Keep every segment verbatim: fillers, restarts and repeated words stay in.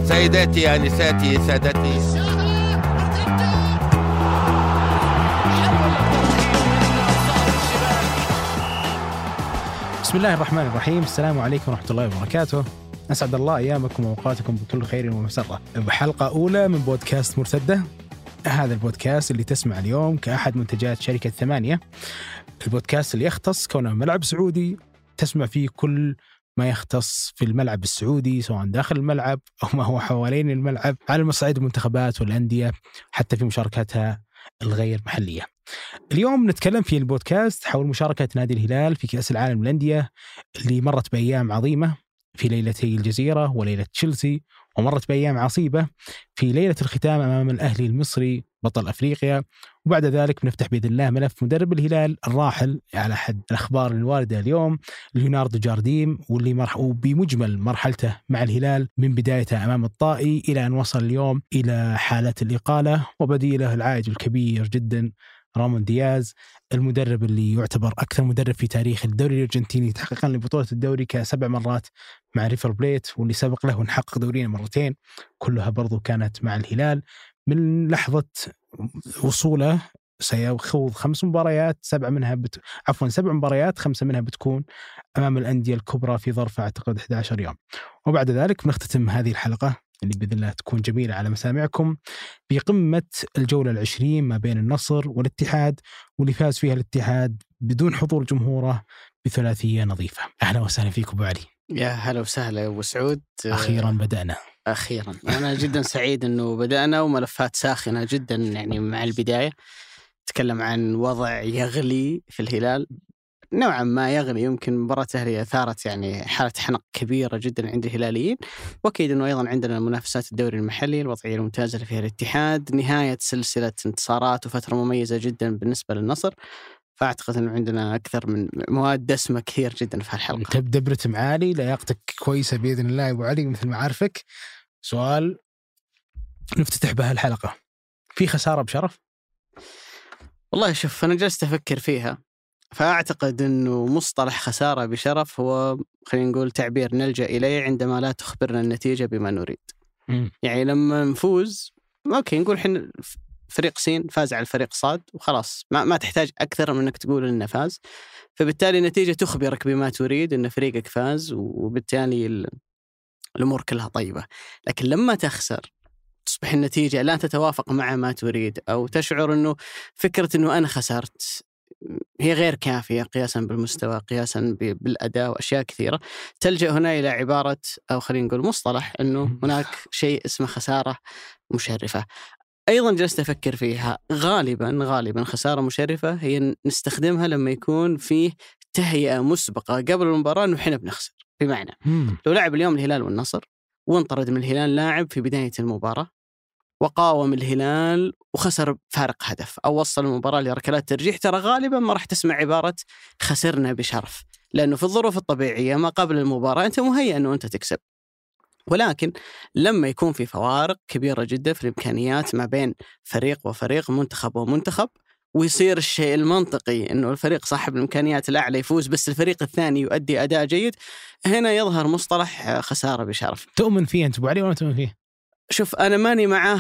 سيداتي آنساتي سادتي. بسم الله الرحمن الرحيم. السلام عليكم ورحمة الله وبركاته. أسعد الله أيامكم وأوقاتكم بكل خير ومسرة. بحلقة أولى من بودكاست مرتدة. هذا البودكاست اللي تسمع اليوم كأحد منتجات شركة ثمانية، البودكاست اللي يختص كونه ملعب سعودي تسمع فيه كل ما يختص في الملعب السعودي، سواء داخل الملعب أو ما هو حوالين الملعب، على مصعد المنتخبات والأندية حتى في مشاركاتها الغير محلية. اليوم نتكلم في البودكاست حول مشاركة نادي الهلال في كأس العالم للأندية اللي مرت بأيام عظيمة في ليلتي الجزيرة وليلة تشيلسي، ومرت بأيام عصيبة في ليلة الختام أمام الأهلي المصري بطل أفريقيا. وبعد ذلك بنفتح بإذن الله ملف مدرب الهلال الراحل على حد الأخبار الواردة اليوم، ليوناردو جارديم، واللي مرح بمجمل مرحلته مع الهلال من بدايته أمام الطائي إلى أن وصل اليوم إلى حالة الإقالة وبديله العائد الكبير جدا رامون دياز، المدرب اللي يعتبر أكثر مدرب في تاريخ الدوري الأرجنتيني تحقيقا لبطولة الدوري كسبع مرات مع ريفر بليت، واللي سبق له ونحقق دورين مرتين كلها برضو كانت مع الهلال. من لحظة وصوله سيخوض خمس مباريات، سبع منها بت... عفوا سبع مباريات خمسة منها بتكون أمام الأندية الكبرى في ظرف أعتقد أحد عشر يوم. وبعد ذلك بنختتم هذه الحلقة اللي بإذن الله تكون جميلة على مسامعكم بقمة الجولة العشرين ما بين النصر والاتحاد، واللي فاز فيها الاتحاد بدون حضور جمهوره بثلاثية نظيفة. أهلا وسهلا فيكم أبو علي. يا هلا وسهلا أبو سعود. أخيرا بدأنا. أخيرا أنا جدا سعيد أنه بدأنا، وملفات ساخنة جدا يعني مع البداية. تكلم عن وضع يغلي في الهلال، نوعا ما يغلي، يمكن مباراة الأهلي أثارت يعني حالة حنق كبيرة جدا عند الهلاليين، وأكيد أنه أيضا عندنا منافسات الدوري المحلي، الوضعية الممتازة اللي فيها الاتحاد، نهاية سلسلة انتصارات وفترة مميزة جدا بالنسبة للنصر. فأعتقد أنه عندنا أكثر من مواد دسمة كثير جدا في الحلقة. تبدأ برتم عالي، لياقتك كويسة بإذن الله أبو علي مثل ما عارفك. سؤال نفتتح به الحلقة، في خسارة بشرف؟ والله شوف، أنا جلست أفكر فيها، فأعتقد أنه مصطلح خسارة بشرف هو خلينا نقول تعبير نلجأ إليه عندما لا تخبرنا النتيجة بما نريد. م. يعني لما نفوز أوكي نقول حين فريق سين فاز على الفريق صاد وخلاص، ما, ما تحتاج أكثر من أنك تقول إنه فاز، فبالتالي النتيجة تخبرك بما تريد أن فريقك فاز، وبالتالي الأمور كلها طيبة. لكن لما تخسر تصبح النتيجة لا تتوافق مع ما تريد، أو تشعر أنه فكرة أنه أنا خسرت هي غير كافية قياسا بالمستوى، قياسا بالأداء وأشياء كثيرة، تلجأ هنا إلى عبارة أو خلينا نقول مصطلح أنه هناك شيء اسمه خسارة مشرفة. أيضا جلست أفكر فيها، غالبا غالبا خسارة مشرفة هي نستخدمها لما يكون فيه تهيئة مسبقة قبل المباراة أنه حين بنخسر. بمعنى لو لعب اليوم الهلال والنصر وانطرد من الهلال لاعب في بداية المباراة وقاوم الهلال وخسر فارق هدف أو وصل المباراة لركلات ترجيح، ترى غالبا ما راح تسمع عبارة خسرنا بشرف، لأنه في الظروف الطبيعية ما قبل المباراة أنت مهيئ أنه أنت تكسب. ولكن لما يكون في فوارق كبيرة جدا في الإمكانيات ما بين فريق وفريق، منتخب ومنتخب، ويصير الشيء المنطقي أنه الفريق صاحب الإمكانيات الأعلى يفوز بس الفريق الثاني يؤدي أداء جيد، هنا يظهر مصطلح خسارة بشرف. تؤمن فيه أنت أبو علي ولا تؤمن فيه؟ شوف، أنا ماني معه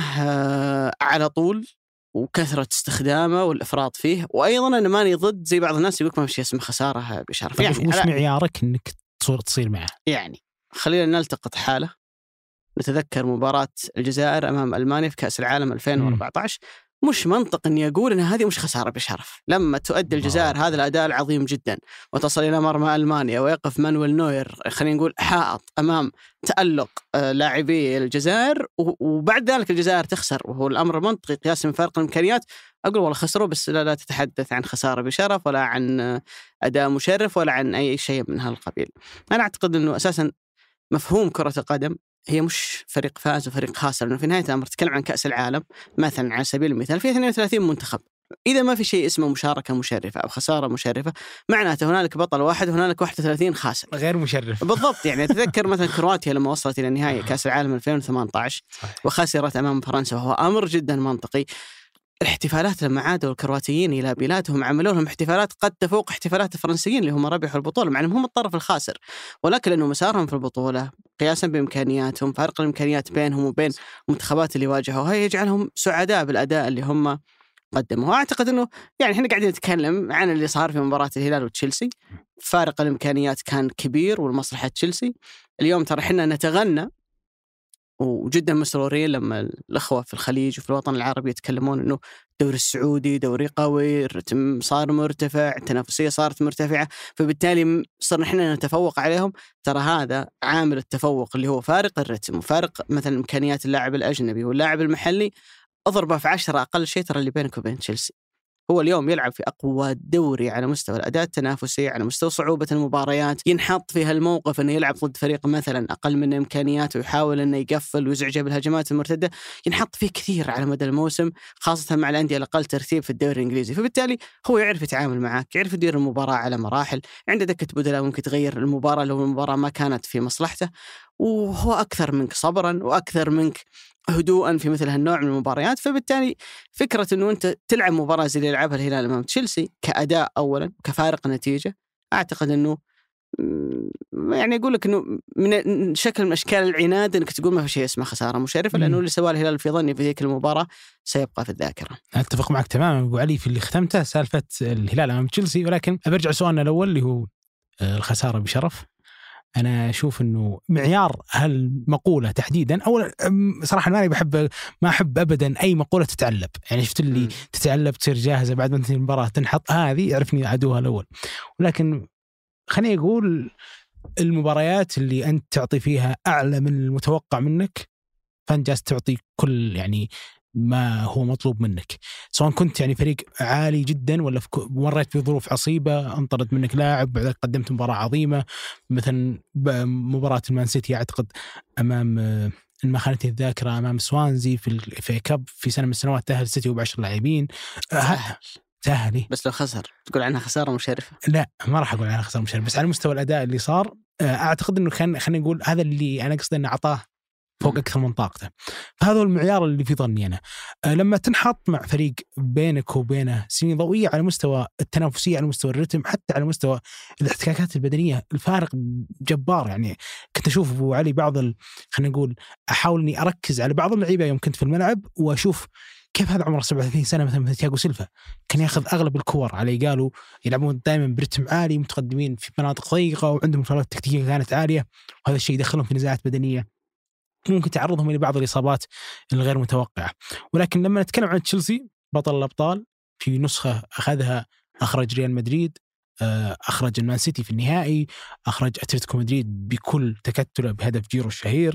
على طول وكثرة استخدامه والإفراط فيه، وأيضا أنا ماني ضد زي بعض الناس يقولك ما في شيء اسمه خسارة بشرف. يعني وش معيارك أنك تصير معه؟ يعني خلينا نلتقط حالة، نتذكر مباراة الجزائر أمام ألمانيا في كأس العالم ألفين وأربعة عشر. مش منطق أني أقول أن هذه مش خسارة بشرف لما تؤدي الجزائر هذا الأداء العظيم جدا وتصل إلى مرمى ألمانيا ويقف مانويل نوير خلينا نقول حائط أمام تألق لاعبي الجزائر، وبعد ذلك الجزائر تخسر وهو الأمر منطقي قياسا من فرق الإمكانيات. أقول والله خسروا، بس لا, لا تتحدث عن خسارة بشرف ولا عن أداء مشرف ولا عن أي شيء من هالقبيل. أنا أعتقد أنه أساسا مفهوم كرة القدم هي مش فريق فاز وفريق خاسر، لأنه في نهاية الأمر تتكلم عن كأس العالم مثلا على سبيل المثال في اثنين وثلاثين منتخب، إذا ما في شيء اسمه مشاركة مشرفة أو خسارة مشرفة معناته هنالك بطل واحد وهنالك واحد وثلاثين خاسر غير مشرف. بالضبط. يعني أتذكر مثلا كرواتيا لما وصلت إلى نهاية كأس العالم ألفين وثمانية عشر وخسرت أمام فرنسا، وهو أمر جدا منطقي. الاحتفالات لما عادوا الكرواتيين إلى بلادهم عملوا لهم احتفالات قد تفوق احتفالات الفرنسيين اللي هم ربحوا البطولة، مع أنهم هم الطرف الخاسر، ولكن لأنه مسارهم في البطولة قياسا بإمكانياتهم، فارق الإمكانيات بينهم وبين المنتخبات اللي واجهوها يجعلهم سعداء بالأداء اللي هم قدمه. وأعتقد أنه يعني إحنا قاعدين نتكلم عن اللي صار في مباراة الهلال وتشيلسي، فارق الإمكانيات كان كبير والمصلحة تشيلسي. اليوم ترى إحنا نتغنى وجدا مسرورين لما الأخوة في الخليج وفي الوطن العربي يتكلمون إنه الدوري السعودي دوري قوي، الرتم صار مرتفع، التنافسية صارت مرتفعة، فبالتالي صرنا إحنا نتفوق عليهم. ترى هذا عامل التفوق اللي هو فارق الرتم وفارق مثلا إمكانيات اللاعب الأجنبي واللاعب المحلي، أضربه في عشرة أقل شيء ترى اللي بينك وبين تشيلسي. هو اليوم يلعب في أقوى دوري على مستوى الأداء التنافسي، على مستوى صعوبة المباريات، ينحط في هالموقف أنه يلعب ضد فريق مثلا أقل من إمكانياته ويحاول أنه يقفل ويزعجه بالهجمات المرتدة، ينحط فيه كثير على مدى الموسم، خاصة مع الأندية الأقل ترتيب في الدوري الإنجليزي. فبالتالي هو يعرف يتعامل معك، يعرف يدير المباراة على مراحل، عنده دكة بدلاء ممكن تغير المباراة لو المباراة ما كانت في مصلحته، وهو أكثر منك صبرا وأكثر منك هدوءا في مثل هالنوع من المباريات. فبالتالي فكرة أنه أنت تلعب مباراة زي اللي يلعبها الهلال أمام تشيلسي كأداء أولا كفارق نتيجة، أعتقد أنه يعني أقول لك أنه من شكل من أشكال العناد أنك تقول ما في شيء اسمه خسارة مشرفة، لأنه اللي سواه الهلال في ظني في ذيك المباراة سيبقى في الذاكرة. أتفق معك تماما أبو علي في اللي ختمته سالفة الهلال أمام تشيلسي، ولكن أرجع سؤالنا الأول اللي هو الخسارة بشرف. أنا أشوف إنه معيار هالمقولة تحديداً، أولا صراحة ما بحب ما أحب أبداً أي مقولة تتعلب، يعني شفت اللي م. تتعلب تصير جاهزة بعد ما تنتهي المباراة تنحط، هذه يعرفني عدوها الأول. ولكن خليني أقول المباريات اللي أنت تعطي فيها أعلى من المتوقع منك فأنت جالس تعطي كل يعني ما هو مطلوب منك، سواء كنت يعني فريق عالي جدا ولا مريت بظروف عصيبة انطرد منك لاعب بعدك قدمت مباراة عظيمة، مثلا مباراة المان سيتي أعتقد أمام ما خانتني الذاكرة أمام سوانزي في في كاب في سنة من السنوات، تأهل السيتي وبعشر لاعبين تأهلي، بس لو خسر تقول عنها خسارة مشرفة؟ لا ما راح أقول عنها خسارة مشرفة، بس على مستوى الأداء اللي صار أعتقد إنه كان خلينا نقول هذا اللي أنا قصدي إنه أعطاه فوق أكثر من طاقته. فهذا هو المعيار اللي في ظني أنا. أه لما تنحط مع فريق بينك وبينه سنين ضوئية على مستوى التنافسية، على مستوى الرتم، حتى على مستوى الاحتكاكات البدنية، الفارق جبار. يعني كنت أشوف أبو علي بعض ال... خلينا نقول أحاول إني أركز على بعض اللعيبة يوم كنت في الملعب وأشوف كيف هذا عمره سبعة وثلاثين سنة مثلا مثل تياغو سيلفا كان ياخذ أغلب الكور على قالوا يلعبون دائما برتم عالي، متقدمين في مناطق ضيقة وعندهم مفاولات تكتيكية كانت عالية، وهذا الشيء يدخلهم في نزاعات بدنية ممكن تعرضهم إلى بعض الإصابات الغير متوقعة. ولكن لما نتكلم عن تشيلسي بطل الأبطال في نسخة أخذها، أخرج ريال مدريد، أخرج المان سيتي في النهائي، أخرج أتلتيكو مدريد بكل تكتله بهدف جيرو الشهير،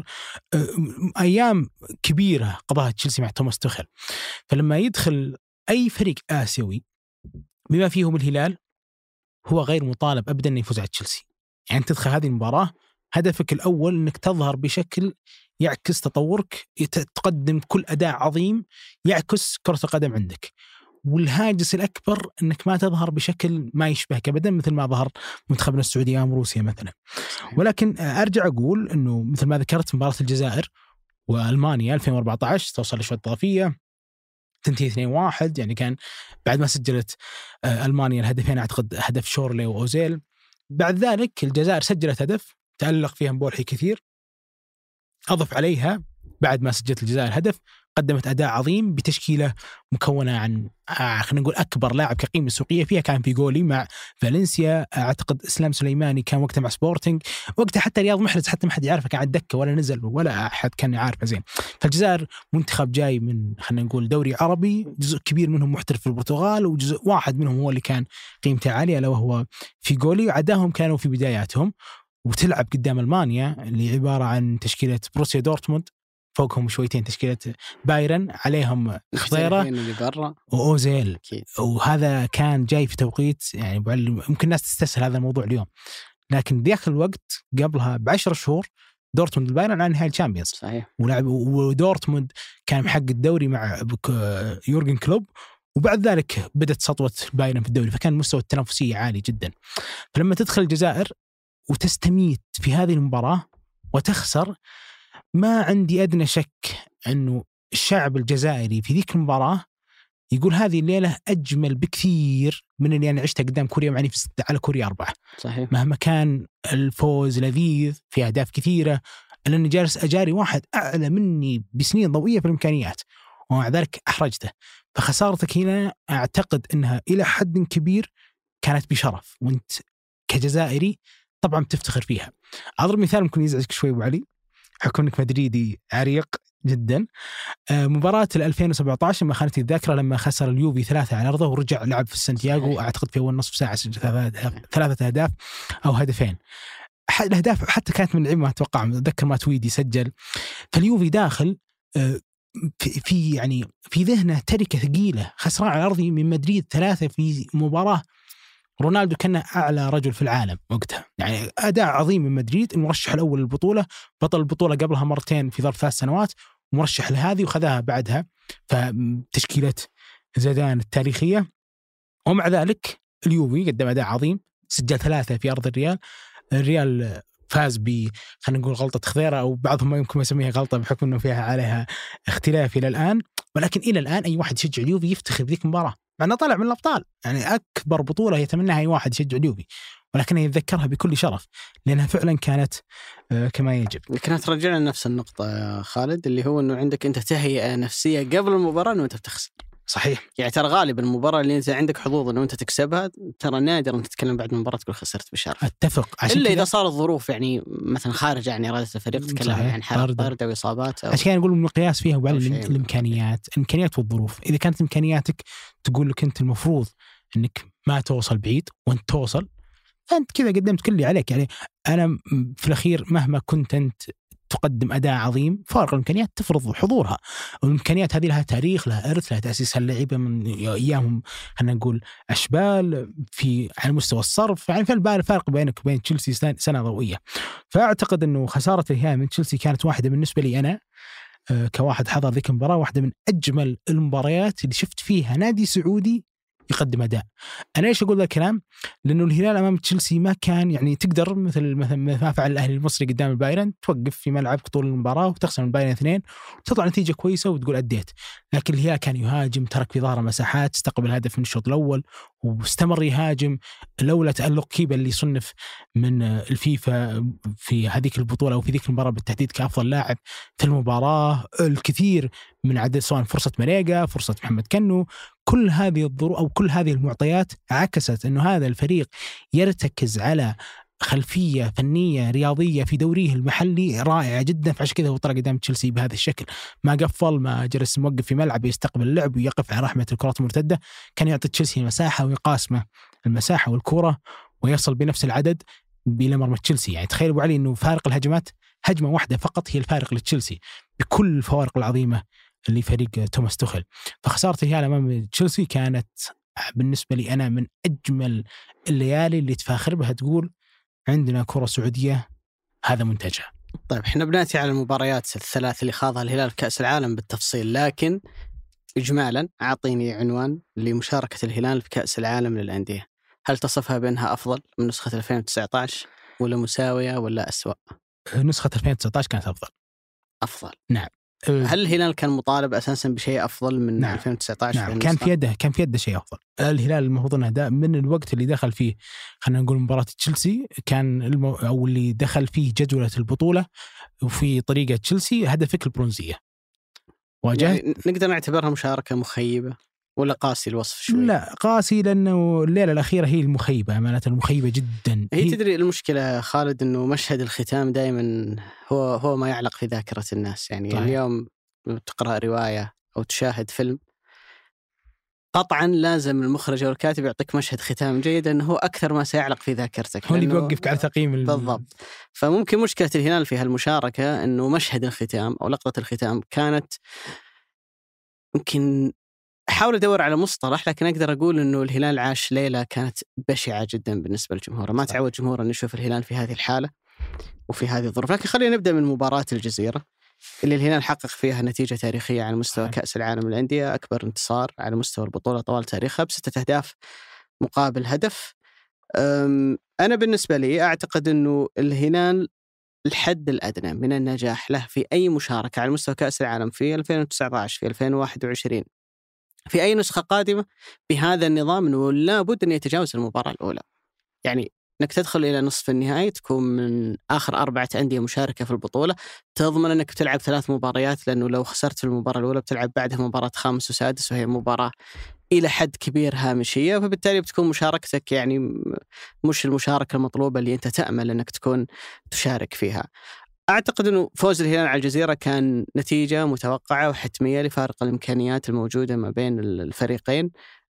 أيام كبيرة قضاها تشيلسي مع توماس توخيل. فلما يدخل أي فريق آسيوي بما فيهم الهلال هو غير مطالب أبدا أن يفوز على تشيلسي. يعني تدخل هذه المباراة هدفك الأول أنك تظهر بشكل يعكس تطورك، تقدم كل أداء عظيم يعكس كرة القدم عندك، والهاجس الأكبر أنك ما تظهر بشكل ما يشبهك أبدا مثل ما ظهر منتخبنا السعودية أمام روسيا مثلا. ولكن أرجع أقول أنه مثل ما ذكرت مباراة الجزائر وألمانيا ألفين وأربعة عشر توصل لشوط إضافية تنتهي اثنين واحد، يعني كان بعد ما سجلت ألمانيا الهدفين أعتقد هدف شورلي وأوزيل، بعد ذلك الجزائر سجلت هدف تألق فيها مبولحي كثير، أضف عليها بعد ما سجلت الجزائر هدف قدمت أداء عظيم بتشكيلة مكونة عن آه خلينا نقول أكبر لاعب كقيمة سوقية فيها كان في جولي مع فالنسيا، أعتقد إسلام سليماني كان وقتها مع سبورتينج، وقتها حتى رياض محرز حتى ما حد يعرفه كان على الدكة ولا نزل ولا أحد كان يعرفه زين. فالجزائر منتخب جاي من خلينا نقول دوري عربي، جزء كبير منهم محترف في البرتغال وجزء واحد منهم هو اللي كان قيمته عالية ألا وهو في جولي، وعداهم كانوا في بداياتهم وتلعب قدام ألمانيا اللي عبارة عن تشكيلة بروسيا دورتموند، فوقهم شويتين تشكيلة بايرن، عليهم خضيرة وأوزيل، وهذا كان جاي في توقيت يعني ممكن الناس تستسهل هذا الموضوع اليوم، لكن داخل الوقت قبلها بعشر شهور دورتموند البايرن عن نهائي الشامبيونز صحيح، ولعب ودورتموند كان محقق الدوري مع يورجن كلوب، وبعد ذلك بدأت سطوة بايرن في الدوري، فكان مستوى التنافسية عالي جدا. فلما تدخل الجزائر وتستميت في هذه المباراة وتخسر، ما عندي أدنى شك أنه الشعب الجزائري في ذيك المباراة يقول هذه الليلة أجمل بكثير من اللي أنا عشتها قدام كوريا معني في على كوريا أربعة. صحيح. مهما كان الفوز لذيذ في أهداف كثيرة، لأني جالس أجاري واحد أعلى مني بسنين ضوئية في الإمكانيات ومع ذلك أحرجته. فخسارتك هنا أعتقد أنها إلى حد كبير كانت بشرف، وأنت كجزائري طبعا بتفتخر فيها. أضرب مثال ممكن يزعجك شوي أبو علي، حكم أنك مدريدي عريق جدا. مباراة ألفين وسبعة عشر ما خانتني الذاكرة، لما خسر اليوفي ثلاثة على أرضه ورجع لعب في سانتياغو، أعتقد في أول نصف ساعة ثلاثة أهداف أو هدفين. الأهداف حتى كانت من العيب، ما أتوقع، أتذكر ما تويدي سجل. فاليوفي داخل في يعني في ذهنه تركة ثقيلة، خسران على أرضه من مدريد ثلاثة في مباراة رونالدو كان أعلى رجل في العالم وقتها، يعني أداء عظيم من مدريد، المرشح الأول للبطولة، بطل البطولة قبلها مرتين في ظرف ثلاث سنوات، مرشح لهذه وخذها بعدها فتشكيلة زيدان التاريخية. ومع ذلك اليوفي قدم أداء عظيم، سجل ثلاثة في أرض الريال. الريال فاز ب خلينا نقول غلطة خضيرة، أو بعضهم ما يمكن يسميها غلطة بحكم أنه فيها عليها اختلاف إلى الآن، ولكن إلى الآن أي واحد يشجع اليوفي يفتخر بذيك المباراة، مع أنه طلع من الأبطال، يعني أكبر بطولة يتمناها أي واحد يشجع اليوفي، ولكن يتذكرها بكل شرف لأنها فعلا كانت كما يجب. لكنها ترجعنا لنفس النقطة يا خالد، اللي هو أنه عندك أنت تهيئة نفسية قبل المباراة أنه أنت بتخسر. صحيح. يعني ترى غالب المباراة اللي أنت عندك حظوظ أنه أنت تكسبها، ترى نادر أن تتكلم بعد المباراة تقول خسرت بشرف. أتفق. إلا إذا صارت ظروف يعني مثلا خارج عن إرادة الفريق، تتكلم عن حالة طاردة وإصابات. عشان نقول المقياس فيها وعلى الإمكانيات، الإمكانيات والظروف. إذا كانت إمكانياتك تقول لك أنت المفروض أنك ما توصل بعيد وأنت توصل، فأنت كذا قدمت كل اللي عليك. يعني أنا في الأخير مهما كنت أنت تقدم أداء عظيم، فارق الإمكانيات تفرض حضورها، والإمكانيات هذه لها تاريخ، لها إرث، لها تأسيس اللعيبة من أيامهم، خلينا نقول أشبال في على مستوى الصرف. يعني فالفارق بينك وبين تشيلسي سنة ضوئية. فأعتقد أنه خسارة الهام من تشيلسي كانت واحدة بالنسبة لي أنا كواحد حضر ذيك المباراة، واحدة من أجمل المباريات اللي شفت فيها نادي سعودي يقدم أداء. أنا ليش أقول ذا الكلام؟ لأنه الهلال أمام تشيلسي ما كان يعني تقدر مثل مثل ما فعل الأهلي المصري قدام البايرن، توقف في ملعبك طول المباراة وتخسر من البايرن اثنين وتطلع نتيجة كويسة وتقول أديت. لكن الهلال كان يهاجم، ترك في ظهره مساحات، استقبل هدف من الشوط الأول واستمر يهاجم. لولا تألق كيبا اللي صنف من الفيفا في هذيك البطولة أو في ذيك المباراة بالتحديد كأفضل لاعب في المباراة، الكثير من عدد سواء فرصة مريقة، فرصة محمد كنو، كل هذه الظروف أو كل هذه المعطيات عكست أنه هذا الفريق يرتكز على خلفية فنية رياضية في دوريه المحلي رائعة جدا. فعشان كذا هو طلع قدام تشيلسي بهذا الشكل، ما قفل، ما جلس موقف في ملعب يستقبل اللعب ويقف على رحمة الكرات المرتدة، كان يعطي تشيلسي مساحة ويقاسمه المساحة والكرة ويصل بنفس العدد إلى مرمى تشيلسي. يعني تخيل أبو علي أنه فارق الهجمات هجمة واحدة فقط هي الفارق لتشيلسي بكل الفوارق العظيمة اللي فريق توماس توخيل. فخسارة الهلال أمام تشيلسي كانت بالنسبة لي أنا من أجمل الليالي اللي تفاخر بها، تقول عندنا كرة سعودية هذا منتجها. طيب احنا بناتي على المباريات الثلاث اللي خاضها الهلال في كأس العالم بالتفصيل، لكن إجمالا أعطيني عنوان لمشاركة الهلال في كأس العالم للأندية. هل تصفها بأنها أفضل من نسخة ألفين وتسعة عشر ولا مساوية ولا أسوأ؟ نسخة ألفين وتسعة عشر كانت أفضل. أفضل. نعم. هل الهلال كان مطالب أساسا بشيء أفضل من نعم. ألفين وتسعة عشر؟ نعم. كان في يده كان في يده شيء أفضل. الهلال المفروض أنه ده من الوقت اللي دخل فيه، خلينا نقول مباراة تشيلسي، كان المو... أو اللي دخل فيه جدولة البطولة وفي طريقة تشيلسي هدفك البرونزية. واجه يعني نقدر نعتبرها مشاركة مخيبة ولا قاسي الوصف شوي؟ لا قاسي، لأنه الليلة الأخيرة هي المخيبة، أمانة المخيبة جدا. هي, هي تدري المشكلة خالد أنه مشهد الختام دائما هو هو ما يعلق في ذاكرة الناس. يعني طيب. اليوم تقرأ رواية أو تشاهد فيلم، قطعا لازم المخرج أو الكاتب يعطيك مشهد ختام جيد أنه هو أكثر ما سيعلق في ذاكرتك، هو اللي بيوقفك على تقييم ال... بالضبط. فممكن مشكلة الهلال في هالمشاركة أنه مشهد الختام أو لقطة الختام كانت، ممكن أحاول أدور على مصطلح، لكن أقدر أقول أنه الهلال عاش ليلة كانت بشعة جدا بالنسبة للجمهور. ما تعود جمهور أن يشوف الهلال في هذه الحالة وفي هذه الظروف. لكن خلينا نبدأ من مباراة الجزيرة اللي الهلال حقق فيها نتيجة تاريخية على مستوى كأس العالم للأندية، أكبر انتصار على مستوى البطولة طوال تاريخها بستة أهداف مقابل هدف. أنا بالنسبة لي أعتقد أنه الهلال الحد الأدنى من النجاح له في أي مشاركة على مستوى كأس العالم في ألفين وتسعة عشر، في ألفين وواحد وعشرين، في أي نسخة قادمة بهذا النظام أنه لابد أن يتجاوز المباراة الأولى. يعني أنك تدخل إلى نصف النهائي تكون من آخر أربعة أندية مشاركة في البطولة، تضمن أنك بتلعب ثلاث مباريات، لأنه لو خسرت في المباراة الأولى بتلعب بعدها مباراة خامس وسادس، وهي مباراة إلى حد كبير هامشية، فبالتالي بتكون مشاركتك يعني مش المشاركة المطلوبة اللي أنت تأمل أنك تكون تشارك فيها. أعتقد أنه فوز الهلال على الجزيرة كان نتيجة متوقعة وحتمية لفارق الإمكانيات الموجودة ما بين الفريقين،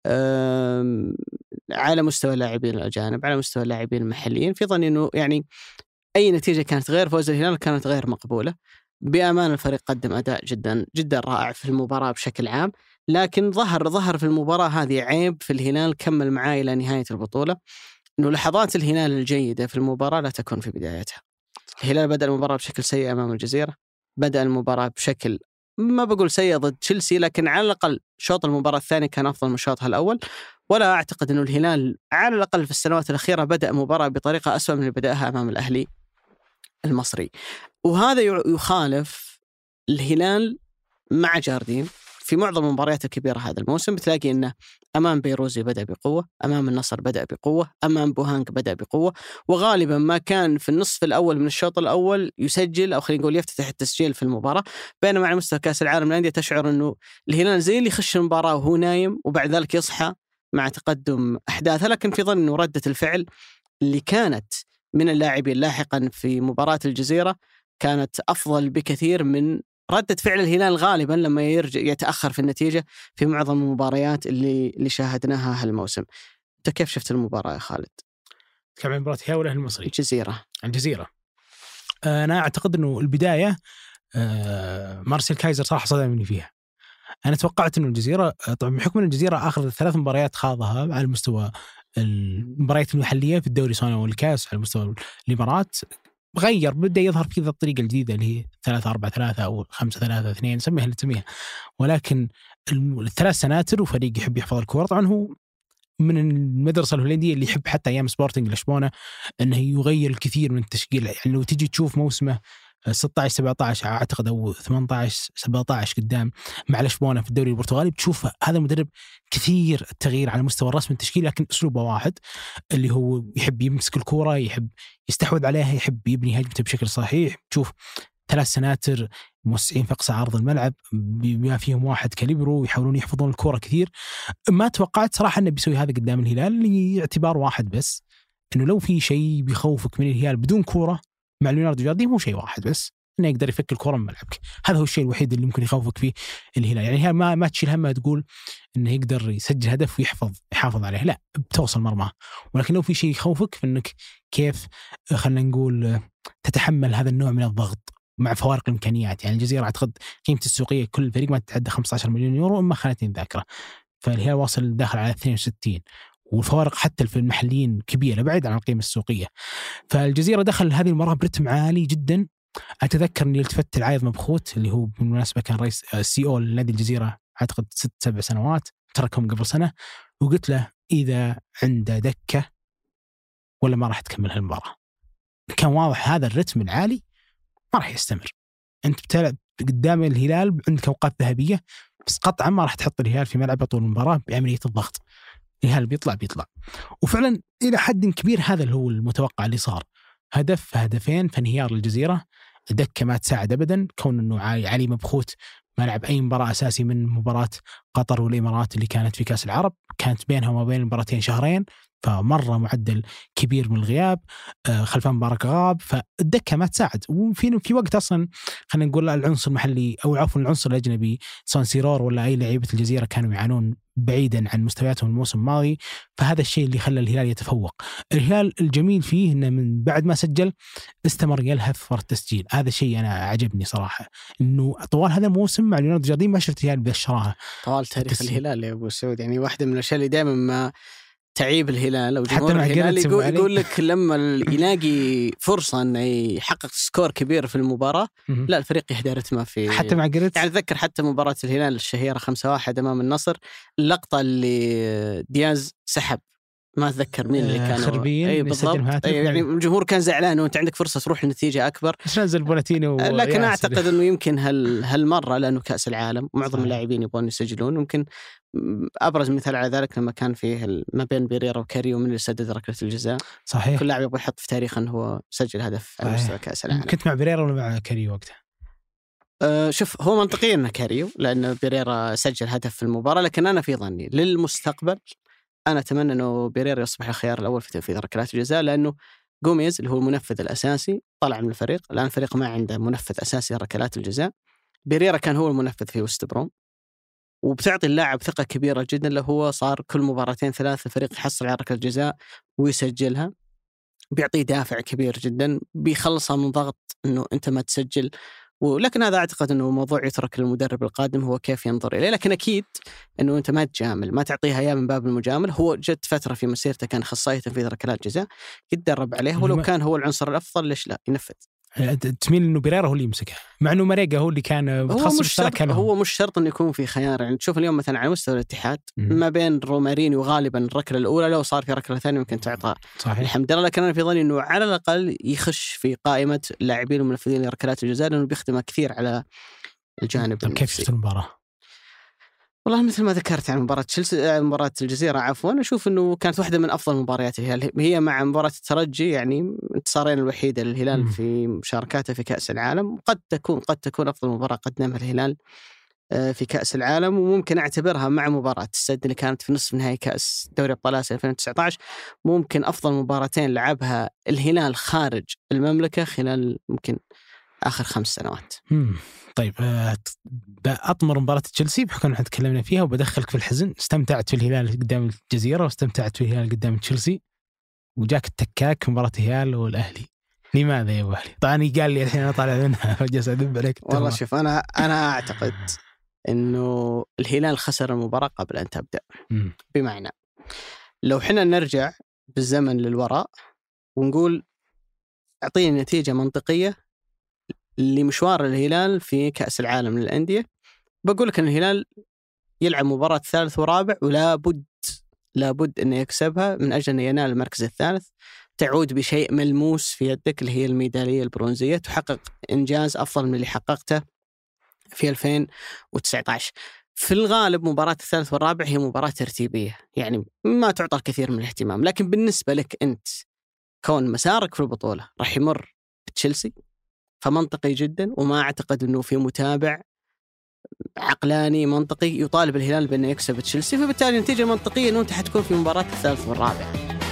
على مستوى اللاعبين الأجانب، على مستوى اللاعبين المحليين. في ظني أنه يعني أي نتيجة كانت غير فوز الهلال كانت غير مقبولة. بأمان الفريق قدم أداء جدا جدا رائع في المباراة بشكل عام، لكن ظهر ظهر في المباراة هذه عيب في الهلال كمل معاه إلى نهاية البطولة، أنه لحظات الهلال الجيدة في المباراة لا تكون في بدايتها. الهلال بدأ المباراة بشكل سيء أمام الجزيرة، بدأ المباراة بشكل ما بقول سيء ضد تشيلسي، لكن على الأقل شوط المباراة الثاني كان أفضل من شوطها الأول. ولا أعتقد أنه الهلال على الأقل في السنوات الأخيرة بدأ مباراة بطريقة أسوأ من اللي بدأها أمام الأهلي المصري. وهذا يخالف الهلال مع جاردين في معظم المباريات الكبيرة هذا الموسم. بتلاقي أنه أمام بيروزي بدأ بقوة، أمام النصر بدأ بقوة، أمام بوهانك بدأ بقوة، وغالبا ما كان في النصف الأول من الشوط الأول يسجل أو خلينا نقول يفتتح التسجيل في المباراة. بينما على مستوى كأس العالم للأندية تشعر أنه الهلال زي اللي يخش المباراة وهو نايم وبعد ذلك يصحى مع تقدم أحداثه. لكن في ظن أنه ردة الفعل اللي كانت من اللاعبين لاحقا في مباراة الجزيرة كانت أفضل بكثير من ردة فعل الهلال غالبا لما يرجع يتأخر في النتيجة في معظم المباريات اللي اللي شاهدناها هالموسم. أنت كيف شفت المباراة يا خالد؟ كم مباراة الهلال والأهلي المصري؟ الجزيرة. الجزيرة. أنا أعتقد إنه البداية مارسيل كايزر صراحة صدمني فيها. أنا توقعت إنه الجزيرة طبعا بحكم إن الجزيرة آخر ثلاث مباريات خاضها على مستوى المباريات المحلية في الدوري سواء والكاس على مستوى الإمارات غير، بدأ يظهر في ذا الطريقة الجديدة اللي هي ثلاثة أربعة ثلاثة أو خمسة ثلاثة اثنين سميها اللي تسميها. ولكن الثلاث سناتر وفريق يحب يحفظ الكرة. طبعا هو من المدرسة الهولندية اللي يحب حتى أيام سبورتنج لشبونة أنه يغير الكثير من التشكيل. يعني لو تيجي تشوف موسمه ستة عشر سبعة عشر أعتقد أو ثمانية عشر سبعة عشر قدام مع لشبونة في الدوري البرتغالي، بتشوف هذا المدرب كثير التغيير على مستوى الرسم التشكيل، لكن أسلوبه واحد اللي هو يحب يمسك الكرة، يحب يستحوذ عليها، يحب يبني هجمته بشكل صحيح. تشوف ثلاث سناتر موسعين في أقصى عرض الملعب بما فيهم واحد كاليبرو يحاولون يحفظون الكرة كثير. ما توقعت صراحة أنه بيسوي هذا قدام الهلال لاعتبار واحد بس، أنه لو في شيء بيخوفك من الهلال بدون كرة مع ليوناردو جاردين هو شيء واحد بس، انه يقدر يفك الكره من ملعبك. هذا هو الشيء الوحيد اللي ممكن يخوفك فيه الهلال. يعني ما ما تشيل هم تقول انه يقدر يسجل هدف ويحفظ يحافظ عليه، لا بتوصل مرمى. ولكن لو في شيء يخوفك فانك كيف خلينا نقول تتحمل هذا النوع من الضغط مع فوارق الامكانيات. يعني الجزيره اعتقد قيمته السوقيه كل فريق ما تتعدى خمسة عشر مليون يورو اما خانتني الذاكره، فالهلال واصل داخل على اثنين وستين، والفوارق حتى في المحليين كبيرة بعيد عن القيمة السوقية. فالجزيرة دخل هذه المباراة برتم عالي جدا. أتذكر أني التفت العايض مبخوت اللي هو بالمناسبة كان رئيس سي أو لنادي الجزيرة أعتقد ست سبع سنوات، تركهم قبل سنة، وقلت له إذا عنده دكة ولا ما راح تكمل هالمباراة. كان واضح هذا الرتم العالي ما راح يستمر. أنت بتلعب قدام الهلال عندك أوقات ذهبية، بس قطعا ما راح تحط الهلال في ملعب طول المباراة بعملية الضغط. الهلال بيطلع بيطلع وفعلا إلى حد كبير هذا اللي هو المتوقع اللي صار. هدف هدفين فانهيار الجزيرة، دكة ما تساعد أبدا كون أنه علي مبخوت ما لعب أي مباراة أساسي من مباراة قطر والإمارات اللي كانت في كأس العرب، كانت بينها وما بين المباراتين شهرين، فمرة معدل كبير من الغياب. خلفان مبارك غاب، فالدكة ما تساعد. وفي في وقت أصلا خلينا نقول العنصر المحلي أو عفوا العنصر الأجنبي سان سيرور ولا أي لعيبة الجزيرة كانوا يعانون بعيدا عن مستوياتهم الموسم الماضي، فهذا الشيء اللي خلى الهلال يتفوق. الهلال الجميل فيه إنه من بعد ما سجل استمر يلهث ورا التسجيل، هذا شيء أنا عجبني صراحة، إنه طوال هذا الموسم مع ليوناردو جاردين ما شفت الهلال بالشراهة طوال تاريخ التسجيل. الهلال يا أبو سعود يعني واحدة من الأشياء اللي دائما ما تعيب الهلال أو جمهور الهلال يقول, يقول لك لما يلاقي فرصة أنه يحقق سكور كبير في المباراة لا الفريق يهدى رتمه في حتى مع جريتس. يعني أتذكر حتى مباراة الهلال الشهيرة خمسة واحد أمام النصر، اللقطة اللي دياز سحب ما أتذكر مين اللي كان خربين أي بالضبط. أي يعني الجمهور كان زعلان وأنت عندك فرصة تروح لنتيجة أكبر بس نزل بولاتينو. لكن أعتقد أنه يمكن هال هالمرة لأنه كأس العالم معظم اللاعبين يبغون يسجلون، ممكن ابرز مثال على ذلك لما كان فيه ما بين بيريرا وكاريو من اللي سدد ركله الجزاء. صحيح. كل لاعب يبغى يحط في تاريخه انه هو سجل هدف على مستوى كاس العالم. كنت مع بيريرا ولا مع كاريو وقتها؟ أه شوف، هو منطقيا انه كاريو لان بيريرا سجل هدف في المباراه، لكن انا في ظني للمستقبل انا اتمنى انه بيريرا يصبح الخيار الاول في تنفيذ ركلات الجزاء، لانه غوميز اللي هو المنفذ الاساسي طلع من الفريق. الان الفريق ما عنده منفذ اساسي ركلات الجزاء. بيريرا كان هو المنفذ في وست بروم، وبتعطي اللاعب ثقة كبيرة جدا، اللي هو صار كل مباراتين ثلاث الفريق يحصل على ركلة جزاء ويسجلها، بيعطيه دافع كبير جدا، بيخلصها من ضغط انه انت ما تسجل. ولكن هذا اعتقد انه موضوع يترك للمدرب القادم هو كيف ينظر اليه، لكن اكيد انه انت ما تجامل، ما تعطيها اياه من باب المجامل. هو جت فترة في مسيرته كان اخصائي تنفيذ ركلات جزاء، يتدرب عليه، ولو كان هو العنصر الافضل ليش لا ينفذ. تميل انه بيريرا هو اللي يمسكها، مع انه ماريجا هو اللي كان متخصص مشترك. هو مش شرط انه يكون في خيار. يعني تشوف اليوم مثلا على مستوى الاتحاد م- ما بين رومارينيو غالبا الركله الاولى، لو صار في ركله ثانيه ممكن تعطى الحمد لله، لكن انا في ظني انه على الاقل يخش في قائمه اللاعبين المنفذين لركلات الجزاء، لانه بيخدمه كثير على الجانب. طيب كيف شفت المباراه؟ والله مثل ما ذكرت عن مباراة تشيلسي، مباراة الجزيرة عفوا، أشوف أنه كانت واحدة من أفضل مباريات الهلال، هي مع مباراة الترجي يعني انتصارين الوحيدة للهلال في مشاركاته في كأس العالم. قد تكون قد تكون أفضل مباراة قدمها الهلال في كأس العالم، وممكن أعتبرها مع مباراة السد اللي كانت في نصف نهائي كأس دوري أبطال آسيا ألفين وتسعة عشر ممكن أفضل مباراتين لعبها الهلال خارج المملكة خلال ممكن آخر خمس سنوات. مم. طيب أطمر مباراة تشيلسي بحكم أن تكلمنا فيها، وبدخلك في الحزن. استمتعت في الهلال قدام الجزيرة واستمتعت في الهلال قدام تشيلسي، وجاك التكاك مباراة الهلال والأهلي. لماذا يا أبو أهلي؟ طبعا قال لي الحين أنا طالع منها وجلس أذب عليك. والله شوف، أنا أنا أعتقد إنه الهلال خسر المباراة قبل أن تبدأ. م. بمعنى لو حنا نرجع بالزمن للوراء ونقول أعطيني نتيجة منطقية لمشوار الهلال في كأس العالم للأندية، بقول لك أن الهلال يلعب مباراة ثالث ورابع ولا بد لا بد أنه يكسبها من أجل أن ينال المركز الثالث، تعود بشيء ملموس في يدك اللي هي الميدالية البرونزية، تحقق إنجاز أفضل من اللي حققته في ألفين وتسعة عشر. في الغالب مباراة الثالث والرابع هي مباراة ترتيبية، يعني ما تعطى الكثير من الاهتمام، لكن بالنسبة لك أنت كون مسارك في البطولة راح يمر بتشيلسي، فمنطقي جدا، وما أعتقد أنه في متابع عقلاني منطقي يطالب الهلال بأنه يكسب تشيلسي، فبالتالي النتيجة المنطقية أنه أنت حتكون في مباراة الثالث والرابع.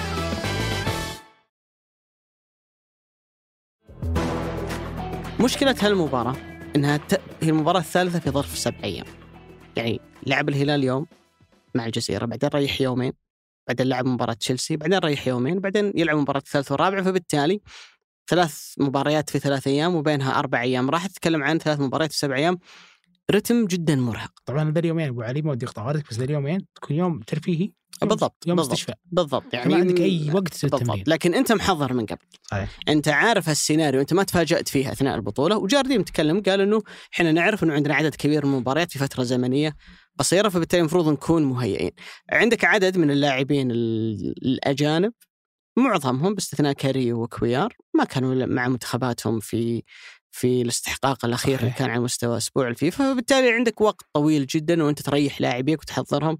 مشكلة هالمباراة أنها ت... هي المباراة الثالثة في ظرف سبع أيام، يعني لعب الهلال يوم مع الجزيرة، بعدين ريح يومين، بعدين لعب مباراة تشيلسي، بعدين ريح يومين، بعدين يلعب مباراة الثالث والرابع، فبالتالي ثلاث مباريات في ثلاث أيام وبينها أربع أيام. راح أتكلم عن ثلاث مباريات في سبع أيام، رتم جدا مرهق. طبعا ذا اليومين أبو علي ما ودي أقطع وردك، بس ذا اليومين تكون يوم ترفيهي بالضبط، يوم بالضبط استشفاء بالضبط، يعني ما عندك أي وقت للتمرين، لكن أنت محضر من قبل. صحيح. أنت عارف هالسيناريو، أنت ما تفاجأت فيها أثناء البطولة. وجاردين متكلم قال إنه إحنا نعرف إنه عندنا عدد كبير من المباريات في فترة زمنية قصيرة، فبالتالي المفروض نكون مهيئين. عندك عدد من اللاعبين الأجانب معظمهم باستثناء كاري وكويار ما كانوا مع منتخباتهم في في الاستحقاق الأخير اللي كان على مستوى أسبوع الفيفا، فبالتالي عندك وقت طويل جدا وأنت تريح لاعبيك وتحضرهم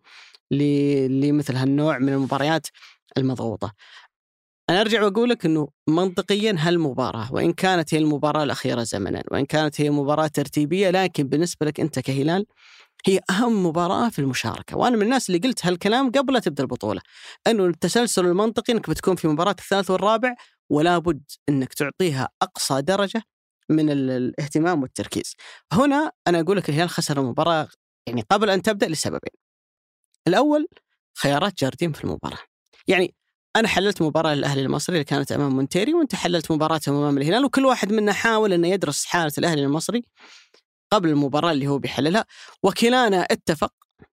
لمثل هالنوع من المباريات المضغوطة. أنا أرجع وأقول لك أنه منطقيا هالمباراة وإن كانت هي المباراة الأخيرة زمنا وإن كانت هي مباراة ترتيبية، لكن بالنسبة لك أنت كهلال هي أهم مباراة في المشاركة. وأنا من الناس اللي قلت هالكلام قبل لا تبدأ البطولة، أنه التسلسل المنطقي أنك بتكون في مباراة الثالث والرابع، ولا بد أنك تعطيها أقصى درجة من الاهتمام والتركيز. هنا أنا أقول لك الهلال خسر المباراة يعني قبل أن تبدأ لسببين. الأول خيارات جاردين في المباراة، يعني أنا حللت مباراة الأهلي المصري اللي كانت أمام مونتيري، وأنت حللت مباراتهم أمام الهلال، وكل واحد منا حاول أنه يدرس حالة الأهلي المصري قبل المباراة اللي هو بيحللها، وكلانا اتفق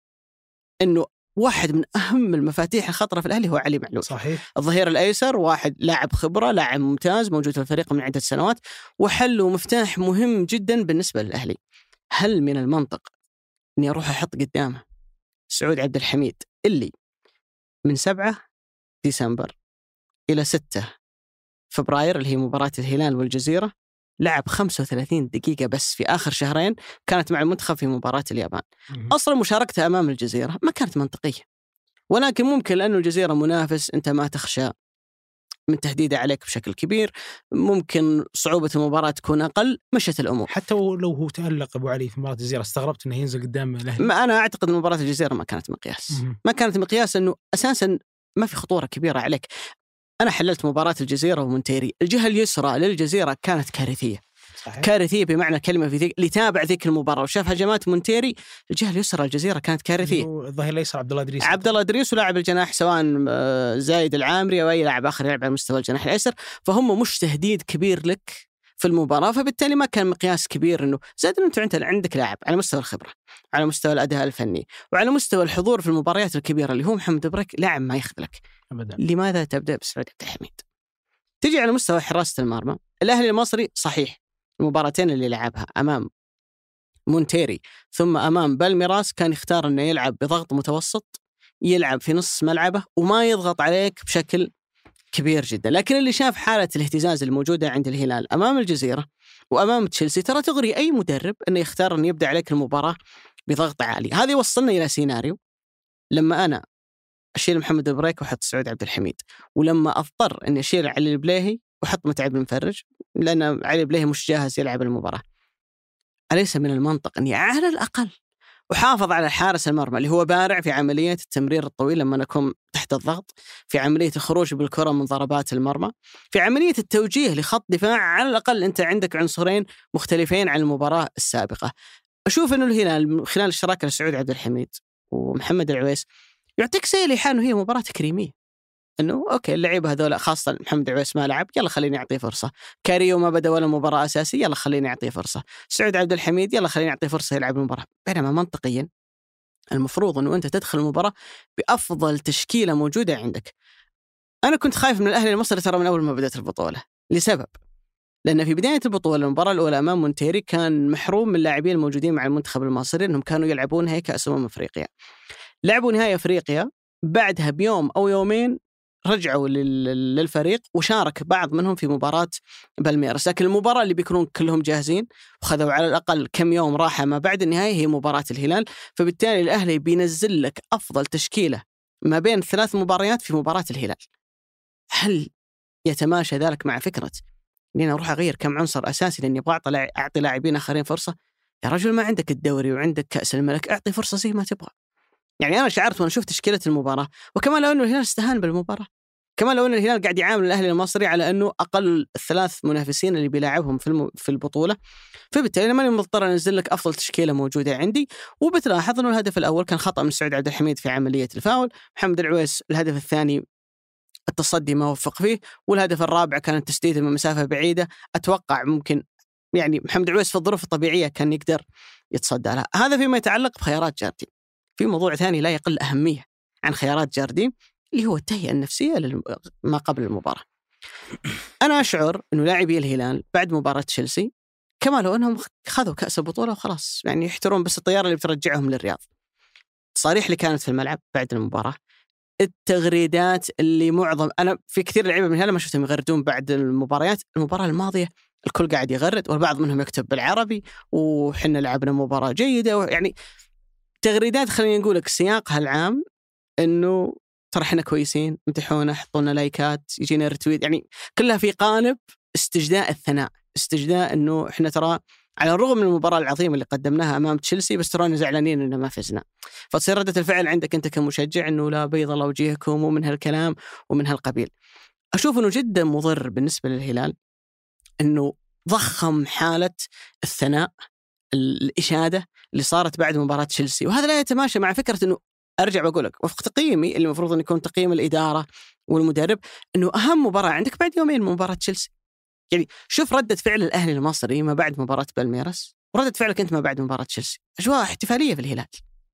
أنه واحد من أهم المفاتيح الخطرة في الأهلي هو علي معلول. صحيح. الظهير الأيسر واحد لاعب خبرة، لاعب ممتاز، موجود في الفريق من عدة سنوات، وحله مفتاح مهم جدا بالنسبة للأهلي. هل من المنطق أني أروح أحط قدامه سعود عبد الحميد اللي من سبعة ديسمبر إلى ستة فبراير اللي هي مباراة الهلال والجزيرة لعب خمسة وثلاثين دقيقة بس في آخر شهرين كانت مع المنتخب في مباراة اليابان. أصلا مشاركته أمام الجزيرة ما كانت منطقية، ولكن ممكن لأنه الجزيرة منافس أنت ما تخشى من تهديده عليك بشكل كبير، ممكن صعوبة المباراة تكون أقل، مشت الأمور. حتى لو هو تألق أبو علي في مباراة الجزيرة استغربت أنه ينزل قدام الأهلي. ما أنا أعتقد أن مباراة الجزيرة ما كانت مقياس مم. ما كانت مقياس أنه أساسا ما في خطورة كبيرة عليك. أنا حللت مباراة الجزيرة ومونتيري، الجهة اليسرى للجزيرة كانت كارثية. صحيح. كارثية بمعنى الكلمة في ذيك اللي تابع ذيك المباراة وشاف هجمات مونتيري، الجهة اليسرى الجزيرة كانت كارثية. الظهير الأيسر عبد الله إدريس عبد الله إدريس ولاعب الجناح سواء زايد العامري أو أي لاعب آخر يلعب على مستوى الجناح الأيسر، فهم مش تهديد كبير لك في المباراة، فبالتالي ما كان مقياس كبير إنه زائد إنه أنت عندك لاعب على مستوى الخبرة، على مستوى الأداء الفني، وعلى مستوى الحضور في المباريات الكبيرة اللي هو محمد بريك، لاعب ما يخذلك أبدا. لماذا تبدأ بسعود عبد الحميد؟ تجي على مستوى حراسة المرمى، الأهلي المصري صحيح المباراتين اللي لعبها أمام مونتيري ثم أمام بالميراس كان يختار أنه يلعب بضغط متوسط، يلعب في نص ملعبه وما يضغط عليك بشكل كبير جدا. لكن اللي شاف حالة الاهتزاز الموجودة عند الهلال أمام الجزيرة وأمام تشيلسي ترى تغري أي مدرب أنه يختار أنه يبدأ عليك المباراة بضغط عالي. هذه وصلنا إلى سيناريو لما أنا أشيل محمد بريك وحط سعود عبد الحميد، ولما أضطر أني أشيل علي البليهي وحط متعب بن مفرج لأن علي البليهي مش جاهز يلعب المباراة، أليس من المنطق أني على الأقل أحافظ على حارس المرمى اللي هو بارع في عملية التمرير الطويل لما نكون تحت الضغط، في عملية الخروج بالكرة من ضربات المرمى، في عملية التوجيه لخط دفاع. على الأقل أنت عندك عنصرين مختلفين عن المباراة السابقة. أشوف أنه الهلال خلال الشراكة لسعود عبد الحميد ومحمد العويس يعطيك سيل إيحاء أنه هي مباراة تكريمية، انه اوكي اللعيبه هذول خاصه محمد عويس ما لعب، يلا خليني اعطيه فرصه. كاريو ما بدا ولا مباراه اساسيه، يلا خليني اعطيه فرصه. سعود عبد الحميد يلا خليني اعطيه فرصه يلعب المباراه. بينما منطقيا المفروض انه انت تدخل المباراه بافضل تشكيله موجوده عندك. انا كنت خايف من الاهلي المصري ترى من اول ما بدات البطوله لسبب، لان في بدايه البطوله المباراه الاولى امام مونتيري كان محروم من اللاعبين الموجودين مع المنتخب المصري انهم كانوا يلعبون نهائي كاس امم افريقيا. لعبوا نهائي افريقيا، بعدها بيوم او يومين رجعوا للفريق وشارك بعض منهم في مباراة بالميراس. لكن المباراة اللي بيكونون كلهم جاهزين وخذوا على الأقل كم يوم راحة ما بعد النهاية هي مباراة الهلال، فبالتالي الأهلي بينزل لك أفضل تشكيلة ما بين ثلاث مباريات في مباراة الهلال. هل يتماشى ذلك مع فكرة إني أروح أغير كم عنصر أساسي لأني أبغى أعطي لاعبين آخرين فرصة؟ يا رجل ما عندك الدوري وعندك كأس الملك، أعطي فرصة زي ما تبغى. يعني أنا شعرت وأنا شفت تشكيلة المباراة، وكمان لو أنه الهلال استهان بالمباراة، كمان لو أن الهلال قاعد يعامل الأهلي المصري على أنه أقل الثلاث منافسين اللي بيلاعبهم في الم... في البطولة، فبالتالي ماني مضطر أنزل لك أفضل تشكيلة موجودة عندي. وبتلاحظ أنه الهدف الأول كان خطأ من سعود عبد الحميد في عملية الفاول، محمد العويس الهدف الثاني التصدي ما وفق فيه، والهدف الرابع كان التسديد من مسافة بعيدة أتوقع ممكن يعني محمد العويس في الظروف الطبيعية كان يقدر يتصدى لها. هذا فيما يتعلق بخيارات جاردين. في موضوع ثاني لا يقل أهمية عن خيارات جاردين اللي هو التهيئة النفسية ما قبل المباراة. أنا أشعر أنه لاعبي الهلال بعد مباراة تشيلسي كما لو أنهم خذوا كأس البطولة وخلاص، يعني يحترون بس الطيارة اللي بترجعهم للرياض. التصاريح اللي كانت في الملعب بعد المباراة، التغريدات اللي معظم أنا في كثير لعيبة من الهلال ما شفتهم يغردون بعد المباريات. المباراة الماضية الكل قاعد يغرد، والبعض منهم يكتب بالعربي وحنا لعبنا مباراة جيدة، يعني تغريدات خلينا نقولك سياقها العام أنه ترى احنا كويسين، امتحونا، حطونا لايكات، يجينا رتويت، يعني كلها في قالب استجداء الثناء، استجداء انه احنا ترى على الرغم من المباراة العظيمة اللي قدمناها امام تشيلسي بس ترانا زعلانين اننا ما فزنا. فتصير ردة الفعل عندك انت كمشجع انه لا بيض الله وجهكم ومن هالكلام ومن هالقبيل. اشوف انه جدا مضر بالنسبة للهلال انه ضخم حالة الثناء، الإشادة اللي صارت بعد مباراة تشيلسي، وهذا لا يتماشى مع فكرة انه أرجع بقولك وفق تقييمي اللي المفروض أن يكون تقييم الإدارة والمدرب أنه أهم مباراة عندك بعد يومين من مباراة تشيلسي. يعني شوف ردة فعل الأهلي المصري ما بعد مباراة بالميراس وردة فعلك أنت ما بعد مباراة تشيلسي، أجواء احتفالية في الهلال،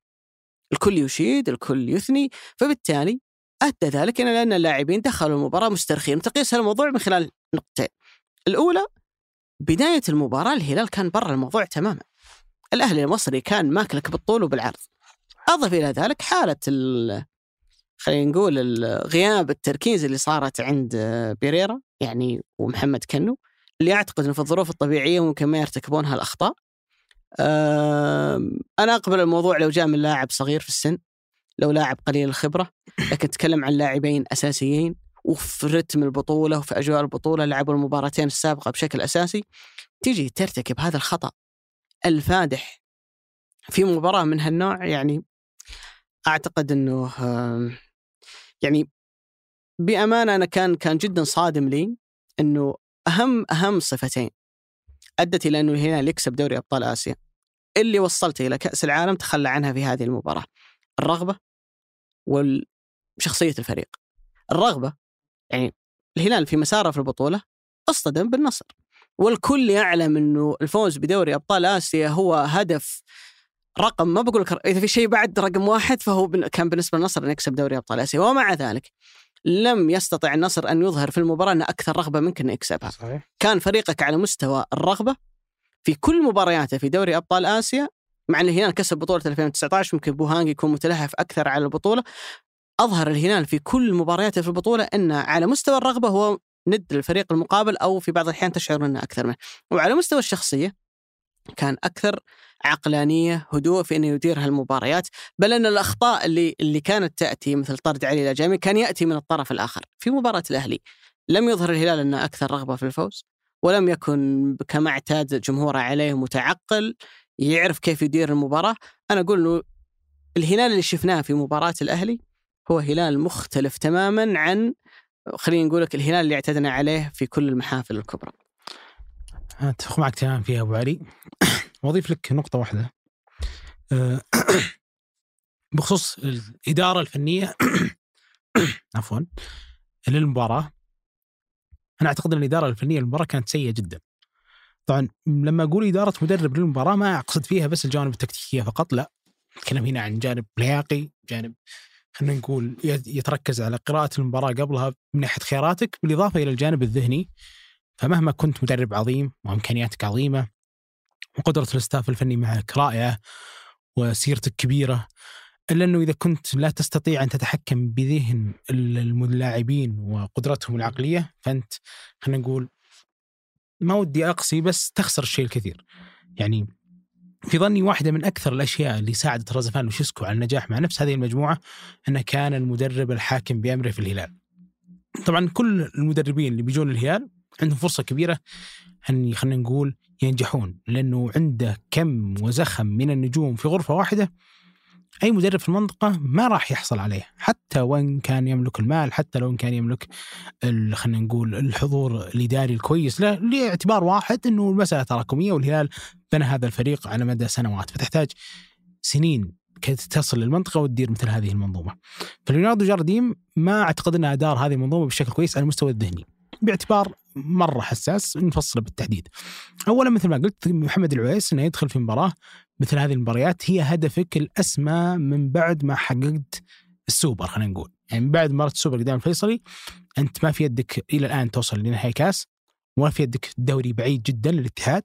الكل يشيد، الكل يثني. فبالتالي أدى ذلك إلى أن اللاعبين دخلوا المباراة مسترخين. تقيس الموضوع من خلال نقطتين. الأولى بداية المباراة الهلال كان برا الموضوع تماما، الأهلي المصري كان ماكلك بالطول وبالعرض. أضف إلى ذلك حالة خلينا نقول غياب التركيز اللي صارت عند بيريرا يعني ومحمد كنو، اللي أعتقد أنه في الظروف الطبيعية ممكن ما يرتكبونها الأخطاء. أنا أقبل الموضوع لو جاء من لاعب صغير في السن، لو لاعب قليل الخبرة، لكن تكلم عن لاعبين أساسيين وفي رتم البطولة وفي أجواء البطولة لعبوا المباراتين السابقة بشكل أساسي، تيجي ترتكب هذا الخطأ الفادح في مباراة من هالنوع. يعني أعتقد أنه يعني بأمانة أنا كان كان جدا صادم لي أنه أهم أهم صفتين أدت إلى أنه الهلال يكسب دوري أبطال آسيا اللي وصلته إلى كأس العالم تخلى عنها في هذه المباراة: الرغبة وشخصية الفريق. الرغبة يعني الهلال في مساره في البطولة اصطدم بالنصر، والكل يعلم أنه الفوز بدوري أبطال آسيا هو هدف رقم، ما بقول لك إذا في شيء بعد رقم واحد، فهو كان بالنسبة للنصر أن يكسب دوري أبطال آسيا. ومع ذلك لم يستطع النصر أن يظهر في المباراة أن أكثر رغبة ممكن يكسبها. صحيح. كان فريقك على مستوى الرغبة في كل مبارياته في دوري أبطال آسيا، مع أن الهلال كسب بطولة ألفين وتسعة عشر، ممكن بوهانج يكون متلهف أكثر على البطولة. أظهر الهلال في كل مبارياته في البطولة أن على مستوى الرغبة هو ند للفريق المقابل، أو في بعض الأحيان تشعر أنه أكثر منه. وعلى مستوى الشخصية كان أكثر عقلانية، هدوء في أنه يدير هالمباريات، بل أن الأخطاء اللي اللي كانت تأتي مثل طرد علي الأجامي كان يأتي من الطرف الآخر. في مباراة الأهلي لم يظهر الهلال أنه أكثر رغبة في الفوز، ولم يكن كما اعتاد جمهوره عليه متعقل يعرف كيف يدير المباراة. أنا أقول إنه الهلال اللي شفناه في مباراة الأهلي هو هلال مختلف تماما عن، خلينا نقول لك، الهلال اللي اعتدنا عليه في كل المحافل الكبرى. أتفق معك تمام فيها أبو علي. وأضيف لك نقطة واحدة بخصوص الإدارة الفنية عفوا للمباراة. أنا أعتقد أن الإدارة الفنية للمباراة كانت سيئة جدا. طبعا لما أقول إدارة مدرب للمباراة ما أقصد فيها بس الجانب التكتيكية فقط، لا، نتكلم هنا عن جانب لياقي، جانب خلينا نقول يتركز على قراءة المباراة قبلها من ناحية خياراتك، بالإضافة إلى الجانب الذهني. فمهما كنت مدرب عظيم وإمكانياتك عظيمة وقدرة الاستاف الفني معك رائعة وسيرتك كبيرة، إلا أنه إذا كنت لا تستطيع أن تتحكم بذهن اللاعبين وقدرتهم العقلية، فأنت خلينا نقول ما ودي أقصي بس تخسر الشيء الكثير. يعني في ظني واحدة من أكثر الأشياء اللي ساعدت رزفان وشيسكو على النجاح مع نفس هذه المجموعة أنه كان المدرب الحاكم بأمره في الهلال. طبعا كل المدربين اللي بيجون الهلال عندهم فرصة كبيرة أن خلينا نقول ينجحون، لأنه عنده كم وزخم من النجوم في غرفة واحدة أي مدرب في المنطقة ما راح يحصل عليه، حتى وإن كان يملك المال، حتى لو إن كان يملك خلينا نقول الحضور الإداري الكويس، لا، لاعتبار واحد أنه المسألة تراكمية، والهلال بنى هذا الفريق على مدى سنوات، فتحتاج سنين كي تصل للمنطقة وتدير مثل هذه المنظومة. فليوناردو جارديم ما أعتقد أنه أدار هذه المنظومة بشكل كويس على المستوى الذهني، باعتبار مرة حساس نفصله بالتحديد. أولا مثل ما قلت محمد العويس أنه يدخل في مباراة مثل هذه المباريات هي هدفك الأسمى من بعد ما حققت السوبر، خلينا نقول يعني من بعد مباراة السوبر قدام الفيصلي أنت ما في يدك إلى الآن توصل لنهائي كاس، ولا في يدك الدوري بعيد جدا للاتحاد،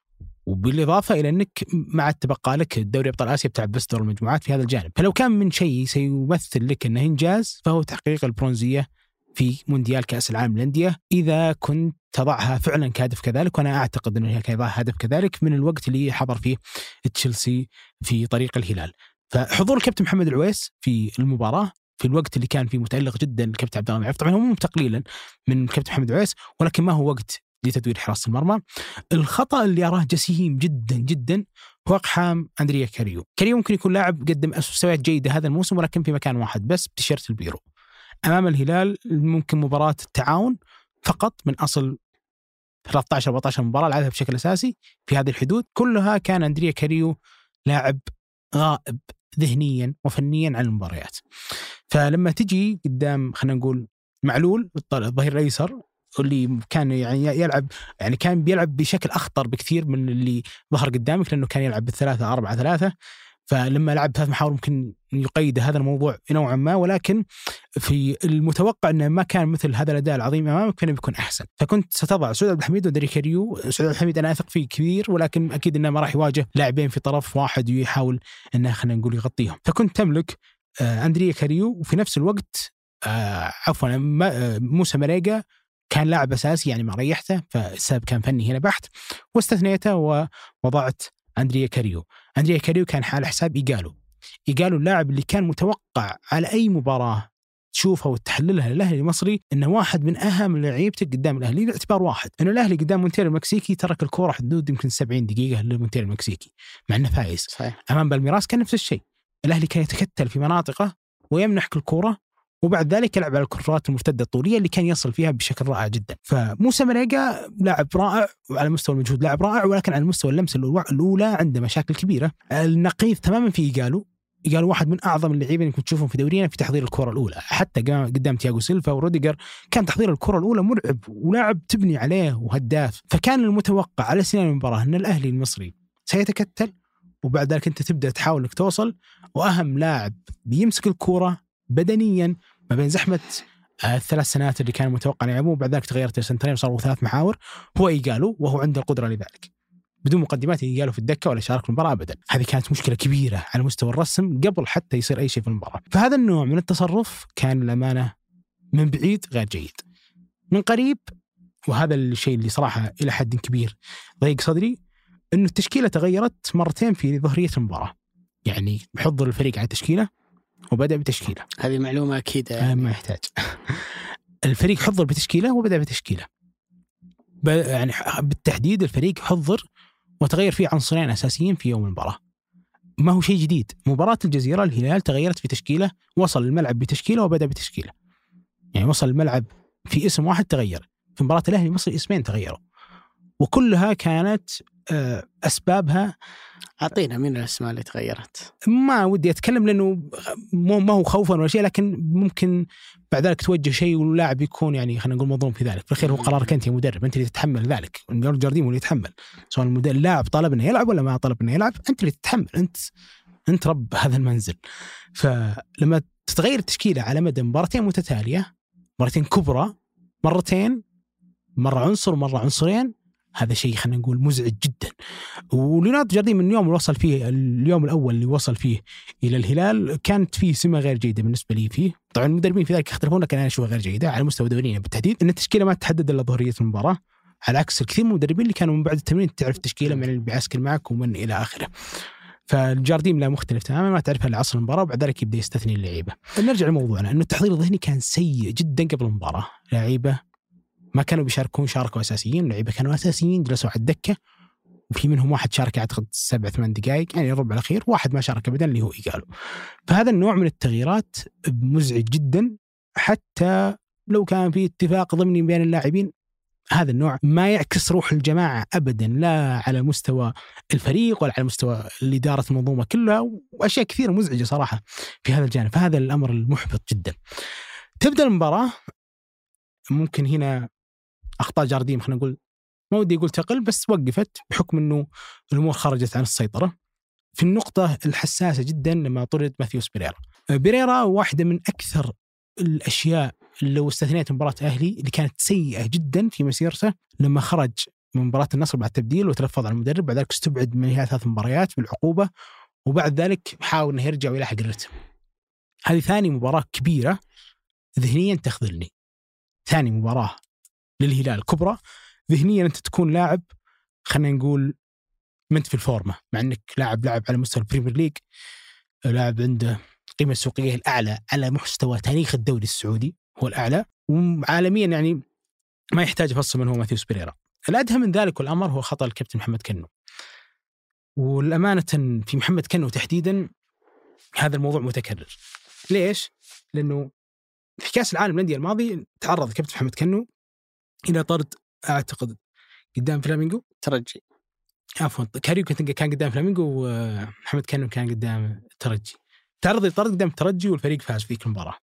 وبالإضافة إلى أنك مع تبقى لك الدوري أبطال آسيا بتلعب بس دور المجموعات في هذا الجانب. فلو كان من شيء سيمثل لك أنه إنجاز فهو تحقيق البرونزية في مونديال كأس العالم للأندية، إذا كنت تضعها فعلا كهدف كذلك، وأنا أعتقد أنه هي كيضع هدف كذلك من الوقت اللي حضر فيه تشيلسي في طريق الهلال. فحضور الكابتن محمد العويس في المباراة في الوقت اللي كان فيه متألق جدا الكابتن عبد الله معيف، طبعا هو مو تقليلا من الكابتن محمد العويس، ولكن ما هو وقت لتدوير حراسة المرمى. الخطأ اللي أراه جسيم جدا جدا هو اقحام أندريا كاريو. كاريو ممكن يكون لاعب قدم مستويات جيدة هذا الموسم، ولكن في مكان واحد بس بتيشيرت البيرو أمام الهلال. ممكن مباراة التعاون فقط من أصل ثلاثة عشر أربعة عشر مباراة لعبها بشكل أساسي في هذه الحدود كلها، كان أندريا كاريو لاعب غائب ذهنيا وفنيا عن المباريات. فلما تجي قدام خلينا نقول معلول الظهير الأيسر اللي كان يعني يلعب يعني كان بيلعب بشكل أخطر بكثير من اللي ظهر قدامك، لأنه كان يلعب بالثلاثة أربعة ثلاثة، فلما لعب ثلاث محاور ممكن يقيد هذا الموضوع نوعا ما، ولكن في المتوقع أنه ما كان مثل هذا الأداء العظيم أمامك فإنه بيكون أحسن. فكنت ستضع سعود عبد الحميد ودري كاريو. سعود عبد الحميد أنا أثق فيه كبير، ولكن أكيد أنه ما راح يواجه لاعبين في طرف واحد ويحاول أنه خلينا نقول يغطيهم. فكنت تملك آه أندريا كاريو، وفي نفس الوقت آه عفوا موسى مريقا كان لاعب أساسي يعني ما ريحته، فالسبب كان فني هنا بحت، واستثنيته ووضعت أندريا كاريو. أندريا كاريو كان حال حساب إيجالو. إيجالو اللاعب اللي كان متوقع على أي مباراة تشوفها وتحللها للأهلي المصري إنه واحد من أهم لعيبته قدام الأهلي، باعتبار واحد إنه الأهلي قدام مونتيرو المكسيكي ترك الكرة حدود يمكن سبعين دقيقة للمونتيرو المكسيكي مع إنه فايز. صحيح. أمام بالميراس كان نفس الشيء، الأهلي كان يتكتل في مناطقه ويمنحك الكرة، وبعد ذلك يلعب على الكرات المرتدة الطولية اللي كان يصل فيها بشكل رائع جدا. فموسى مريقا لاعب رائع وعلى مستوى المجهود لاعب رائع، ولكن على مستوى اللمسة الأولى عنده مشاكل كبيرة. النقيض تماما في إيجالو. إيجالو واحد من أعظم اللاعبين اللي كنت تشوفهم في دورينا في تحضير الكرة الأولى، حتى قدام تياغو سيلفا وروديجر كان تحضير الكرة الأولى مرعب، ولاعب تبني عليه وهداف. فكان المتوقع على سنين المباراة أن الأهلي المصري سيتكتل، وبعد ذلك أنت تبدأ تحاول أنك توصل، وأهم لاعب بيمسك الكرة بدنيا ما بين زحمة الثلاث سنوات اللي كان متوقع أن يلعبوه، وبعد ذلك تغيرت السنتين وصاروا ثلاث محاور، هو إيجالو، وهو عنده القدرة لذلك. بدون مقدمات إيجالو في الدكة ولا شارك في المباراة أبدا. هذه كانت مشكلة كبيرة على مستوى الرسم قبل حتى يصير أي شيء في المباراة. فهذا النوع من التصرف كان الأمانة من بعيد غير جيد. من قريب، وهذا الشيء اللي صراحة إلى حد كبير ضيق صدري، إنه التشكيلة تغيرت مرتين في ظهرية المباراة. يعني بحضر الفريق على تشكيلة وبدأ بتشكيلة. هذه معلومة أكيدة يعني. آه ما يحتاج. الفريق حضر بتشكيلة وبدأ بتشكيلة. يعني بالتحديد الفريق حضر وتغير فيه عنصرين أساسيين في يوم المباراة. ما هو شيء جديد. مباراة الجزيرة الهلال تغيرت في تشكيلة، وصل الملعب بتشكيلة وبدأ بتشكيلة. يعني وصل الملعب في اسم واحد تغير. في مباراة الأهلي مصر اسمين تغيروا، وكلها كانت أسبابها. أعطينا من الأسماء اللي تغيرت. ما ودي أتكلم لأنه ما هو خوفا ولا شيء، لكن ممكن بعد ذلك توجه شيء واللاعب يكون يعني خلينا نقول مظلوم في ذلك. في الأخير هو قرارك أنت يا مدرب، أنت اللي تتحمل ذلك. جارديم هو اللي يتحمل، سواء المدرب اللاعب طلب إنه يلعب ولا ما طلب إنه يلعب، أنت اللي تتحمل. أنت أنت رب هذا المنزل. فلما تتغير التشكيلة على مدى مباراتين متتالية، مرتين كبرى، مرتين مرة عنصر ومرة عنصرين، هذا شيء خلينا نقول مزعج جدا. وليوناردو جارديم من اليوم اللي وصل فيه، اليوم الأول اللي وصل فيه إلى الهلال، كانت فيه سمة غير جيدة بالنسبة لي فيه. طبعا المدربين في ذلك يختلفون، لكن أنا أشوفها غير جيدة على مستوى دورينا بالتحديد. إن التشكيلة ما تحدد إلا ظهرية المباراة، على عكس الكثير من المدربين اللي كانوا من بعد التمرين تعرف التشكيلة من اللي بيعسكر معك ومن إلى آخره. فالجارديم لا مختلف تماما، ما تعرفها إلا عصر المباراة، وبعد ذلك يبدأ يستثني اللعيبة. نرجع لموضوعنا، إنه التحضير الذهني كان سيء جدا قبل المباراة. لعيبة ما كانوا بيشاركون، شاركوا أساسيين، لعيبة كانوا أساسيين جلسوا على الدكة، وفي منهم واحد شارك أعتقد سبع ثمان دقائق، يعني الربع الأخير، واحد ما شارك أبدا اللي هو إيجالو. فهذا النوع من التغييرات مزعج جدا، حتى لو كان في اتفاق ضمني بين اللاعبين. هذا النوع ما يعكس روح الجماعة أبدا، لا على مستوى الفريق ولا على مستوى الإدارة المنظومة كلها، وأشياء كثيرة مزعجة صراحة في هذا الجانب. فهذا الأمر المحبط جدا. تبدأ المباراة، ممكن هنا أخطاء جارديم خلينا نقول ما ودي يقول تقل، بس وقفت بحكم أنه الأمور خرجت عن السيطرة في النقطة الحساسة جدا لما طرد ماثيوس بيريرا. بيريرا واحدة من أكثر الأشياء اللي لو استثنيت مباراة أهلي اللي كانت سيئة جدا في مسيرته، لما خرج من مباراة النصر بعد تبديل وتلفظ على المدرب، بعد ذلك استبعد من هي ثلاث مباريات بالعقوبة، وبعد ذلك حاول أنه يرجع ويلاحق الرتم. هذه ثاني مباراة كبيرة ذهنيا تخذلني. ثاني مباراة للهلال كبرى ذهنيا، أنت تكون لاعب خلينا نقول منت في الفورمة، مع أنك لاعب لاعب على مستوى البريمير ليج، لاعب عنده قيمة السوقية الأعلى على مستوى تاريخ الدوري السعودي، هو الأعلى، وعالميا يعني ما يحتاج أفصل من هو ماثيوس بيريرا. الأدهى من ذلك والأمر هو خطأ الكابتن محمد كنو. والأمانة في محمد كنو تحديدا هذا الموضوع متكرر. ليش؟ لأنه في كأس العالم للأندية الماضي تعرض الكابتن محمد كنو إلى طرد أعتقد قدام فلامينغو ترجي، عفوا كاريو كان قدام فلامينغو ومحمد كنو كان قدام ترجي. تعرض لطرد قدام الترجي والفريق فاز في ذيك المباراة.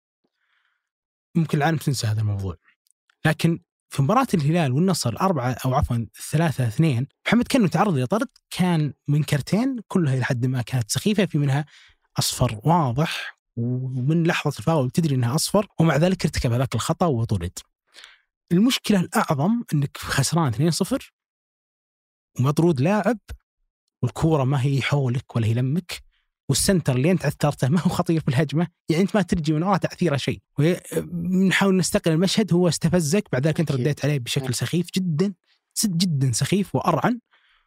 ممكن العالم تنسى هذا الموضوع، لكن في مباراة الهلال والنصر أربعة أو عفوا ثلاثة اثنين محمد كنو تعرض لطرد كان من كرتين كلها لحد ما كانت سخيفة، في منها أصفر واضح، ومن لحظة الفاول تدري أنها أصفر، ومع ذلك ارتكب هذاك الخطأ وطرد. المشكلة الأعظم أنك خسران اثنين صفر ومطرود لاعب، والكورة ما هي حولك ولا هي لمك، والسنتر اللي أنت عثرته ما هو خطير في الهجمة، يعني أنت ما ترجي من وراء تأثيره شيء. ونحاول نستقل المشهد، هو استفزك، بعد ذلك أنت رديت عليه بشكل سخيف جدا جدا سخيف وأرعن،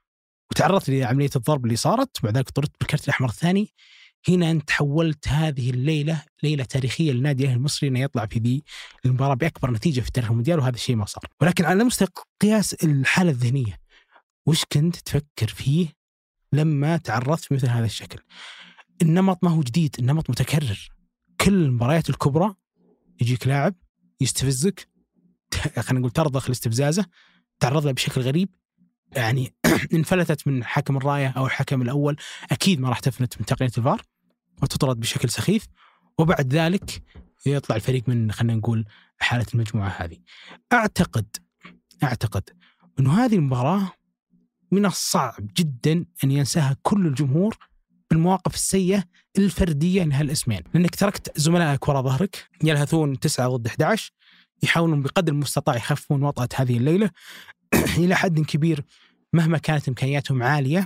وتعرضت لعملية الضرب اللي صارت، بعد ذلك طردت بالكرت الأحمر الثاني. هنا أنت حولت هذه الليلة ليلة تاريخية للنادي الأهلي المصري أنه يطلع في ذي المباراة بأكبر نتيجة في تاريخ المونديال، وهذا الشيء ما صار. ولكن على مستوى قياس الحالة الذهنية، وش كنت تفكر فيه لما تعرضت في مثل هذا الشكل؟ النمط ما هو جديد، النمط متكرر. كل المباريات الكبرى يجيك لاعب يستفزك، خلينا نقول ترضخ لاستفزازه، تعرض له بشكل غريب، يعني انفلتت من حكم الراية أو الحكم الأول أكيد ما راح تفلت من تقنية الفار وتطرد بشكل سخيف، وبعد ذلك يطلع الفريق من خلينا نقول حالة المجموعة هذه. أعتقد أعتقد أنه هذه المباراة من الصعب جدا أن ينساها كل الجمهور بالمواقف السيئة الفردية لها الاسمين، لأنك تركت زملائك وراء ظهرك يلهثون تسعة ضد أحد عشر، يحاولون بقدر المستطاع يخففون وطأة هذه الليلة إلى حد كبير. مهما كانت إمكانياتهم عالية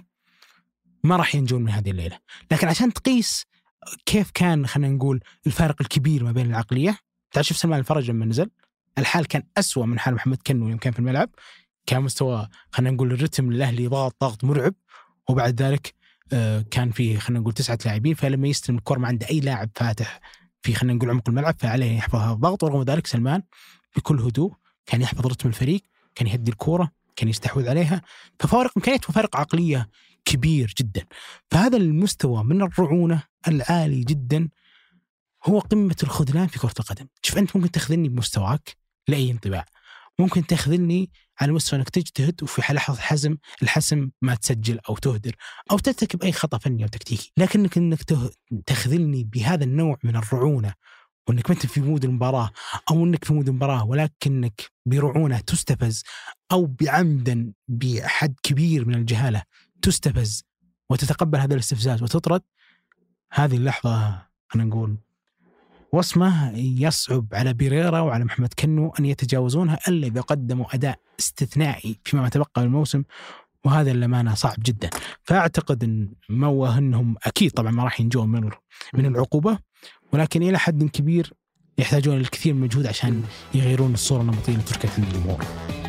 ما راح ينجون من هذه الليلة. لكن عشان تقيس كيف كان خلينا نقول الفارق الكبير ما بين العقلية، تعال شوف سلمان الفرج لما نزل الحال كان أسوأ من حال محمد كنو يوم كان في الملعب. كان مستوى خلينا نقول الرتم الأهلي ضغط ضغط مرعب، وبعد ذلك آه كان فيه خلينا نقول تسعة لاعبين، فلما يستلم الكرة ما عنده أي لاعب فاتح في خلينا نقول عمق الملعب، فعليه يحفظ هذا الضغط. ورغم ذلك سلمان بكل هدوء كان يحفظ رتم الفريق، كان يهدي الكرة، كان يستحوذ عليها. ففارق إمكانيات وفارق عقلية كبير جدا. فهذا المستوى من الرعونة العالي جدا هو قمة الخذلان في كرة القدم. شوف أنت ممكن تخذلني بمستواك لأي انطباع، ممكن تخذلني على مستوى أنك تجتهد وفي لحظة حزم الحسم ما تسجل أو تهدر أو ترتكب أي خطأ فني أو تكتيكي، لكنك أنك تخذلني بهذا النوع من الرعونة، وأنك ما أنت في مود المباراة أو أنك في مود المباراة ولكنك برعونة تستفز، أو بعمدا بحد كبير من الجهالة تستفز وتتقبل هذا الاستفزاز وتطرد. هذه اللحظة أنا نقول وصمة يصعب على بيريرا وعلى محمد كنو أن يتجاوزونها إلا إذا قدموا أداء استثنائي فيما تبقى من الموسم، وهذا اللمانة صعب جدا. فأعتقد أن موه أنهم أكيد طبعا ما راح ينجون من من العقوبة، ولكن إلى حد كبير يحتاجون الكثير من المجهود عشان يغيرون الصورة النمطية اللي تركت عند الجمهور.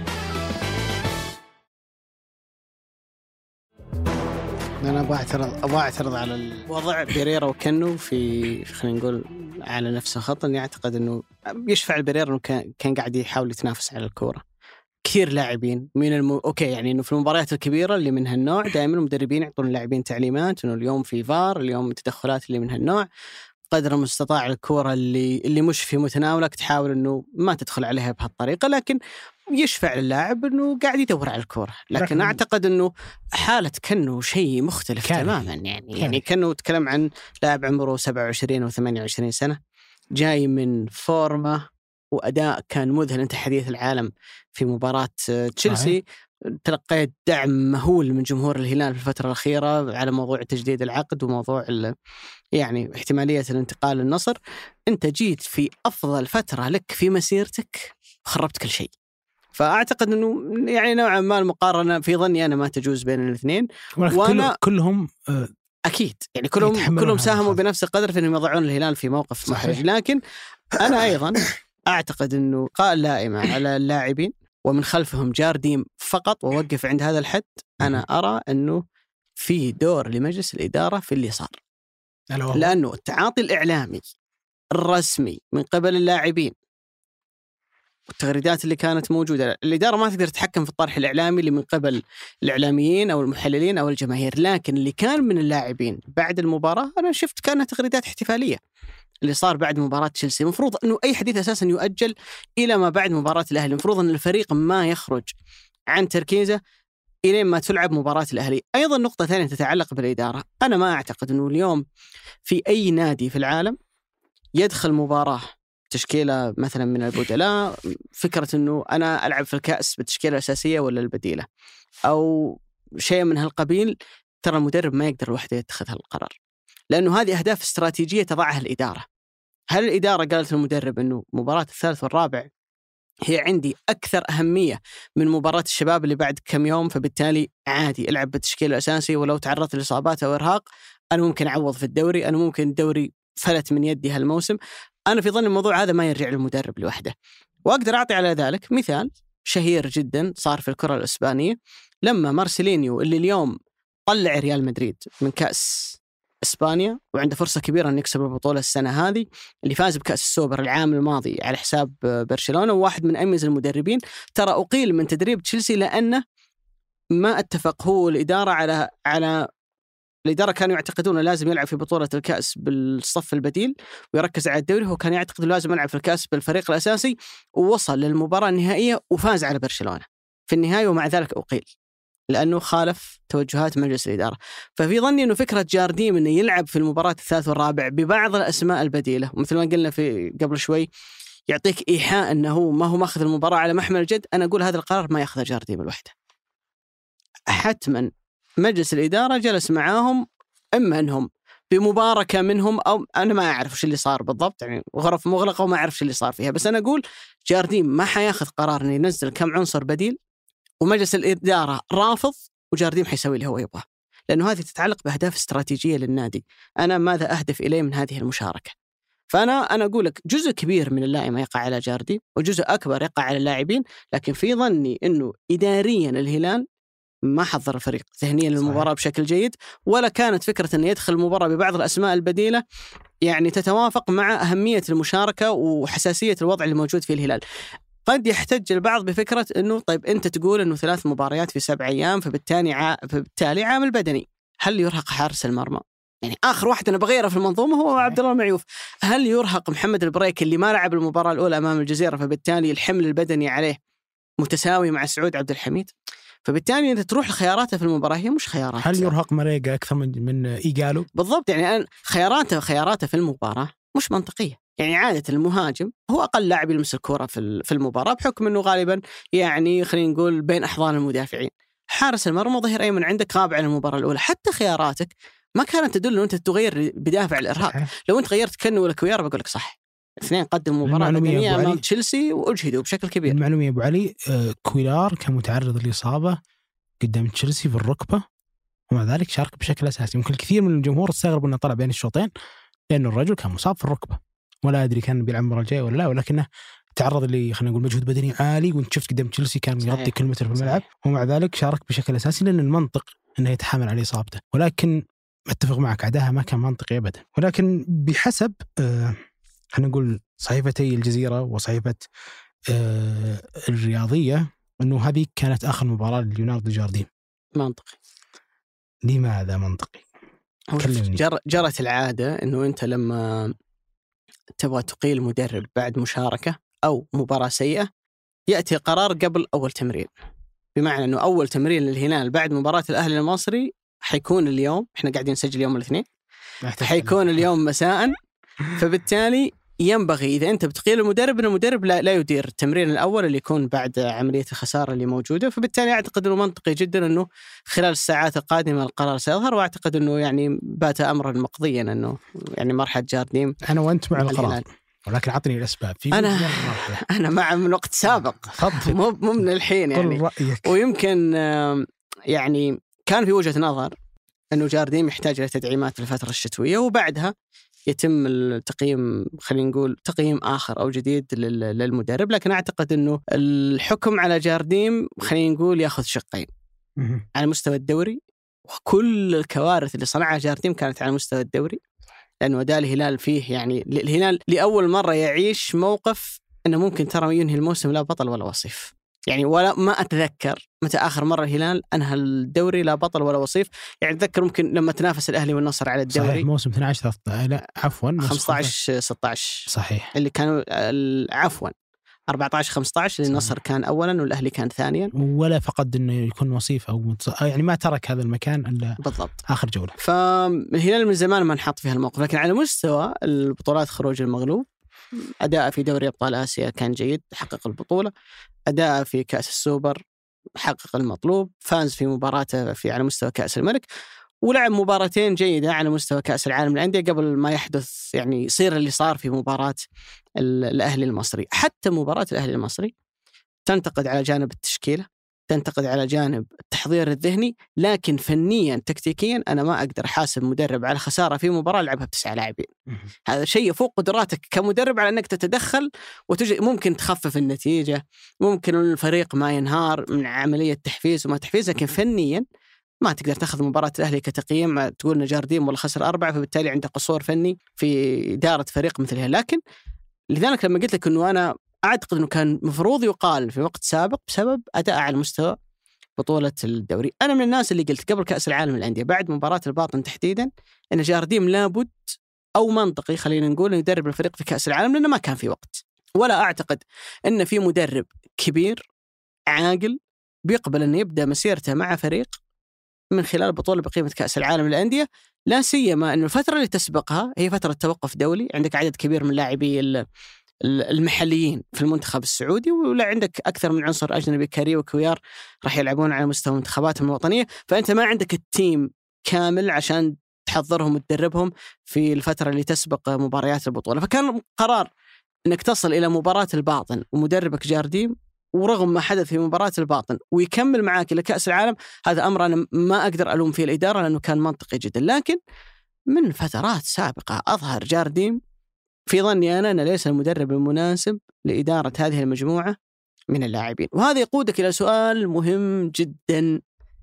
أنا أبغى أعترض أبغى أعترض على الوضع بيريرا وكنو في خلينا نقول على نفس الخط. إني أعتقد إنه يشفع البيريرا إنه كان كان قاعد يحاول يتنافس على الكورة. كثير لاعبين من الم... أوكي يعني إنه في المباريات الكبيرة اللي من هالنوع دائما المدربين يعطون اللاعبين تعليمات إنه اليوم في فار، اليوم تدخلات اللي من هالنوع، قدر المستطاع الكورة اللي اللي مش في متناولك تحاول إنه ما تدخل عليها بهالطريقة، لكن يشفع للاعب إنه قاعد يدور على الكورة. لكن أعتقد إنه حالة كنو شيء مختلف تماما. يعني كان. يعني كنو تكلم عن لاعب عمره سبعة وعشرين أو ثمانية وعشرين سنة، جاي من فورمة وأداء كان مذهل. أنت حديث العالم في مباراة تشيلسي، تلقيت دعم مهول من جمهور الهلال في الفترة الأخيرة على موضوع تجديد العقد وموضوع يعني احتمالية الانتقال للنصر. أنت جيت في أفضل فترة لك في مسيرتك خربت كل شيء. فأعتقد أنه يعني نوعا ما المقارنة في ظني أنا ما تجوز بين الاثنين، وأنا كلهم أكيد يعني كلهم كلهم ساهموا بنفس القدر في أنهم يضعون الهلال في موقف محرج. لكن أنا أيضا أعتقد أنه قائل لائمة على اللاعبين ومن خلفهم جارديم فقط ووقف عند هذا الحد. أنا أرى أنه في دور لمجلس الإدارة في اللي صار، لأنه التعاطي الإعلامي الرسمي من قبل اللاعبين والتغريدات اللي كانت موجودة، الإدارة ما تقدر تتحكم في الطرح الإعلامي اللي من قبل الإعلاميين أو المحللين أو الجماهير، لكن اللي كان من اللاعبين بعد المباراة أنا شفت كانها تغريدات احتفالية. اللي صار بعد مباراة تشيلسي مفروض أنه أي حديث أساسا يؤجل إلى ما بعد مباراة الأهلي، مفروض أن الفريق ما يخرج عن تركيزه إلى ما تلعب مباراة الأهلي. أيضا نقطة ثانية تتعلق بالإدارة، أنا ما أعتقد أنه اليوم في أي نادي في العالم يدخل مباراة تشكيلة مثلا من البدلاء، فكرة أنه أنا ألعب في الكأس بالتشكيلة الأساسية ولا البديلة أو شيء من هالقبيل، ترى المدرب ما يقدر لوحده يتخذ هالقرار، لأنه هذه أهداف استراتيجية تضعها الإدارة. هل الإدارة قالت للمدرب أنه مباراة الثالث والرابع هي عندي أكثر أهمية من مباراة الشباب اللي بعد كم يوم، فبالتالي عادي ألعب بالتشكيل الأساسي ولو تعرضت لإصابات أو إرهاق أنا ممكن أعوض في الدوري، أنا ممكن الدوري فلت من يدي هالموسم. أنا في ظني الموضوع هذا ما يرجع للمدرب لوحده. وأقدر أعطي على ذلك مثال شهير جدا صار في الكرة الإسبانية، لما مارسيلينيو اللي اليوم طلع ريال مدريد من كأس إسبانيا وعنده فرصة كبيرة أن يكسب البطولة السنة هذه، اللي فاز بكأس السوبر العام الماضي على حساب برشلونة، وواحد من أميز المدربين، ترى أقيل من تدريب تشيلسي لأنه ما اتفق هو والإدارة على على الإدارة كانوا يعتقدون لازم يلعب في بطولة الكأس بالصف البديل ويركز على الدوري، هو كان يعتقد لازم يلعب في الكأس بالفريق الأساسي، ووصل للمباراة النهائية وفاز على برشلونة في النهاية، ومع ذلك أقيل لأنه خالف توجهات مجلس الإدارة. ففي ظني أنه فكرة جارديم أنه يلعب في المباراة الثالث والرابع ببعض الأسماء البديلة، ومثل ما قلنا في قبل شوي يعطيك إيحاء أنه ما هو ماخذ المباراة على محمل الجد، أنا أقول هذا القرار ما يأخذ جارديم الوحدة، حتما مجلس الإدارة جلس معاهم، إما أنهم بمباركة منهم أو أنا ما أعرف وش اللي صار بالضبط، يعني غرف مغلقة وما أعرف وش اللي صار فيها، بس أنا أقول جارديم ما حياخذ قرار أنه ينزل كم عنصر بديل ومجلس الإدارة رافض وجارديم حيسوي اللي هو يبغاه، لأنه هذه تتعلق بأهداف استراتيجية للنادي. أنا ماذا أهدف إليه من هذه المشاركة؟ فأنا أنا أقول لك جزء كبير من اللائمة يقع على جارديم وجزء أكبر يقع على اللاعبين، لكن في ظني أنه إداريا الهلال ما حضر الفريق ذهنيا للمباراة بشكل جيد، ولا كانت فكرة أن يدخل المباراة ببعض الأسماء البديلة يعني تتوافق مع أهمية المشاركة وحساسية الوضع اللي موجود في الهلال. قد يحتج البعض بفكرة أنه طيب أنت تقول أنه ثلاث مباريات في سبع أيام فبالتالي ع... فبالتالي عامل بدني، هل يرهق حارس المرمى؟ يعني آخر واحد أنا بغيره في المنظومة هو عبد الله المعيوف. هل يرهق محمد البريك اللي ما لعب المباراة الأولى أمام الجزيرة فبالتالي الحمل البدني عليه متساوي مع سعود عبد الحميد؟ فبالتالي أنت تروح لخياراته في المباراة هي مش خيارات. هل يرهق مريقة أكثر من من إيجالو؟ بالضبط، يعني خياراته خياراته في المباراة مش منطقية. يعني عادة المهاجم هو أقل لاعب يلمس الكرة في في المباراة بحكم أنه غالبا يعني خلينا نقول بين أحضان المدافعين. حارس المرمى ظهير أيمن عندك رابع المباراة الأولى، حتى خياراتك ما كانت تدل أنه أنت تغير بدافع الإرهاق. لو أنت غيرت كنو ولا كويار بقول لك صح، اثنين قدموا مباراة بدنية أمام تشيلسي وأجهدوا بشكل كبير. المعلومة يا أبو علي، كويلار كان متعرض للإصابة قدام تشيلسي في الركبة ومع ذلك شارك بشكل أساسي. يمكن الكثير من الجمهور استغرب أنه طلع بين الشوطين لأنه الرجل كان مصاب في الركبة، ولا أدري كان بيلعب المباراة الجاية ولا لا، ولكنه تعرض لي خلينا نقول مجهود بدني عالي، وانت شفت قدام تشيلسي كان يغطي كل متر في الملعب، ومع ذلك شارك بشكل أساسي لأن المنطق أنه يتحامل عليه إصابته. ولكن اتفق معك عداها ما كان منطقي أبدا. ولكن بحسب آه خلينا نقول صحيفتي الجزيرة وصحيفة آه الرياضية أنه هذه كانت آخر مباراة لليوناردو جارديم. منطقي. لماذا منطقي؟ جر جرت العادة أنه أنت لما تبغى تقيل مدرب بعد مشاركة أو مباراة سيئة يأتي قرار قبل أول تمرين، بمعنى أنه أول تمرين للهلال بعد مباراة الأهلي المصري حيكون اليوم، إحنا قاعدين نسجل يوم الاثنين، حيكون اليوم مساء. فبالتالي ينبغي إذا أنت بتقيل المدرب أن المدرب لا, لا يدير التمرين الأول اللي يكون بعد عملية الخسارة اللي موجودة. فبالتالي أعتقد أنه منطقي جدا أنه خلال الساعات القادمة القرار سيظهر، وأعتقد أنه يعني بات أمرا مقضيا أنه يعني مرحلة جارديم. أنا وأنت مع القرار، ولكن عطني الأسباب. في أنا أنا مع من وقت سابق، مو مو من الحين يعني. ويمكن يعني كان في وجهة نظر أنه جارديم يحتاج إلى تدعيمات الفترة الشتوية، وبعدها يتم التقييم خلينا نقول تقييم آخر أو جديد للمدرب. لكن أعتقد أنه الحكم على جارديم خلينا نقول يأخذ شقين على مستوى الدوري، وكل الكوارث اللي صنعها جارديم كانت على مستوى الدوري، لأنه أداء الهلال فيه يعني الهلال لأول مرة يعيش موقف أنه ممكن ترى ينهي الموسم لا بطل ولا وصيف. يعني ولا ما أتذكر متى آخر مرة الهلال أنهى الدوري لا بطل ولا وصيف. يعني أتذكر ممكن لما تنافس الأهلي والنصر على الدوري صحيح موسم اثنا عشر لا عفوا خمسة عشر ستة عشر صحيح اللي كانوا عفوا أربعة عشر خمسة عشر اللي النصر كان أولا والأهلي كان ثانيا، ولا فقد إنه يكون وصيف أو متص... يعني ما ترك هذا المكان إلا بالضبط آخر جولة. فالهلال من زمان ما نحط فيها الموقف. لكن على مستوى البطولات خروج المغلوب، أداء في دوري أبطال آسيا كان جيد، حقق البطولة. أداء في كأس السوبر حقق المطلوب، فاز في مباراته في على مستوى كأس الملك، ولعب مباراتين جيدة على مستوى كأس العالم للأندية قبل ما يحدث يعني يصير اللي صار في مباراة الأهلي المصري. حتى مباراة الأهلي المصري تنتقد على جانب التشكيلة، تنتقد على جانب التحضير الذهني، لكن فنيا تكتيكيا أنا ما أقدر أحاسب مدرب على خسارة في مباراة لعبها بتسعة لاعبين. هذا شيء فوق قدراتك كمدرب على أنك تتدخل وتجي. ممكن تخفف النتيجة، ممكن الفريق ما ينهار من عملية تحفيز وما تحفيز، لكن فنيا ما تقدر تأخذ مباراة الأهلي كتقييم تقول إن جارديم ولا خسر أربعة فبالتالي عنده قصور فني في إدارة فريق مثلها. لكن لذلك لما قلت لك إنه أنا أعتقد أنه كان مفروض يقال في وقت سابق بسبب أداء على مستوى بطولة الدوري. أنا من الناس اللي قلت قبل كأس العالم للأندية بعد مباراة الباطن تحديدا أن جارديم لابد أو منطقي خلينا نقول أن يدرب الفريق في كأس العالم، لأنه ما كان في وقت. ولا أعتقد أن في مدرب كبير عاقل بيقبل أن يبدأ مسيرته مع فريق من خلال بطولة بقيمة كأس العالم للأندية، لا سيما أن الفترة اللي تسبقها هي فترة توقف دولي، عندك عدد كبير من لاعبي المحليين في المنتخب السعودي، ولا عندك أكثر من عنصر أجنبي كاري وكويار راح يلعبون على مستوى منتخباتهم الوطنية، فأنت ما عندك التيم كامل عشان تحضرهم وتدربهم في الفترة اللي تسبق مباريات البطولة. فكان قرار أنك تصل إلى مباراة الباطن ومدربك جارديم، ورغم ما حدث في مباراة الباطن ويكمل معاك إلى كأس العالم، هذا أمر أنا ما أقدر ألوم فيه الإدارة لأنه كان منطقي جدا. لكن من فترات سابقة أظهر جارديم في ظني أنا أنه ليس المدرب المناسب لإدارة هذه المجموعة من اللاعبين. وهذا يقودك إلى سؤال مهم جدا: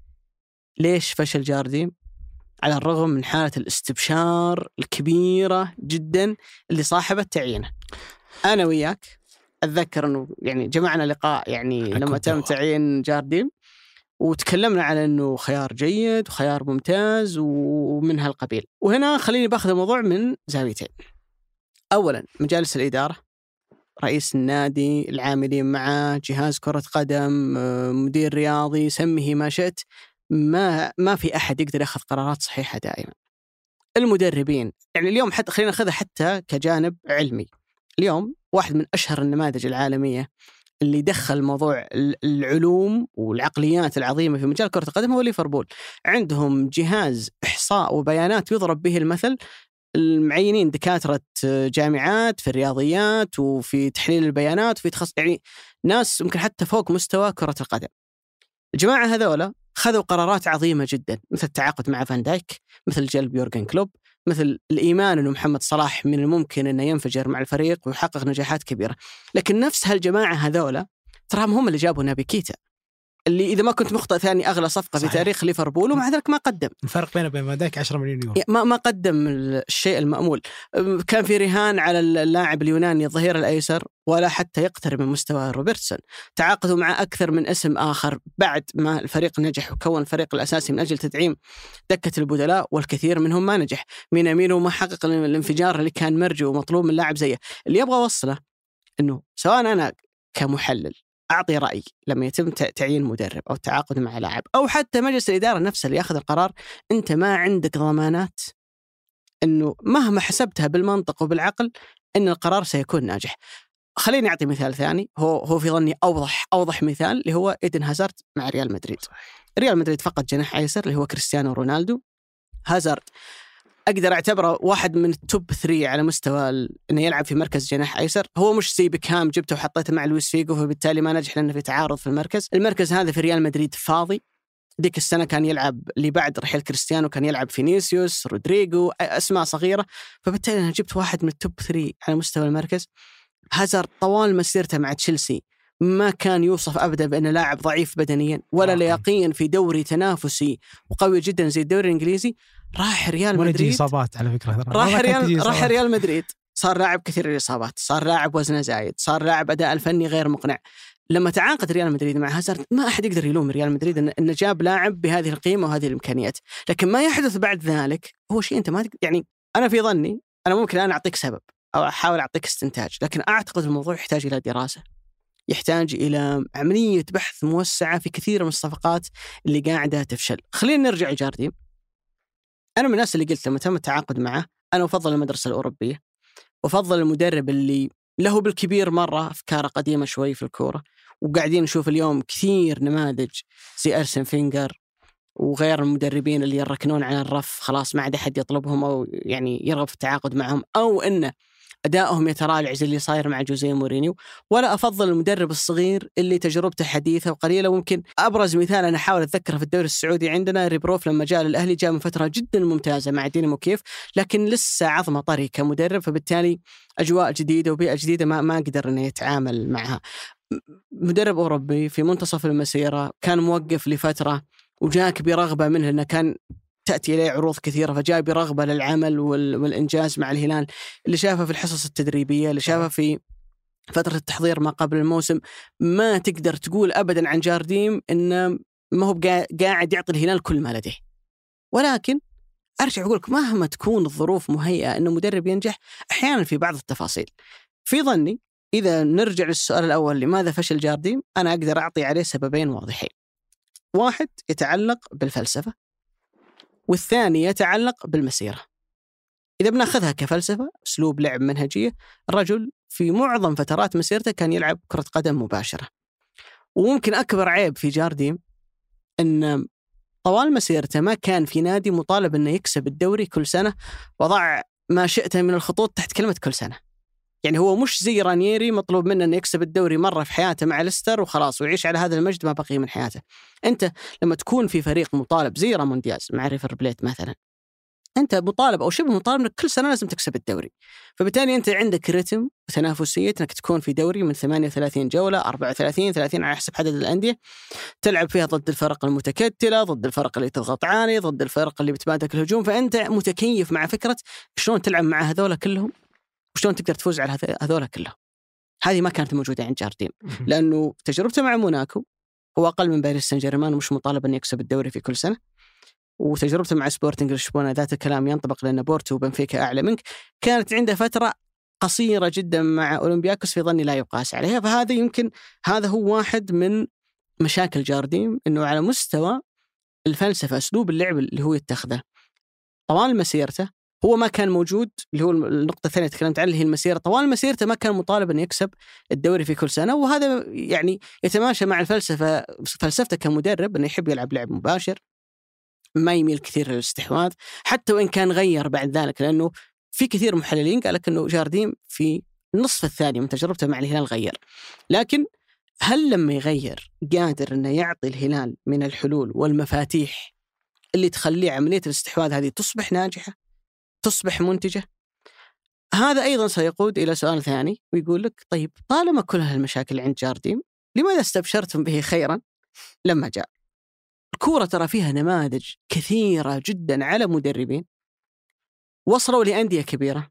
ليش فشل جارديم على الرغم من حالة الاستبشار الكبيرة جدا اللي صاحبت تعيينه؟ أنا وياك أتذكر أنه يعني جمعنا لقاء يعني لما تم تعيين جارديم وتكلمنا على أنه خيار جيد وخيار ممتاز ومن هالقبيل. وهنا خليني باخذ الموضوع من زاويتين. أولا مجالس الإدارة، رئيس النادي، العاملين معه، جهاز كرة قدم، مدير رياضي، سميه ما شئت، ما ما في أحد يقدر يأخذ قرارات صحيحة دائما. المدربين يعني اليوم حتى خلينا نأخذها حتى كجانب علمي. اليوم واحد من أشهر النماذج العالمية اللي دخل موضوع العلوم والعقليات العظيمة في مجال كرة القدم هو ليفربول. عندهم جهاز إحصاء وبيانات يضرب به المثل، المعينين دكاترة جامعات في الرياضيات وفي تحليل البيانات وفي تخصص، يعني ناس ممكن حتى فوق مستوى كرة القدم. الجماعة هذولا خذوا قرارات عظيمة جدا، مثل التعاقد مع فان دايك، مثل جلب يورغن كلوب، مثل الإيمان أنه محمد صلاح من الممكن أنه ينفجر مع الفريق ويحقق نجاحات كبيرة. لكن نفس هالجماعة هذولا تراهم هم اللي جابوا نابي كيتا، اللي إذا ما كنت مخطئ ثاني أغلى صفقة صحيح في تاريخ ليفربول، ومع ذلك ما قدم. الفرق بينه وبين فان دايك عشرة مليون يورو. ما ما قدم الشيء المأمول. كان في رهان على اللاعب اليوناني الظهير الأيسر ولا حتى يقترب من مستوى روبرتسون. تعاقدوا مع أكثر من اسم آخر بعد ما الفريق نجح وكون الفريق الأساسي من أجل تدعيم دكة البدلاء، والكثير منهم ما نجح. مينامينو ما حقق الانفجار اللي كان مرجو ومطلوب من لاعب زيه. اللي يبغى وصله إنه سواء أنا كمحلل أعطي رأي لما يتم تعيين مدرب أو التعاقد مع لاعب، أو حتى مجلس الإدارة نفسه اللي يأخذ القرار، أنت ما عندك ضمانات أنه مهما حسبتها بالمنطق وبالعقل أن القرار سيكون ناجح. خليني أعطي مثال ثاني، هو هو في ظني أوضح أوضح مثال، اللي هو إيدن هازارد مع ريال مدريد. ريال مدريد فقد جناح أيسر اللي هو كريستيانو رونالدو. هازارد أقدر أعتبره واحد من التوب ثري على مستوى إنه يلعب في مركز جناح أيسر. هو مش زي بيكهام جبته وحطيته مع لويس فيغو فبالتالي ما نجح لأنه في تعارض في المركز. المركز هذا في ريال مدريد فاضي. ديك السنة كان يلعب اللي بعد رحيل كريستيانو كان يلعب فينيسيوس، رودريغو، أسماء صغيرة، فبالتالي أنا جبت واحد من التوب ثري على مستوى المركز. هازارد طوال مسيرته مع تشيلسي ما كان يوصف أبدا بأنه لاعب ضعيف بدنيا ولا لياقيا في دوري تنافسي وقوي جدا زي الدوري الإنجليزي. راح ريال مدريد إصابات على فكرة، راح ريال راح ريال مدريد صار لاعب كثير الإصابات، صار لاعب وزنه زايد، صار لاعب أداء الفني غير مقنع. لما تعاقد ريال مدريد مع هازارد ما أحد يقدر يلوم ريال مدريد إنه جاب لاعب بهذه القيمة وهذه الإمكانيات. لكن ما يحدث بعد ذلك هو شيء أنت ما تقدر، يعني أنا في ظني أنا ممكن أنا أعطيك سبب أو أحاول أعطيك استنتاج، لكن أعتقد الموضوع يحتاج إلى دراسة، يحتاج إلى عملية بحث موسعة في كثير من الصفقات اللي قاعدة تفشل. خلينا نرجع لجارديم. أنا من الناس اللي قلت لما تم التعاقد معه أنا أفضل المدرسة الأوروبية، وأفضل المدرب اللي له بالكبير مرة أفكار قديمة شوي في الكورة. وقاعدين نشوف اليوم كثير نماذج زي أرسن فينجر وغير المدربين اللي يركنون على الرف، خلاص ما عاد أحد يطلبهم أو يعني يرغب في التعاقد معهم، أو إنه أدائهم يتراجع زي اللي صاير مع جوزيه مورينيو، ولا أفضل المدرب الصغير اللي تجربته حديثة وقليلة. وممكن أبرز مثال أنا أحاول أتذكره في الدوري السعودي عندنا ريبروف لما جاء للأهلي، جاء من فترة جدا ممتازة مع دينامو كييف، لكن لسه عظمة طري كمدرب، فبالتالي أجواء جديدة وبيئة جديدة ما ما قدر إنه يتعامل معها. مدرب أوروبي في منتصف المسيرة كان موقف لفترة وجاك برغبة منه، لأنه كان تأتي إليه عروض كثيرة، فجاء برغبة للعمل والإنجاز مع الهلال، اللي شافه في الحصص التدريبية، اللي شافه في فترة التحضير ما قبل الموسم. ما تقدر تقول أبدا عن جارديم إنه ما هو قاعد يعطي الهلال كل ما لديه، ولكن أرجع أقولك مهما تكون الظروف مهيئة إنه مدرب ينجح أحيانا في بعض التفاصيل. في ظني إذا نرجع للسؤال الأول لماذا فشل جارديم، أنا أقدر أعطي عليه سببين واضحين. واحد يتعلق بالفلسفة، والثاني يتعلق بالمسيرة. إذا بناخذها كفلسفة، أسلوب لعب، منهجية، الرجل في معظم فترات مسيرته كان يلعب كرة قدم مباشرة. وممكن أكبر عيب في جارديم أن طوال مسيرته ما كان في نادي مطالب أنه يكسب الدوري كل سنة، وضع ما شئت من الخطوط تحت كلمة كل سنة. يعني هو مش زي رانييري مطلوب منه أنه يكسب الدوري مرة في حياته مع ليستر وخلاص ويعيش على هذا المجد ما بقي من حياته. أنت لما تكون في فريق مطالب زي رامون دياز مع ريفر بليت مثلا، أنت مطالب أو شبه مطالب أنك كل سنة لازم تكسب الدوري، فبالتالي أنت عندك رتم وتنافسية أنك تكون في دوري من ثمانية وثلاثين جولة، أربعة وثلاثين، ثلاثين على حسب عدد الأندية، تلعب فيها ضد الفرق المتكتلة، ضد الفرق اللي تضغط عالي، ضد الفرق اللي بتبادك الهجوم. فأنت متكيف مع فكرة شلون تلعب مع هذولا كلهم وشلون تقدر تفوز على هذولا كلهم. هذه ما كانت موجودة عند جارديم، لأنه تجربته مع موناكو هو أقل من باريس سان جيرمان ومش مطالب أن يكسب الدوري في كل سنة، وتجربته مع سبورتنج لشبونة ذات الكلام ينطبق لأن بورتو وبنفيكا أعلى منك. كانت عنده فترة قصيرة جدا مع أولمبياكوس في ظني لا يقاس عليها. فهذا يمكن هذا هو واحد من مشاكل جارديم، إنه على مستوى الفلسفة أسلوب اللعب اللي هو يتخذه طوال مسيرته هو ما كان موجود. اللي هو النقطة الثانية تكلمت عنها اللي هي المسيرة. طوال مسيرته ما كان مطالب أن يكسب الدوري في كل سنة، وهذا يعني يتماشى مع الفلسفة فلسفته كمدرب أنه يحب يلعب لعب مباشر، ما يميل كثير للاستحواذ، حتى وإن كان غير بعد ذلك، لأنه في كثير محللين قال لك أنه جارديم في النصف الثاني من تجربته مع الهلال غير. لكن هل لما يغير قادر أنه يعطي الهلال من الحلول والمفاتيح اللي تخليه عملية الاستحواذ هذه تصبح ناجحة، تصبح منتجة؟ هذا أيضا سيقود إلى سؤال ثاني، ويقول لك طيب طالما كل هالمشاكل عند جارديم لماذا استبشرتم به خيرا لما جاء؟ الكورة ترى فيها نماذج كثيرة جدا على مدربين وصلوا لأندية كبيرة